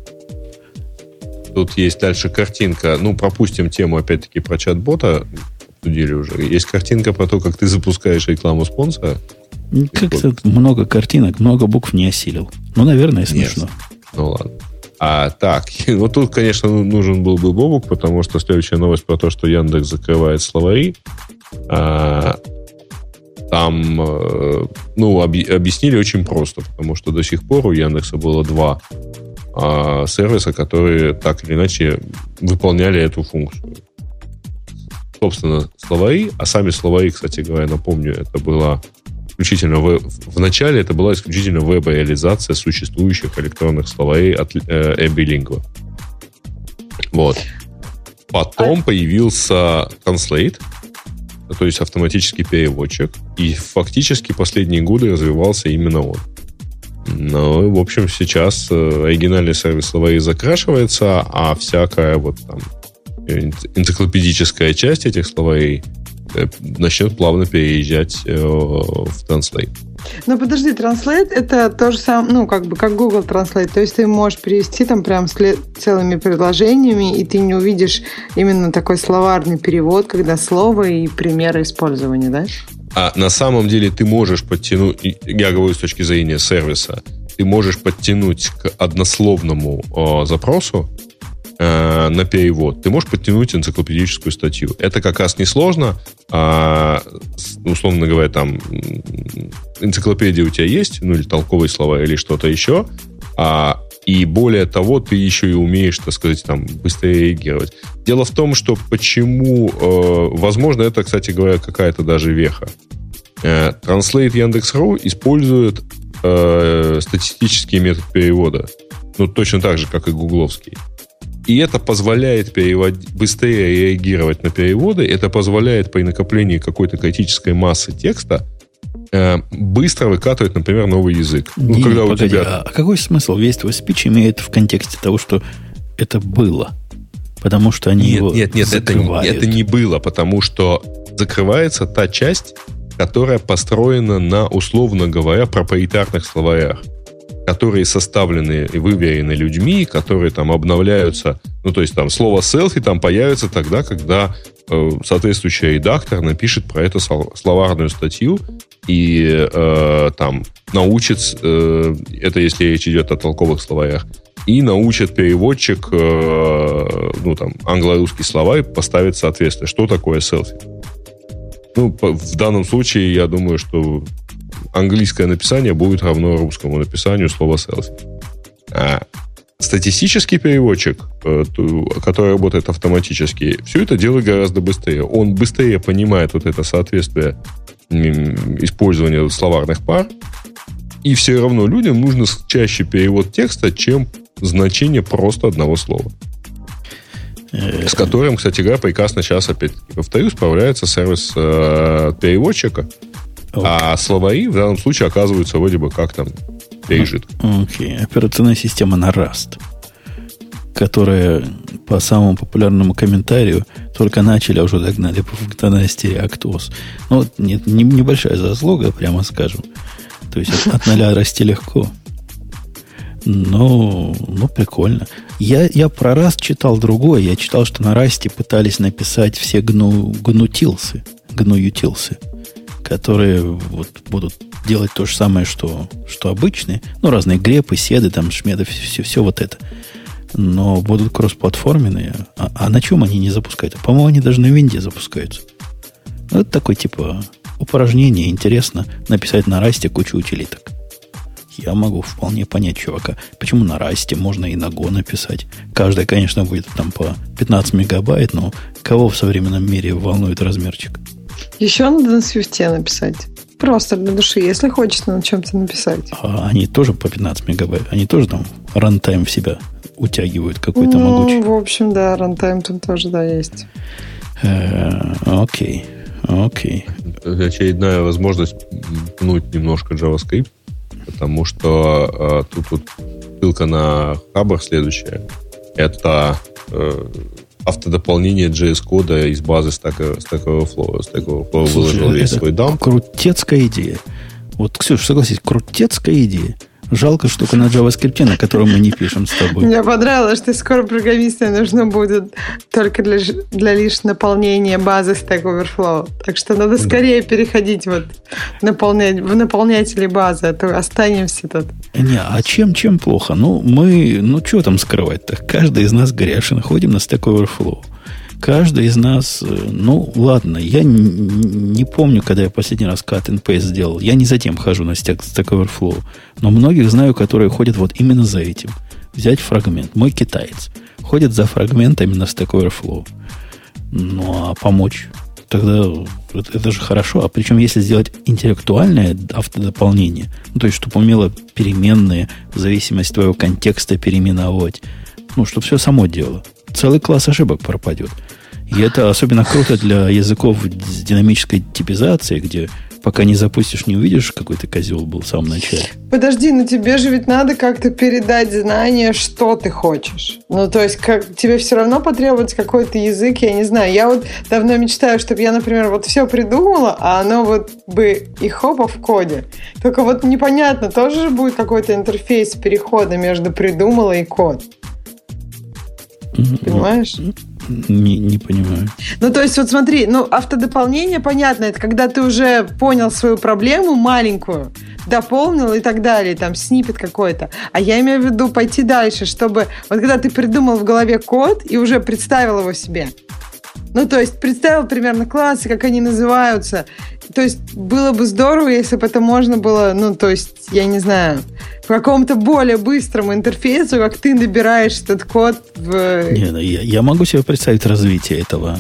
B: Тут есть дальше картинка. Ну, пропустим тему, опять-таки, про чат-бота. Обсудили уже. Есть картинка про то, как ты запускаешь рекламу спонсора.
A: Как-то много картинок, много букв не осилил. Ну, наверное, смешно.
B: Yes. Ну, ладно. А так, вот тут, конечно, нужен был бы Бобук, потому что следующая новость про то, что Яндекс закрывает словари. А, там, ну, об, объяснили очень просто, потому что до сих пор у Яндекса было два а, сервиса, которые так или иначе выполняли эту функцию. Собственно, словари, а сами словари, кстати говоря, напомню, это была исключительно веб, в начале это была исключительно веб-реализация существующих электронных словарей от э, Эбби Лингва. Вот. Потом а... появился Translate, то есть автоматический переводчик, и фактически последние годы развивался именно он. Ну, в общем, сейчас оригинальный сервис словарей закрашивается, а всякая вот там энциклопедическая часть этих словарей начнет плавно переезжать в Translate.
C: Но подожди, Translate это то же самое, ну, как бы, как Google Translate. То есть ты можешь перевести там прям след, целыми предложениями, и ты не увидишь именно такой словарный перевод, когда слово и примеры использования, да?
B: А на самом деле ты можешь подтянуть, я говорю с точки зрения сервиса, ты можешь подтянуть к однословному э, запросу э, на перевод, ты можешь подтянуть энциклопедическую статью. Это как раз несложно. А, условно говоря, там энциклопедия у тебя есть, ну или толковые слова, или что-то еще. А, и более того, ты еще и умеешь, так сказать, там, быстрее реагировать. Дело в том, что почему... Э, возможно, это, кстати говоря, какая-то даже веха. Э, Translate Яндекс.ру использует э, статистический метод перевода. Ну, точно так же, как и гугловский. И это позволяет перевод... быстрее реагировать на переводы. Это позволяет при накоплении какой-то критической массы текста быстро выкатывать, например, новый язык.
A: Не,
B: ну, когда
A: погоди,
B: у тебя...
A: а какой смысл? Весь твой спич имеет в контексте того, что это было. Потому что они
B: нет,
A: его
B: Нет, нет, это, это не было, потому что закрывается та часть, которая построена на, условно говоря, проприетарных словарях, которые составлены и выверены людьми, которые там обновляются. Ну, то есть там слово селфи там появится тогда, когда э, соответствующий редактор напишет про это словарную статью и э, там научит, э, это если речь идет о толковых словарях, и научит переводчик, э, ну там, англо-русский словарь поставить соответствие, что такое селфи. Ну, в данном случае, я думаю, что английское написание будет равно русскому написанию слова селфи. А статистический переводчик, который работает автоматически, все это делает гораздо быстрее. Он быстрее понимает вот это соответствие использования словарных пар, и все равно людям нужно чаще перевод текста, чем значение просто одного слова. С которым, кстати говоря, прекрасно сейчас, опять-таки, повторюсь, справляется сервис э, переводчика. Okay. А словари в данном случае оказываются вроде бы как там пережит.
A: Окей. Okay. Операционная система на Rust, которая по самому популярному комментарию только начали, а уже догнали по функциональности ReactOS. Ну, вот нет, не, небольшая заслуга, прямо скажем. То есть от, от ноля расти легко. Но, ну, прикольно. Я, я про Rust читал другое. Я читал, что на Rust пытались написать все гну, гнутилсы, гнуютилсы, которые вот будут делать то же самое, что, что обычные. Ну, разные грепы, седы, там, шмеды, все, все вот это. Но будут кроссплатформенные. А, а на чем они не запускают? По-моему, они даже на винде запускаются. Ну, это такое, типа, упражнение. Интересно написать на Rust кучу утилиток. Я могу вполне понять чувака. Почему на Расте можно и на Go написать? Каждая, конечно, будет там по пятнадцать мегабайт, но кого в современном мире волнует размерчик?
C: Еще надо на Свифте написать. Просто для души, если хочется на чем-то написать.
A: А они тоже по пятнадцать мегабайт? Они тоже там рантайм в себя утягивают какой-то
C: ну,
A: могучий?
C: В общем, да, рантайм там тоже, да, есть.
A: Окей, окей.
B: Очередная возможность пнуть немножко JavaScript. Потому что э, тут вот ссылка на Хабр следующая. Это э, автодополнение джей эс-кода из базы Stack Overflow. Stack Overflow выложил весь свой дамп.
A: Крутецкая идея. Вот, Ксюша, согласись, крутецкая идея. Жалко, что только на JavaScript, на котором мы не пишем с тобой.
C: Мне понравилось, что скоро программистам нужно будет только для, для лишь наполнения базы Stack Overflow. Так что надо скорее да. переходить вот наполнять, в наполнятели базы, а то останемся тут.
A: Не, а чем, чем плохо? Ну, мы, ну, что там скрывать-то? Каждый из нас грешен, ходим на Stack Overflow. Каждый из нас, ну, ладно, я не, не помню, когда я последний раз cut and paste сделал. Я не затем хожу на Stack, Stack Overflow. Но многих знаю, которые ходят вот именно за этим. Взять фрагмент. Мой китаец ходит за фрагментами на Stack Overflow. Ну, а помочь? Тогда это, это же хорошо. А причем, если сделать интеллектуальное автодополнение, ну, то есть, чтобы умело переменные в зависимости от твоего контекста переименовать, ну, чтобы все само делало. целый класс ошибок пропадет. И это особенно круто для языков с динамической типизацией, где пока не запустишь, не увидишь, какой ты козел был в самом начале.
C: Подожди, но тебе же ведь надо как-то передать знание, что ты хочешь. Ну, то есть, как, тебе все равно потребуется какой-то язык, я не знаю. Я вот давно мечтаю, чтобы я, например, вот все придумала, а оно вот бы и хопа в коде. Только вот непонятно, тоже же будет какой-то интерфейс перехода между придумала и код. Понимаешь?
A: Не, не понимаю.
C: Ну, то есть, вот смотри, ну, автодополнение, понятно, это когда ты уже понял свою проблему маленькую, дополнил и так далее, там, сниппет какой-то. А я имею в виду пойти дальше, чтобы... Вот когда ты придумал в голове код и уже представил его себе. Ну, то есть, представил примерно классы, как они называются. То есть, было бы здорово, если бы это можно было, ну, то есть, я не знаю, по какому-то более быстрому интерфейсу, как ты набираешь этот код в...
A: Не, я, я могу себе представить развитие этого,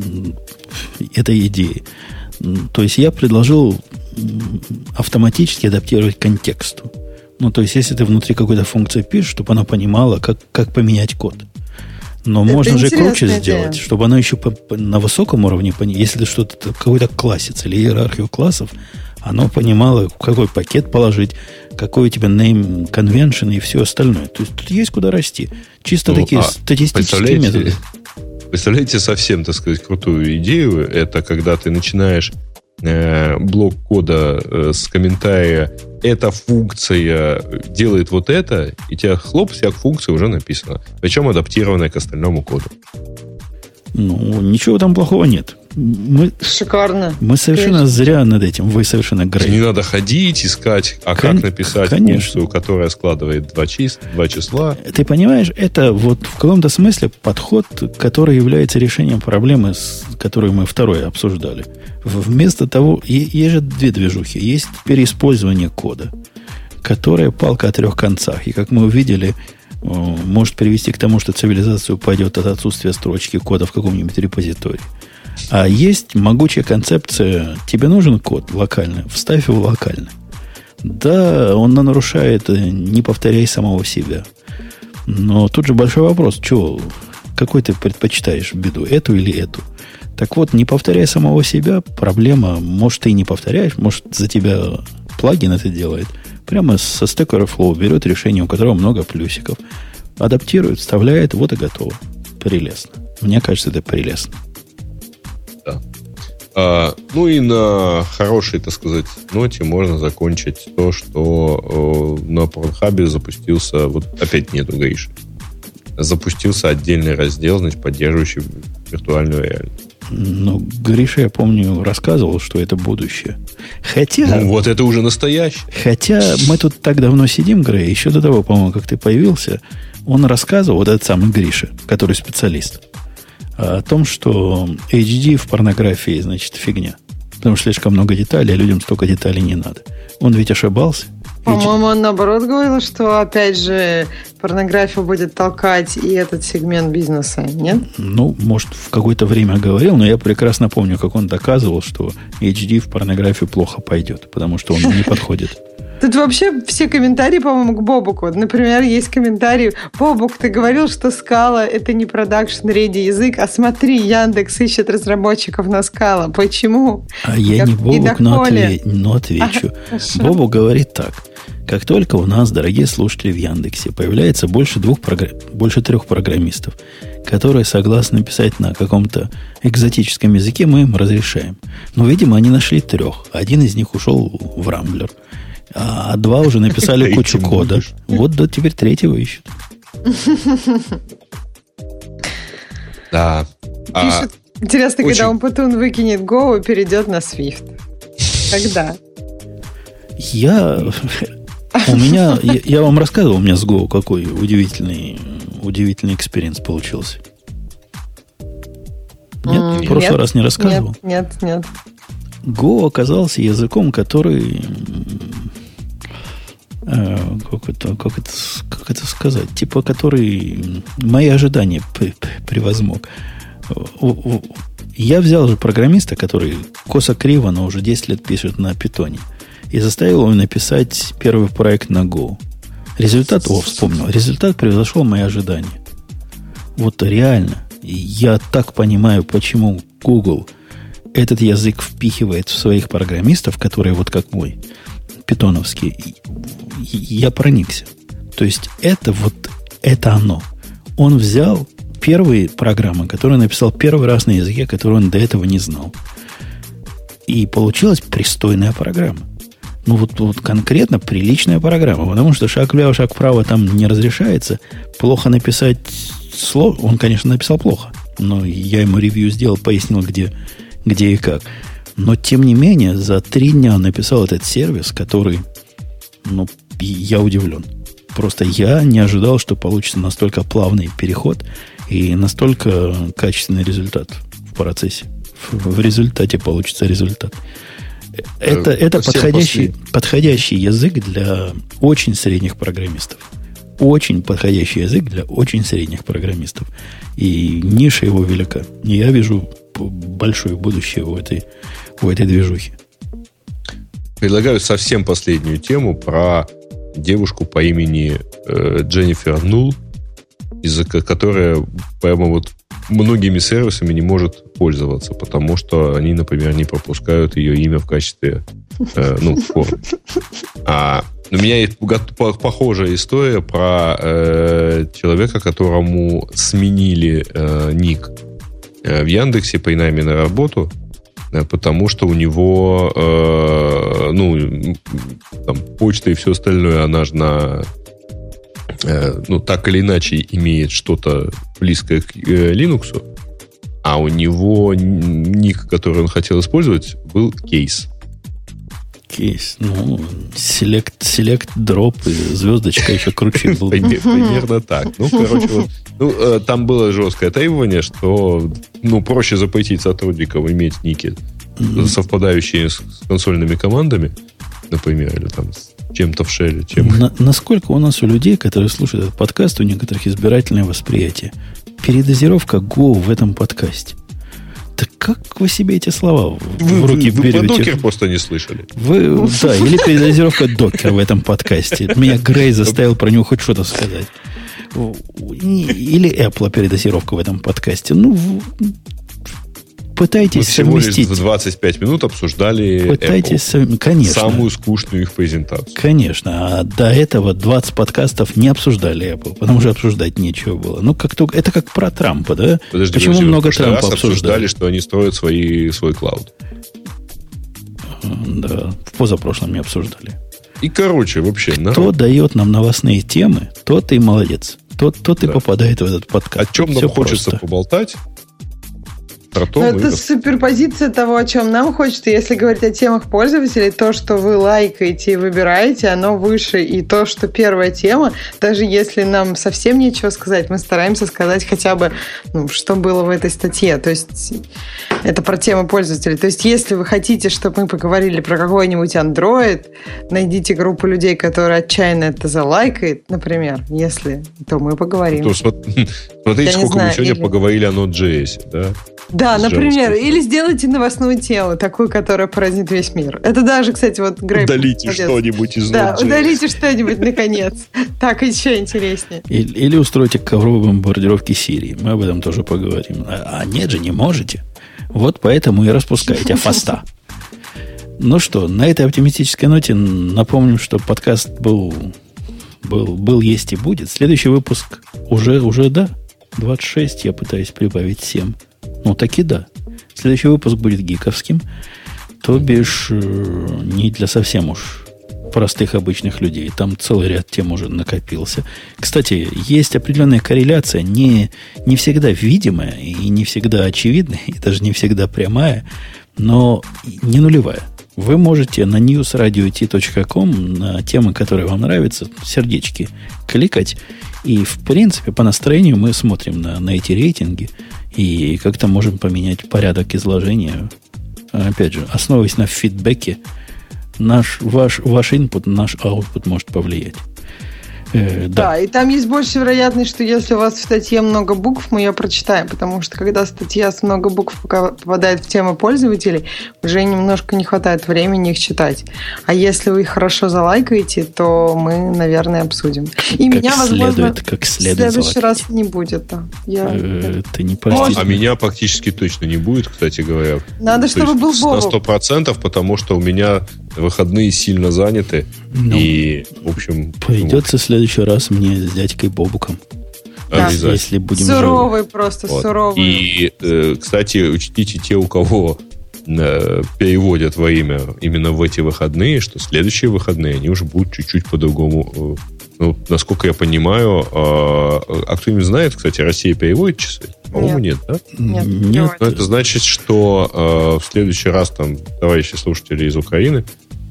A: этой идеи. То есть, я предложил автоматически адаптировать к контексту. Ну, то есть, если ты внутри какой-то функции пишешь, чтобы она понимала, как, как поменять код. Но это можно же круче идея. Сделать, чтобы оно еще по, по, на высоком уровне, если что-то, какой-то классец или иерархию классов, оно понимало, какой пакет положить, какой у тебя name convention и все остальное. То есть тут есть куда расти. Чисто ну, такие а статистические методы.
B: Представляете совсем, так сказать, крутую идею? Это когда ты начинаешь э, блок кода э, с комментария «эта функция делает вот это», и тебя хлоп, вся функция уже написана. Причем адаптированная к остальному коду.
A: Ну, ничего там плохого нет. Мы,
C: Шикарно.
A: Мы совершенно конечно. Зря над этим. Вы совершенно грей.
B: Не надо ходить, искать, а Кон- как написать конечно. Функцию, которая складывает два, чис- два числа.
A: Ты понимаешь, это вот в каком-то смысле подход, который является решением проблемы, с, которую мы второе обсуждали. Вместо того, есть же две движухи. Есть переиспользование кода, которое палка о трех концах. И как мы увидели, может привести к тому, что цивилизация упадет от отсутствия строчки кода в каком-нибудь репозитории. А есть могучая концепция: тебе нужен код локально, вставь его локально. Да, он нарушает, не повторяй самого себя. Но тут же большой вопрос, что, какой ты предпочитаешь беду, эту или эту? Так вот, не повторяй самого себя, проблема, может, ты и не повторяешь, может, за тебя плагин это делает. Прямо со Stack Overflow берет решение, у которого много плюсиков, адаптирует, вставляет, вот и готово. Прелестно. Мне кажется, это прелестно.
B: Да. А, ну и на хорошей, так сказать, ноте можно закончить то, что э, на Pornhub запустился, вот опять нету Гриши, запустился отдельный раздел, значит, поддерживающий виртуальную реальность.
A: Ну, Гриша, я помню, рассказывал, что это будущее. Хотя...
B: Ну, вот это уже настоящее.
A: Хотя мы тут так давно сидим, Грей, еще до того, по-моему, как ты появился, он рассказывал, вот этот самый Гриша, который специалист, о том, что эйч ди в порнографии, значит, фигня. Потому что слишком много деталей, а людям столько деталей не надо. Он ведь ошибался.
C: По-моему, он наоборот говорил, что, опять же, порнография будет толкать и этот сегмент бизнеса, нет?
A: Ну, может, в какое-то время говорил, но я прекрасно помню, как он доказывал, что эйч ди в порнографию плохо пойдет, потому что он не подходит.
C: Тут вообще все комментарии, по-моему, к Бобуку. Например, есть комментарий: Бобук, ты говорил, что Scala — это не продакшн-реди язык, а смотри, Яндекс ищет разработчиков на Scala. Почему?
A: А я как не Бобук, но, отве- но отвечу. А, Бобук говорит так. Как только у нас, дорогие слушатели, в Яндексе появляется больше, двух програ- больше трех программистов, которые согласны писать на каком-то экзотическом языке, мы им разрешаем. Но, видимо, они нашли трех. Один из них ушел в Рамблер. А два уже написали кучу кода. Вот да, теперь третьего ищут.
B: Да.
C: Пишет, интересно, когда Умпутун выкинет Go и перейдет на Swift. Когда?
A: Я... У меня... Я, я вам рассказывал, у меня с Go какой удивительный удивительный экспириенс получился. Нет? Mm, в прошлый нет, раз не рассказывал?
C: Нет, нет, нет.
A: Go оказался языком, который... Как это, как, это, как это сказать? Типа, который мои ожидания превозмог. Я взял же программиста, который косо-криво, но уже десять лет пишет на питоне, и заставил его написать первый проект на Go. Результат, о, вспомнил, результат превзошел мои ожидания. Вот реально. Я так понимаю, почему Google этот язык впихивает в своих программистов, которые вот как мой, питоновский. Я проникся. То есть это вот, это оно. Он взял первые программы, которые он написал первый раз на языке, который он до этого не знал. И получилась пристойная программа. Ну, вот, вот конкретно приличная программа. Потому что шаг влево, шаг вправо там не разрешается. Плохо написать слово. Он, конечно, написал плохо. Но я ему ревью сделал, пояснил, где, где и как. Но, тем не менее, за три дня он написал этот сервис, который, ну, я удивлен. Просто я не ожидал, что получится настолько плавный переход и настолько качественный результат в процессе. В, в результате получится результат. Это, это подходящий, после... подходящий язык для очень средних программистов. Очень подходящий язык для очень средних программистов. И ниша его велика. И я вижу большое будущее у этой, у этой движухи.
B: Предлагаю совсем последнюю тему про девушку по имени э, Дженнифер Нулл, из-за которой прямо вот многими сервисами не может пользоваться, потому что они, например, не пропускают ее имя в качестве э, ну, формы. А у меня есть похожая история про э, человека, которому сменили э, ник э, в Яндексе при найме на работу, э, потому что у него э, ну, там, почта и все остальное, она же на э, ну, так или иначе имеет что-то близкое к э, Linux, а у него ник, который он хотел использовать, был кейс.
A: Кейс, ну, select, select, drop и звездочка еще круче был.
B: Примерно так. Ну, короче, вот, ну, там было жесткое требование, что ну, проще запретить сотрудникам иметь ники, совпадающие с консольными командами, например, или там с чем-то в шеле. Чем...
A: На, насколько у нас у людей, которые слушают этот подкаст, у некоторых избирательное восприятие. Передозировка Go в этом подкасте. Да как вы себе эти слова в,
B: вы,
A: в руки
B: вы,
A: берете?
B: Вы про докер просто не слышали.
A: Вы, да, или передозировка докера в этом подкасте. Меня Грей заставил про него хоть что-то сказать. Или Apple передозировка в этом подкасте. Ну, пытайтесь
B: Мы
A: совместить.
B: всего лишь двадцать пять минут обсуждали
A: пытайтесь
B: Apple.
A: Сов... Конечно.
B: Самую скучную их презентацию.
A: Конечно. А до этого двадцать подкастов не обсуждали Apple, потому что обсуждать нечего было. Ну, как только... Это как про Трампа, да?
B: Подожди,
A: Почему
B: подожди,
A: много Трампа
B: раз
A: обсуждали?
B: обсуждали, что они строят свои, свой клауд.
A: Да, в позапрошлом не обсуждали.
B: И, короче, вообще...
A: Кто
B: народ...
A: дает нам новостные темы, тот и молодец. Тот, тот да. и попадает в этот подкаст.
B: О чем
A: Все
B: нам хочется
A: просто.
B: поболтать? Про то,
C: это
B: мы...
C: суперпозиция того, о чем нам хочется. Если говорить о темах пользователей, то, что вы лайкаете и выбираете, оно выше. И то, что первая тема, даже если нам совсем нечего сказать, мы стараемся сказать хотя бы, ну, что было в этой статье. То есть это про темы пользователей. То есть если вы хотите, чтобы мы поговорили про какой-нибудь Android, найдите группу людей, которые отчаянно это залайкают, например, если, то мы поговорим.
B: То, смотрите,
C: Я
B: сколько
C: знаю,
B: мы сегодня
C: или...
B: поговорили о Node.js, да?
C: Да,
B: С
C: например,
B: JavaScript.
C: или сделайте новостную тему, такую, которая поразит весь мир. Это даже, кстати, вот Грей...
B: Удалите
C: молодец.
B: что-нибудь из
C: Да,
B: Node.js.
C: удалите что-нибудь, наконец. Так еще интереснее.
A: Или, или устройте ковровые бомбардировки Сирии. Мы об этом тоже поговорим. А, а нет же, не можете. Вот поэтому и распускаете фаста. Ну что, на этой оптимистической ноте напомним, что подкаст был, был, был, есть и будет. Следующий выпуск уже, уже да, двадцать шесть, я пытаюсь прибавить семь. Ну, таки да. Следующий выпуск будет гиковским, то бишь не для совсем уж простых обычных людей. Там целый ряд тем уже накопился. Кстати, есть определенная корреляция, не, не всегда видимая и не всегда очевидная, и даже не всегда прямая, но не нулевая. Вы можете на ньюс радио ти точка ком на темы, которые вам нравятся, сердечки кликать. И, в принципе, по настроению мы смотрим на, на эти рейтинги и как-то можем поменять порядок изложения. Опять же, основываясь на фидбэке, наш, ваш, ваш input, наш output может повлиять. Э, да.
C: Да, и там есть больше вероятность, что если у вас в статье много букв, мы ее прочитаем, потому что когда статья с много букв попадает в темы пользователей, уже немножко не хватает времени их читать. А если вы их хорошо залайкаете, то мы, наверное, обсудим. И
A: как
C: меня, возможно,
A: следует, как следует
C: в следующий
A: залайкать.
C: раз не будет. Да. Я...
A: Это не простите.
B: А меня практически точно не будет, кстати говоря.
C: Надо,
B: То
C: чтобы был
B: есть на
C: Бобок.
B: сто процентов, потому что у меня выходные сильно заняты.
A: Ну,
B: и, в общем...
A: Придется в следующий раз мне с дядькой Бобуком.
C: Да.
B: Обязательно.
A: Если будем
C: Суровый
A: живы.
C: просто,
B: Вот.
C: суровый.
B: И, э, кстати, учтите те, у кого э, переводят во имя именно в эти выходные, что следующие выходные, они уже будут чуть-чуть по-другому. Э, ну, насколько я понимаю, э, а кто-нибудь знает, кстати, Россия переводит часы? По-моему, нет,
C: Нет.
B: да?
C: Нет,
A: Нет.
B: Но это значит, что э, в следующий раз там товарищи слушатели из Украины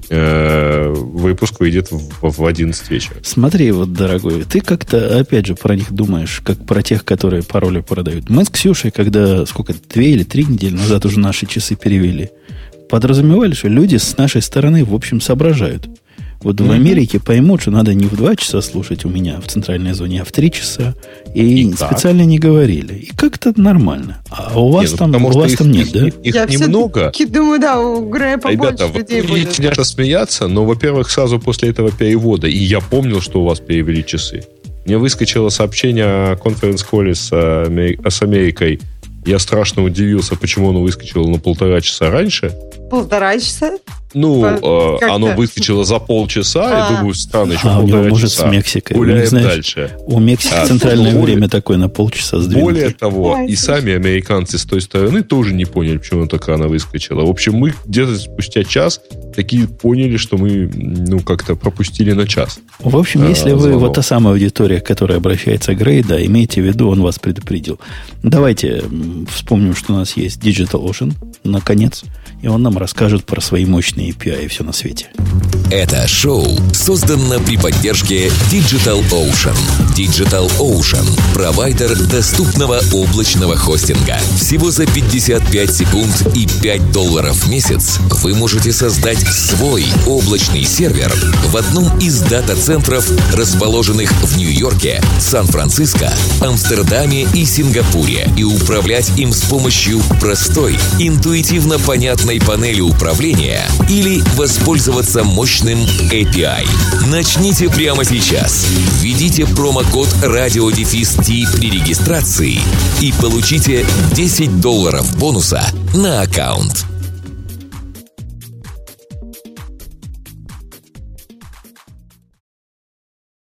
B: э, выпуск выйдет в, в одиннадцать вечера.
A: Смотри, вот, дорогой, ты как-то, опять же, про них думаешь, как про тех, которые пароли продают. Мы с Ксюшей, когда, сколько, две или три недели назад уже наши часы перевели, подразумевали, что люди с нашей стороны, в общем, соображают. Вот mm-hmm. в Америке поймут, что надо не в два часа слушать у меня в центральной зоне, а в три часа. И, и специально не говорили. И как-то нормально. А у вас
B: нет,
A: там,
B: ну,
A: у вас
B: их,
A: там нет,
B: их,
A: да?
B: Их, их
C: Я
B: немного.
C: все-таки думаю, да, у Грея побольше
B: Ребята,
C: людей
B: вы
C: будет.
B: будете меня смеяться, но, во-первых, сразу после этого перевода, и я помнил, что у вас перевели часы, мне выскочило сообщение о конференц-колле с, Амери- с Америкой. Я страшно удивился, почему оно выскочило на полтора часа раньше.
C: Полтора часа?
B: Ну,
C: По-
B: э, оно
C: как-то.
B: выскочило за полчаса,
C: А.
B: я думаю, странно, еще
A: А, у него,
B: полтора
A: может,
B: часа.
A: с Мексикой. У
B: Гуляем
A: них, знаешь,
B: дальше.
A: У Мексики
B: А,
A: центральное
B: более-
A: время такое на полчаса сдвинуто.
B: Более того,
C: Ой,
B: и сами американцы с той стороны тоже не поняли, почему оно так рано выскочило. В общем, мы где-то спустя час такие поняли, что мы, ну, как-то пропустили на час.
A: В общем,
B: А,
A: если вы
B: звонок.
A: вот та самая аудитория, к которой обращается Грей, да, имейте в виду, он вас предупредил. Давайте м, вспомним, что у нас есть DigitalOcean, наконец, и он нам расскажет про свои мощные эй пи ай и все на свете.
D: Это шоу создано при поддержке DigitalOcean. DigitalOcean – провайдер доступного облачного хостинга. Всего за пятьдесят пять секунд и пять долларов в месяц вы можете создать свой облачный сервер в одном из дата-центров, расположенных в Нью-Йорке, Сан-Франциско, Амстердаме и Сингапуре, и управлять им с помощью простой, интуитивно понятной панели управления или воспользоваться мощным эй пи ай. Начните прямо сейчас. Введите промокод радиодефис-ти при регистрации и получите десять долларов бонуса на аккаунт.